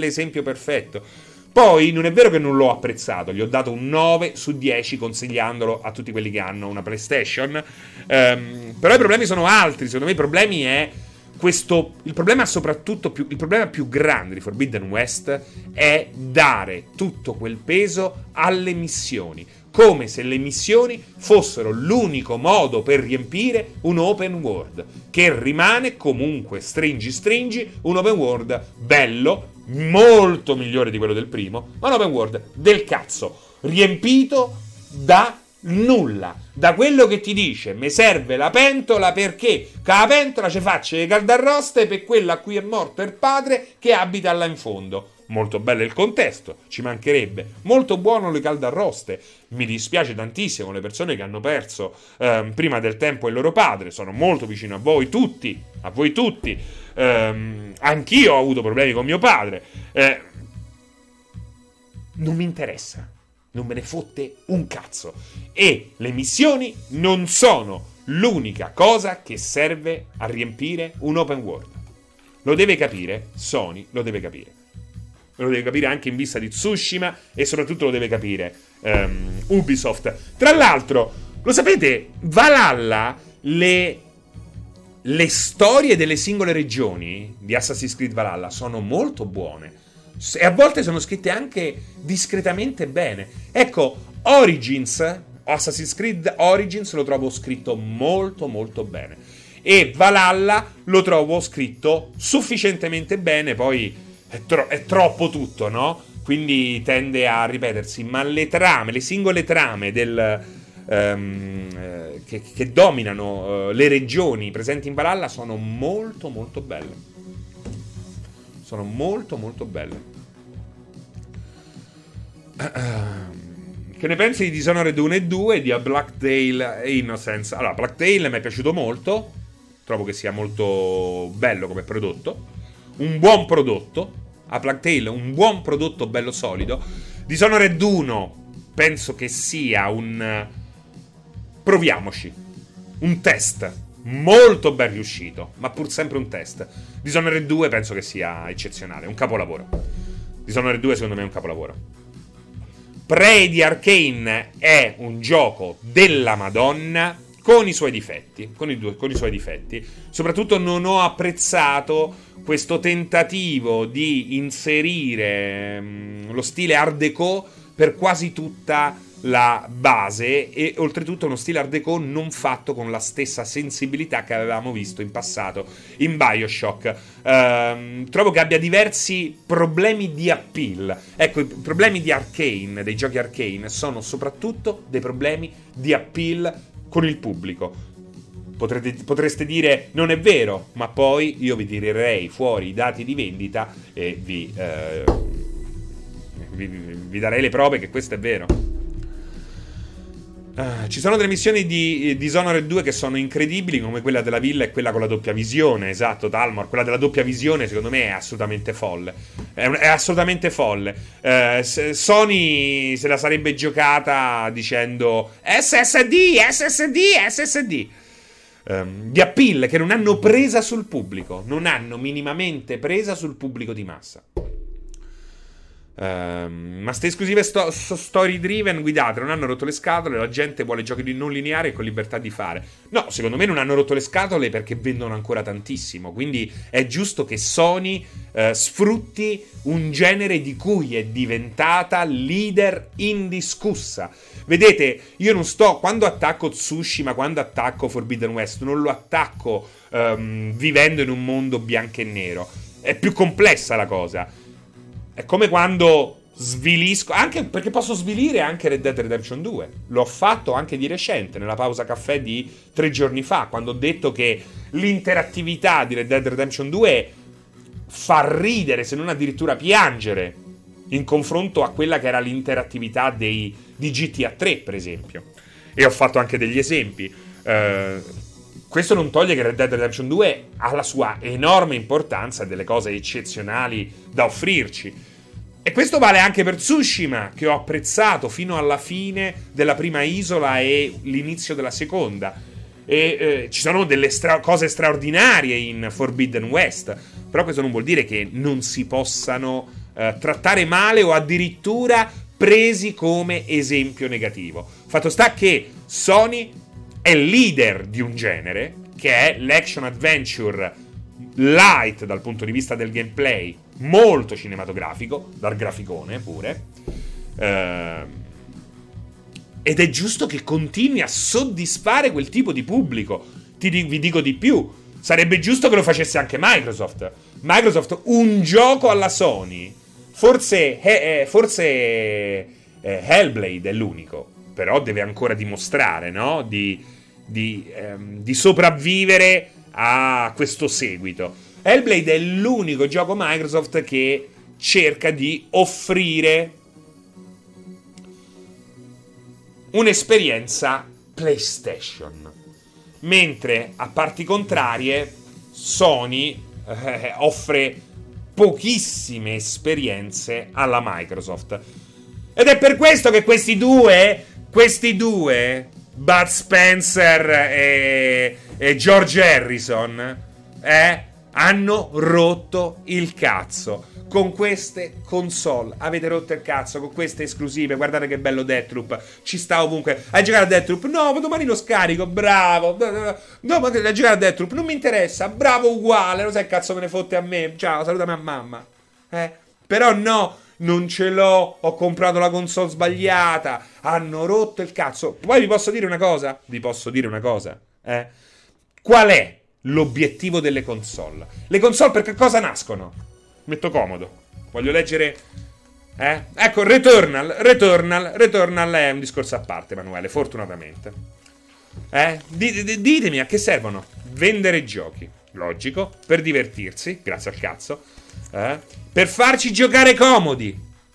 Poi non è vero che non l'ho apprezzato, gli ho dato un 9 su 10 consigliandolo a tutti quelli che hanno una PlayStation. Però i problemi sono altri. Secondo me i problemi è questo. Il problema più grande di Forbidden West è dare tutto quel peso alle missioni, come se le missioni fossero l'unico modo per riempire un open world, che rimane comunque stringi un open world bello, molto migliore di quello del primo, ma un open world del cazzo, riempito da nulla, da quello che ti dice mi serve la pentola perché con la pentola ci faccio le caldarroste per quella a cui è morto il padre che abita là in fondo. Molto bello il contesto, ci mancherebbe. Molto buono le caldarroste. Mi dispiace tantissimo le persone che hanno perso prima del tempo il loro padre. Sono molto vicino a voi tutti. Anch'io ho avuto problemi con mio padre. Non mi interessa. Non me ne fotte un cazzo. E le missioni non sono l'unica cosa che serve a riempire un open world. Lo deve capire Sony, lo deve capire. Lo deve capire anche in vista di Tsushima, e soprattutto lo deve capire Ubisoft. Tra l'altro, lo sapete, Valhalla, le storie delle singole regioni di Assassin's Creed Valhalla sono molto buone. E a volte sono scritte anche discretamente bene. Ecco, Assassin's Creed Origins lo trovo scritto molto molto bene. E Valhalla lo trovo scritto sufficientemente bene, poi è troppo tutto, no? Quindi tende a ripetersi. Ma le singole trame che dominano le regioni presenti in Valhalla sono molto molto belle. Sono molto molto belle. Che ne pensi di Dishonored 1 e 2, di A Black Tale e Innocence? Allora, Black Tale mi è piaciuto molto. Trovo che sia molto bello come prodotto. Un buon prodotto. A Plague Tale, un buon prodotto bello solido. Dishonored 1 penso che sia proviamoci, un test molto ben riuscito, ma pur sempre un test. Dishonored 2 penso che sia eccezionale, un capolavoro. Dishonored 2 secondo me è un capolavoro. Prey di Arcane è un gioco della Madonna, con i suoi difetti, con i suoi difetti. Soprattutto non ho apprezzato questo tentativo di inserire lo stile Art Deco per quasi tutta la base, e oltretutto uno stile Art Deco non fatto con la stessa sensibilità che avevamo visto in passato in BioShock. Trovo che abbia diversi problemi di appeal. Ecco, i problemi di Arcane, dei giochi Arcane, sono soprattutto dei problemi di appeal con il pubblico. Potreste dire non è vero, ma poi io vi tirerei fuori i dati di vendita e vi darei le prove che questo è vero. Ci sono delle missioni di Dishonored 2 che sono incredibili, come quella della villa e quella con la doppia visione. Esatto, Dalmor, quella della doppia visione secondo me è assolutamente folle. È assolutamente folle. Sony se la sarebbe giocata dicendo SSD. Di appeal che non hanno presa sul pubblico. Non hanno minimamente presa sul pubblico di massa. Ma ste esclusive story driven guidate non hanno rotto le scatole. La gente vuole giochi non lineari e con libertà di fare. No, secondo me non hanno rotto le scatole perché vendono ancora tantissimo. Quindi è giusto che Sony sfrutti un genere di cui è diventata leader indiscussa. Vedete, io non sto, quando attacco Tsushima, quando attacco Forbidden West, non lo attacco vivendo in un mondo bianco e nero. È più complessa la cosa. È come quando svilisco, anche perché posso svilire anche Red Dead Redemption 2. L'ho fatto anche di recente, nella pausa caffè di 3 giorni fa, quando ho detto che l'interattività di Red Dead Redemption 2 fa ridere, se non addirittura piangere, in confronto a quella che era l'interattività di GTA 3, per esempio. E ho fatto anche degli esempi. Questo non toglie che Red Dead Redemption 2 ha la sua enorme importanza e delle cose eccezionali da offrirci. E questo vale anche per Tsushima, che ho apprezzato fino alla fine della prima isola e l'inizio della seconda. E ci sono delle cose straordinarie in Forbidden West, però questo non vuol dire che non si possano trattare male o addirittura presi come esempio negativo. Fatto sta che Sony è leader di un genere, che è l'action adventure light dal punto di vista del gameplay, molto cinematografico, dal graficone pure, ed è giusto che continui a soddisfare quel tipo di pubblico. Vi dico di più, sarebbe giusto che lo facesse anche Microsoft. Microsoft, un gioco alla Sony, forse Hellblade è l'unico, però deve ancora dimostrare, no? Di sopravvivere a questo seguito. Hellblade è l'unico gioco Microsoft che cerca di offrire un'esperienza PlayStation, mentre a parti contrarie Sony offre pochissime esperienze alla Microsoft. Ed è per questo che questi due Bud Spencer e George Harrison hanno rotto il cazzo con queste console. Avete rotto il cazzo con queste esclusive. Guardate che bello Deathloop, ci sta ovunque. Hai giocato a Deathloop? No, ma domani lo scarico. Bravo. No, ma hai giocato a Deathloop? Non mi interessa. Bravo uguale. Lo sai che cazzo me ne fotte a me. Ciao, salutami a mamma. Però no, non ce l'ho, ho comprato la console sbagliata. Hanno rotto il cazzo. Poi vi posso dire una cosa? Qual è l'obiettivo delle console? Le console per che cosa nascono? Metto comodo. Voglio leggere. Ecco, Returnal è un discorso a parte, Emanuele, fortunatamente. Ditemi a che servono. Vendere giochi. Logico. Per divertirsi, grazie al cazzo. Per farci giocare comodi.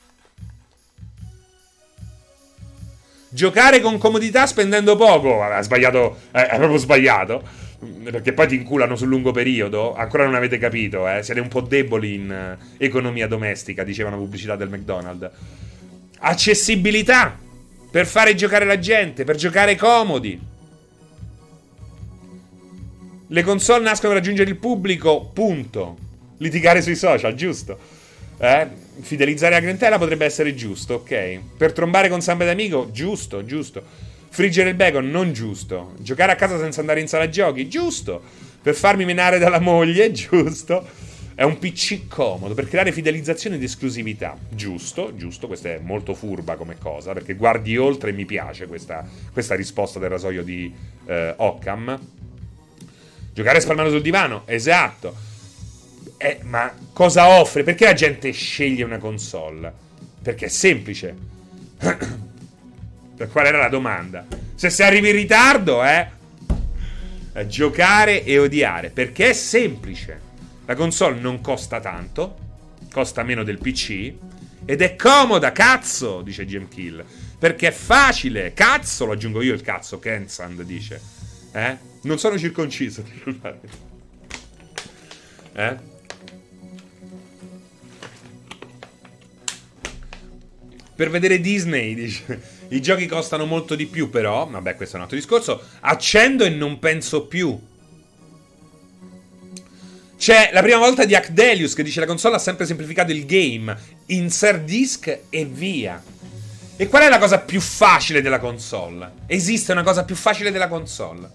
Giocare con comodità spendendo poco. Vabbè, sbagliato. È proprio sbagliato. Perché poi ti inculano sul lungo periodo. Ancora non avete capito, siete un po' deboli in economia domestica, diceva una pubblicità del McDonald's. Accessibilità, per fare giocare la gente, per giocare comodi. Le console nascono per raggiungere il pubblico, punto. Litigare sui social, giusto? Fidelizzare la clientela potrebbe essere giusto, ok. Per trombare con Samba d'amico, giusto. Friggere il bacon, non giusto. Giocare a casa senza andare in sala giochi, giusto. Per farmi menare dalla moglie, giusto. È un PC comodo per creare fidelizzazione ed esclusività, giusto. Questa è molto furba come cosa, perché guardi oltre e mi piace questa risposta del rasoio di Occam. Giocare spalmato sul divano, esatto. Ma cosa offre? Perché la gente sceglie una console? Perché è semplice. Per qual era la domanda? Se arrivi in ritardo, giocare e odiare. Perché è semplice. La console non costa tanto, costa meno del PC, ed è comoda, cazzo, dice Jim Kill. Perché è facile, cazzo, lo aggiungo io il cazzo, Kensand dice. Non sono circonciso. Per vedere Disney, dice. I giochi costano molto di più, però. Vabbè, questo è un altro discorso. Accendo e non penso più. C'è la prima volta di Acdelius che dice: la console ha sempre semplificato il game, insert disk e via. E qual è la cosa più facile della console? Esiste una cosa più facile della console?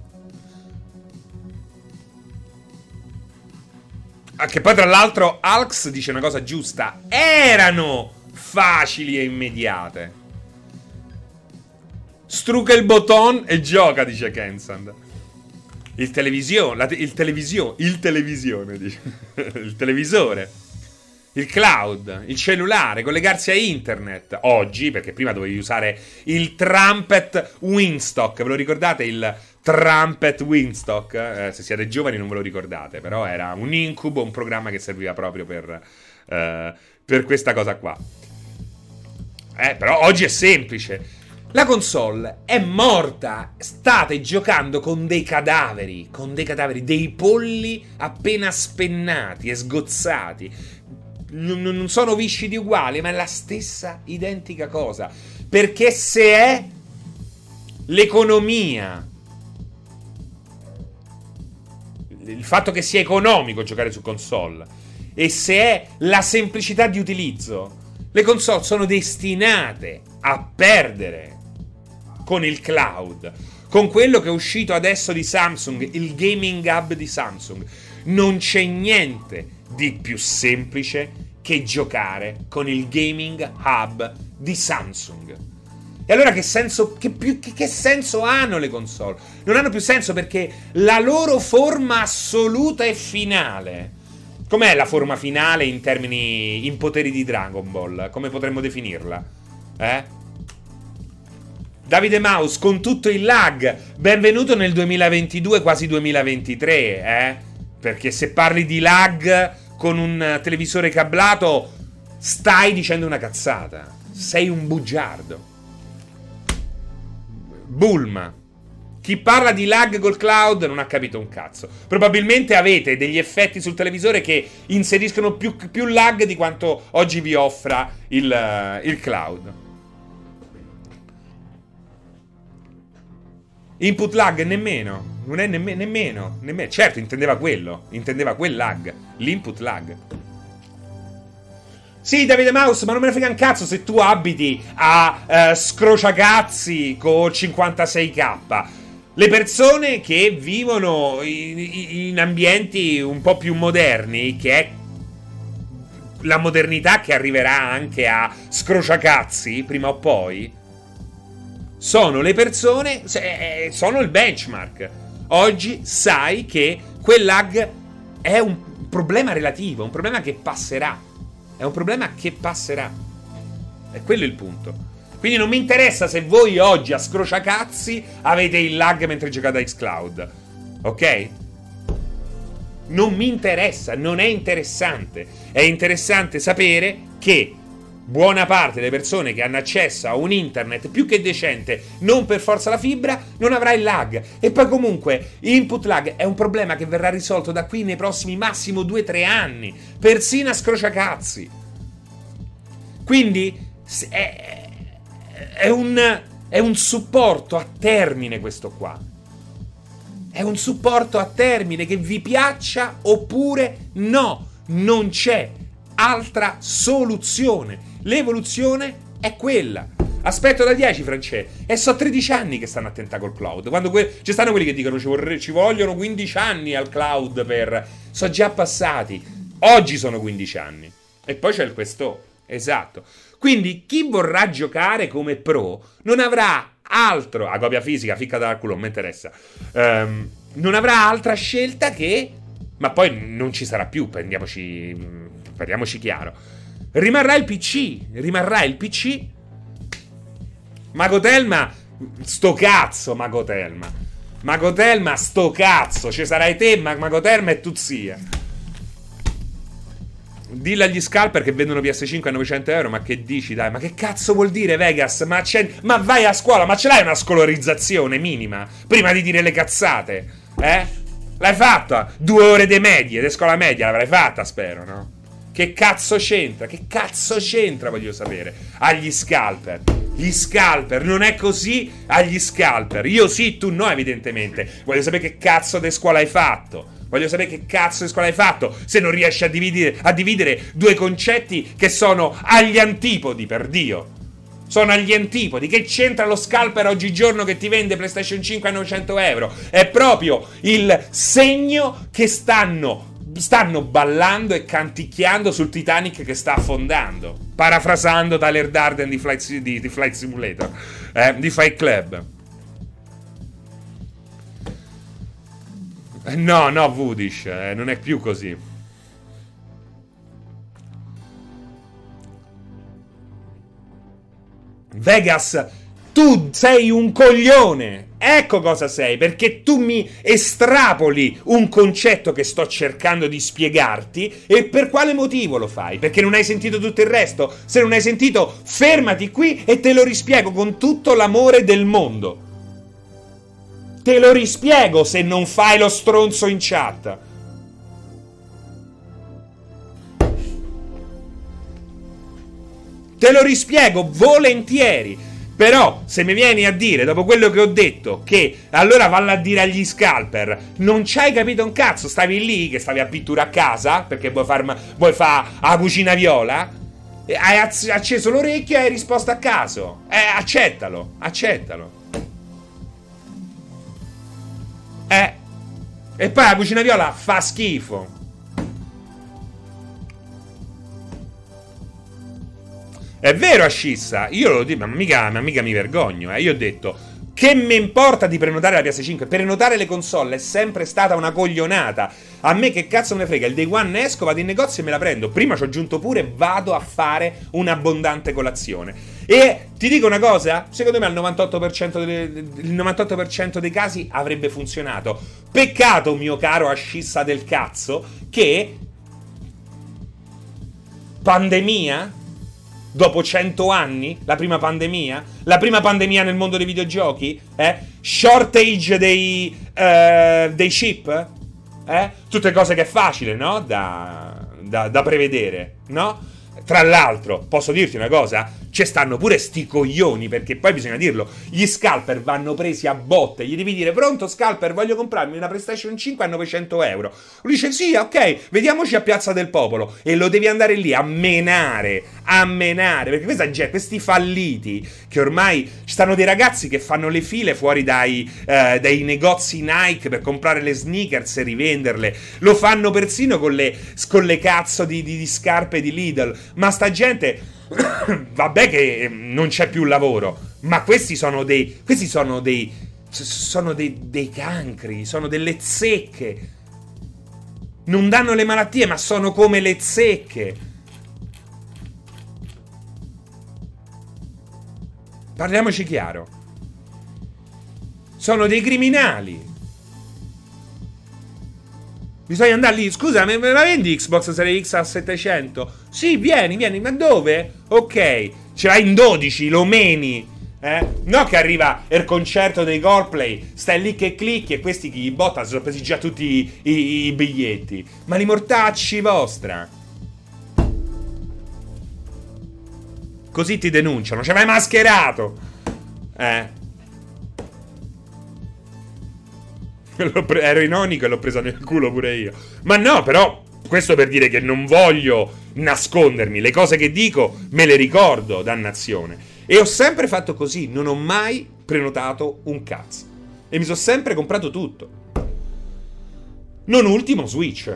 Che poi tra l'altro Alx dice una cosa giusta: erano facili e immediate. Struca il botton e gioca, dice Kensand. Il televisore, dice. Il televisore, il cloud, il cellulare, collegarsi a internet. Oggi, perché prima dovevi usare il Trumpet Winstock, ve lo ricordate il Trumpet Winstock? Se siete giovani non ve lo ricordate, però era un incubo, un programma che serviva proprio per questa cosa qua. Però oggi è semplice. La console è morta. State giocando con dei cadaveri, dei polli appena spennati e sgozzati. Non sono viscidi uguali, ma è la stessa identica cosa. Perché se è l'economia, il fatto che sia economico giocare su console, e se è la semplicità di utilizzo, le console sono destinate a perdere con il cloud, con quello che è uscito adesso di Samsung, il Gaming Hub di Samsung. Non c'è niente di più semplice che giocare con il Gaming Hub di Samsung. E allora che senso hanno le console? Non hanno più senso, perché la loro forma assoluta e finale, com'è la forma finale in poteri di Dragon Ball? Come potremmo definirla? Davide Mouse, con tutto il lag, benvenuto nel 2022, quasi 2023, perché se parli di lag con un televisore cablato stai dicendo una cazzata, sei un bugiardo. Bulma, chi parla di lag col cloud non ha capito un cazzo. Probabilmente avete degli effetti sul televisore che inseriscono più lag di quanto oggi vi offra il cloud. Input lag nemmeno. Non è nemmeno. Certo, intendeva quel lag. L'input lag. Sì, Davide Mouse, ma non me ne frega un cazzo se tu abiti a Scrociacazzi con 56k. Le persone che vivono in ambienti un po' più moderni, che è la modernità che arriverà anche a Scrociacazzi prima o poi, sono le persone, sono il benchmark. Oggi sai che quel lag è un problema relativo, un problema che passerà. È un problema che passerà. È quello il punto. Quindi non mi interessa se voi oggi a Scrociacazzi avete il lag mentre giocate a xCloud. Ok? Non mi interessa, non è interessante. È interessante sapere che buona parte delle persone che hanno accesso a un internet più che decente, non per forza la fibra, non avrà il lag. E poi comunque input lag è un problema che verrà risolto da qui nei prossimi massimo 2-3 anni, persino a Scrociacazzi. Quindi è un supporto a termine questo qua. È un supporto a termine, che vi piaccia oppure no. Non c'è altra soluzione. L'evoluzione è quella. Aspetto da 10, Francesco. E so 13 anni che stanno a tentare col cloud. Quando ci stanno quelli che dicono ci vogliono 15 anni al cloud per... Sono già passati. Oggi sono 15 anni. E poi c'è il questo. Esatto. Quindi chi vorrà giocare come pro non avrà altro... A copia fisica, ficca dal culo, non mi interessa. Non avrà altra scelta che... Ma poi non ci sarà più, parliamoci chiaro. Rimarrà il PC. Magotelma, sto cazzo, Magotelma, sto cazzo. Ci sarai te, Magotelma e tu zia. Dillo agli scalper che vendono PS5 a 900 euro. Ma che dici, dai? Ma che cazzo vuol dire, Vegas? Ma vai a scuola, ma ce l'hai una scolarizzazione minima prima di dire le cazzate? L'hai fatta? 2 ore di medie, di scuola media l'avrai fatta, spero, no? Che cazzo c'entra? Voglio sapere. Agli scalper. Gli scalper, non è così agli scalper. Io sì, tu no, evidentemente. Voglio sapere che cazzo di scuola hai fatto. Voglio sapere che cazzo di scuola hai fatto se non riesci a dividere due concetti che sono agli antipodi, per Dio. Sono agli antipodi. Che c'entra lo scalper oggigiorno che ti vende PlayStation 5 a 900 euro? È proprio il segno che stanno ballando e canticchiando sul Titanic che sta affondando. Parafrasando Tyler Durden di Flight Simulator, di Fight Club. No, Vudish, non è più così. Vegas, tu sei un coglione. Ecco cosa sei, perché tu mi estrapoli un concetto che sto cercando di spiegarti. E per quale motivo lo fai? Perché non hai sentito tutto il resto? Se non hai sentito, fermati qui e te lo rispiego con tutto l'amore del mondo. Te lo rispiego se non fai lo stronzo in chat. Te lo rispiego volentieri. Però se mi vieni a dire, dopo quello che ho detto, che allora vallo a dire agli scalper, non c'hai capito un cazzo, stavi lì, che stavi a pittura a casa, perché vuoi fare la cucina viola, hai acceso l'orecchio e hai risposto a caso. Accettalo. E poi la cucina viola fa schifo. È vero, Ascissa, io lo dico, ma mica mi vergogno, Io ho detto, che mi importa di prenotare la PS5? Prenotare le console è sempre stata una coglionata. A me che cazzo me ne frega, il day one esco, vado in negozio e me la prendo. Prima ci ho aggiunto pure, vado a fare un'abbondante colazione. E ti dico una cosa, secondo me al 98% dei casi avrebbe funzionato. Peccato, mio caro Ascissa del cazzo, che pandemia... Dopo 100 anni, la prima pandemia nel mondo dei videogiochi, shortage dei chip, tutte cose che è facile, no? Da prevedere, no? Tra l'altro, posso dirti una cosa? Ci stanno pure sti coglioni, perché poi bisogna dirlo, gli scalper vanno presi a botte, gli devi dire, pronto scalper, voglio comprarmi una PlayStation 5 a 900 euro. Lui dice, sì, ok, vediamoci a Piazza del Popolo, e lo devi andare lì a menare, perché questi falliti, che ormai ci stanno dei ragazzi che fanno le file fuori dai negozi Nike per comprare le sneakers e rivenderle, lo fanno persino con le cazzo di scarpe di Lidl, ma sta gente... Vabbè che non c'è più lavoro, ma questi sono dei cancri, sono delle zecche. Non danno le malattie, ma sono come le zecche. Parliamoci chiaro. Sono dei criminali. Bisogna andare lì. Scusa, me la vendi Xbox Series X a 700? Sì, vieni, ma dove? Ok, ce l'hai in 12, lo meni. No che arriva il concerto dei Coldplay, stai lì che clicchi e questi chi botta si sono presi già tutti i biglietti. Ma li mortacci vostra. Così ti denunciano, ci avrai mascherato. Ero ironico e l'ho presa nel culo pure io. Ma no, però, questo per dire che non voglio nascondermi. Le cose che dico me le ricordo, dannazione. E ho sempre fatto così, non ho mai prenotato un cazzo. E mi sono sempre comprato tutto. Non ultima Switch.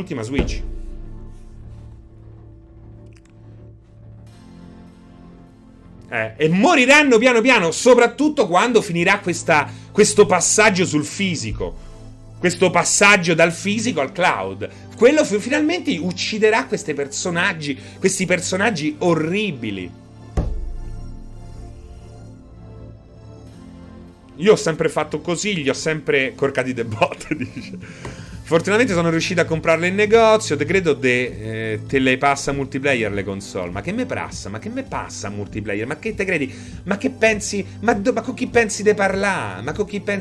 E moriranno piano piano, soprattutto quando finirà questo passaggio sul fisico. Questo passaggio dal fisico al cloud. Quello finalmente ucciderà questi personaggi orribili. Io ho sempre fatto così, li ho sempre corcati de botte, dice. Fortunatamente sono riuscito a comprarle in negozio. Te credo te le passa multiplayer le console. Ma che me passa? Ma che me passa multiplayer? Ma che te credi? Ma che pensi? Ma con chi pensi di parlare? Ma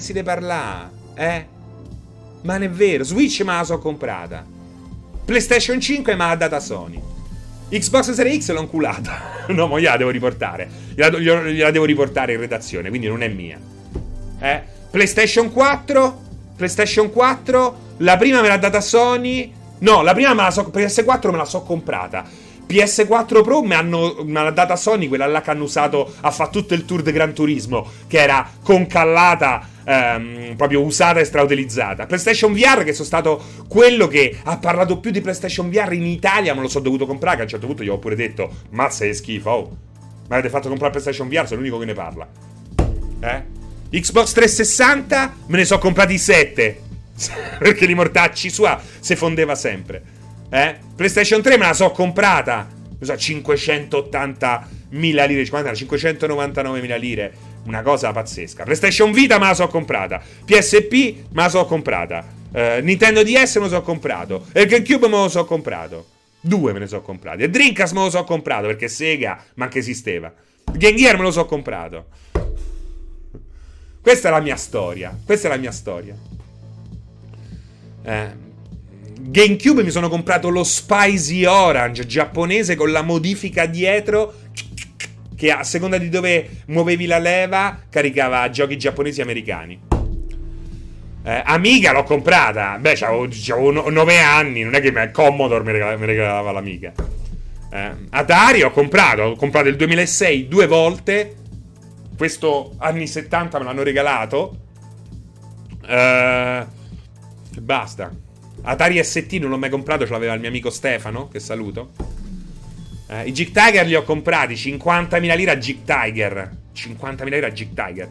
non è vero. Switch me la so comprata. PlayStation 5 me l'ha data Sony. Xbox Series X l'ho inculata. No, ma gliela devo riportare. Gliela devo riportare in redazione, quindi non è mia. PlayStation 4 PlayStation 4, la prima me l'ha data Sony. No, la prima PS4 me la so comprata. PS4 Pro me l'ha data Sony, quella là che hanno usato a fare tutto il tour di Gran Turismo, che era concallata, proprio usata e strautilizzata. PlayStation VR, che sono stato quello che ha parlato più di PlayStation VR in Italia, me lo so dovuto comprare, che a un certo punto gli ho pure detto: mazza, è schifo, oh. Mi avete fatto comprare PlayStation VR, sono l'unico che ne parla. Xbox 360 me ne so comprati 7 perché li mortacci sua se fondeva sempre. PlayStation 3 me la so comprata, non so, 580.000 lire, 599.000 lire, una cosa pazzesca. PlayStation Vita me la so comprata, PSP me la so comprata, Nintendo DS me lo so comprato, e il GameCube me lo so comprato. 2 me ne so comprati. E Dreamcast me lo so comprato perché Sega manca esisteva. Game Gear me lo so comprato. Questa è la mia storia. Questa è la mia storia. GameCube mi sono comprato lo Spicy Orange giapponese con la modifica dietro che a seconda di dove muovevi la leva caricava giochi giapponesi e americani. Amiga l'ho comprata. Beh, c'avevo 9 anni. Non è che Commodore mi regalava l'Amiga. Atari ho comprato il 2006 2 volte. Questo anni 70 me l'hanno regalato. E basta. Atari ST non l'ho mai comprato, ce l'aveva il mio amico Stefano, che saluto. I Jig Tiger li ho comprati, 50.000 lire a Jig Tiger. 50.000 lire a Jig Tiger.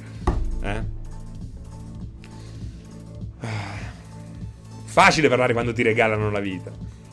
Facile parlare quando ti regalano la vita.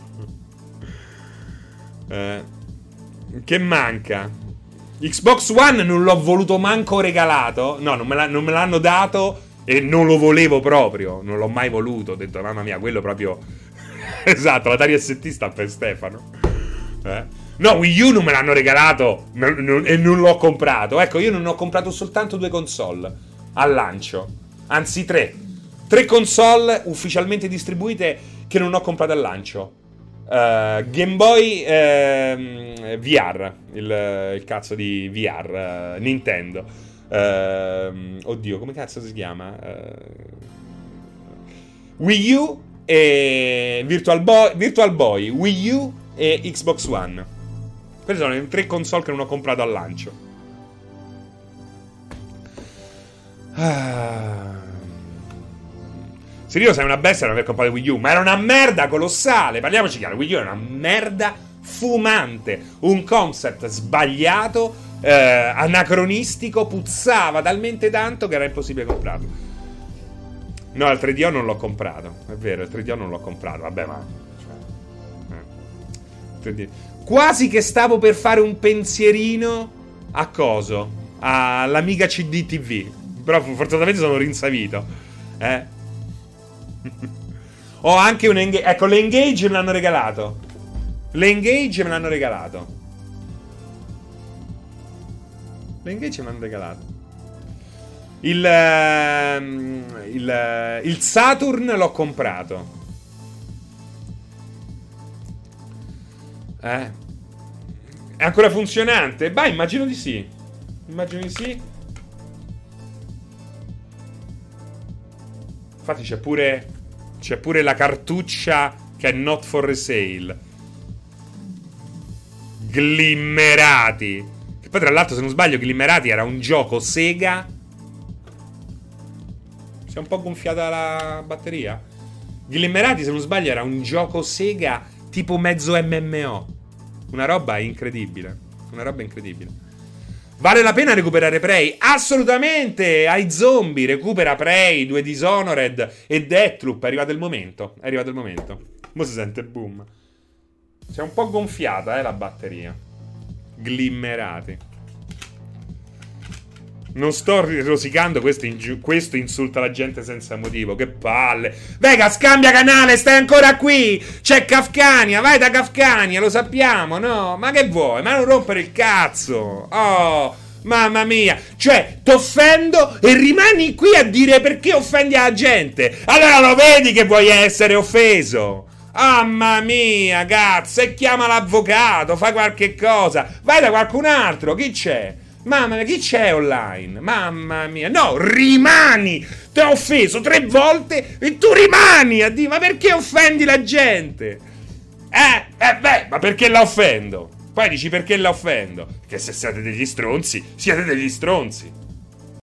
Che manca? Xbox One non l'ho voluto manco regalato. No, non me l'hanno dato. E non lo volevo proprio. Non l'ho mai voluto. Ho detto, mamma mia, quello proprio. Esatto, l'Atari ST sta per Stefano. No, Wii U non me l'hanno regalato e non l'ho comprato. Ecco, io non ho comprato soltanto 2 console al lancio. Anzi 3. 3 console ufficialmente distribuite che non ho comprato al lancio. Game Boy VR, il cazzo di VR, Nintendo. Oddio, come cazzo si chiama? Wii U e Virtual Boy, Wii U e Xbox One. Queste sono le 3 console che non ho comprato al lancio. Serino, sei una bestia non aver comprato Wii U, ma era una merda colossale. Parliamoci chiaro, Wii U era una merda fumante, un concept sbagliato, anacronistico, puzzava talmente tanto che era impossibile comprarlo. No, il 3DO non l'ho comprato, è vero, il 3DO non l'ho comprato, vabbè, ma 3D. Quasi che stavo per fare un pensierino a coso, all'Amiga CD TV, però fortunatamente sono rinsavito. Ho anche un Engage. Ecco, le Engage me l'hanno regalato. Le Engage me l'hanno regalato. Il Saturn l'ho comprato. È ancora funzionante? Beh, immagino di sì. Infatti c'è pure la cartuccia che è not for resale. Glimmerati. Che poi tra l'altro, se non sbaglio, Glimmerati era un gioco Sega. Si è un po' gonfiata la batteria. Glimmerati, se non sbaglio, era un gioco Sega tipo mezzo MMO. Una roba incredibile. Vale la pena recuperare Prey? Assolutamente! Ai zombie, recupera Prey, 2 Dishonored e Deathloop. È arrivato il momento. Mo si sente boom. Si è un po' gonfiata, la batteria. Glimmerati. Non sto rosicando, questo insulta la gente senza motivo. Che palle. Vegas, cambia canale, stai ancora qui. C'è Kafkania, vai da Kafkania, lo sappiamo, no? Ma che vuoi? Ma non rompere il cazzo. Oh, mamma mia. Cioè, t'offendo e rimani qui a dire perché offendi la gente. Allora lo vedi che vuoi essere offeso. Mamma mia, cazzo, e chiama l'avvocato, fai qualche cosa. Vai da qualcun altro, chi c'è? Mamma mia, chi c'è online? Mamma mia, no, rimani! Ti ho offeso 3 volte e tu rimani a dire, ma perché offendi la gente? Ma perché la offendo? Poi dici perché la offendo? Che se siete degli stronzi, siete degli stronzi.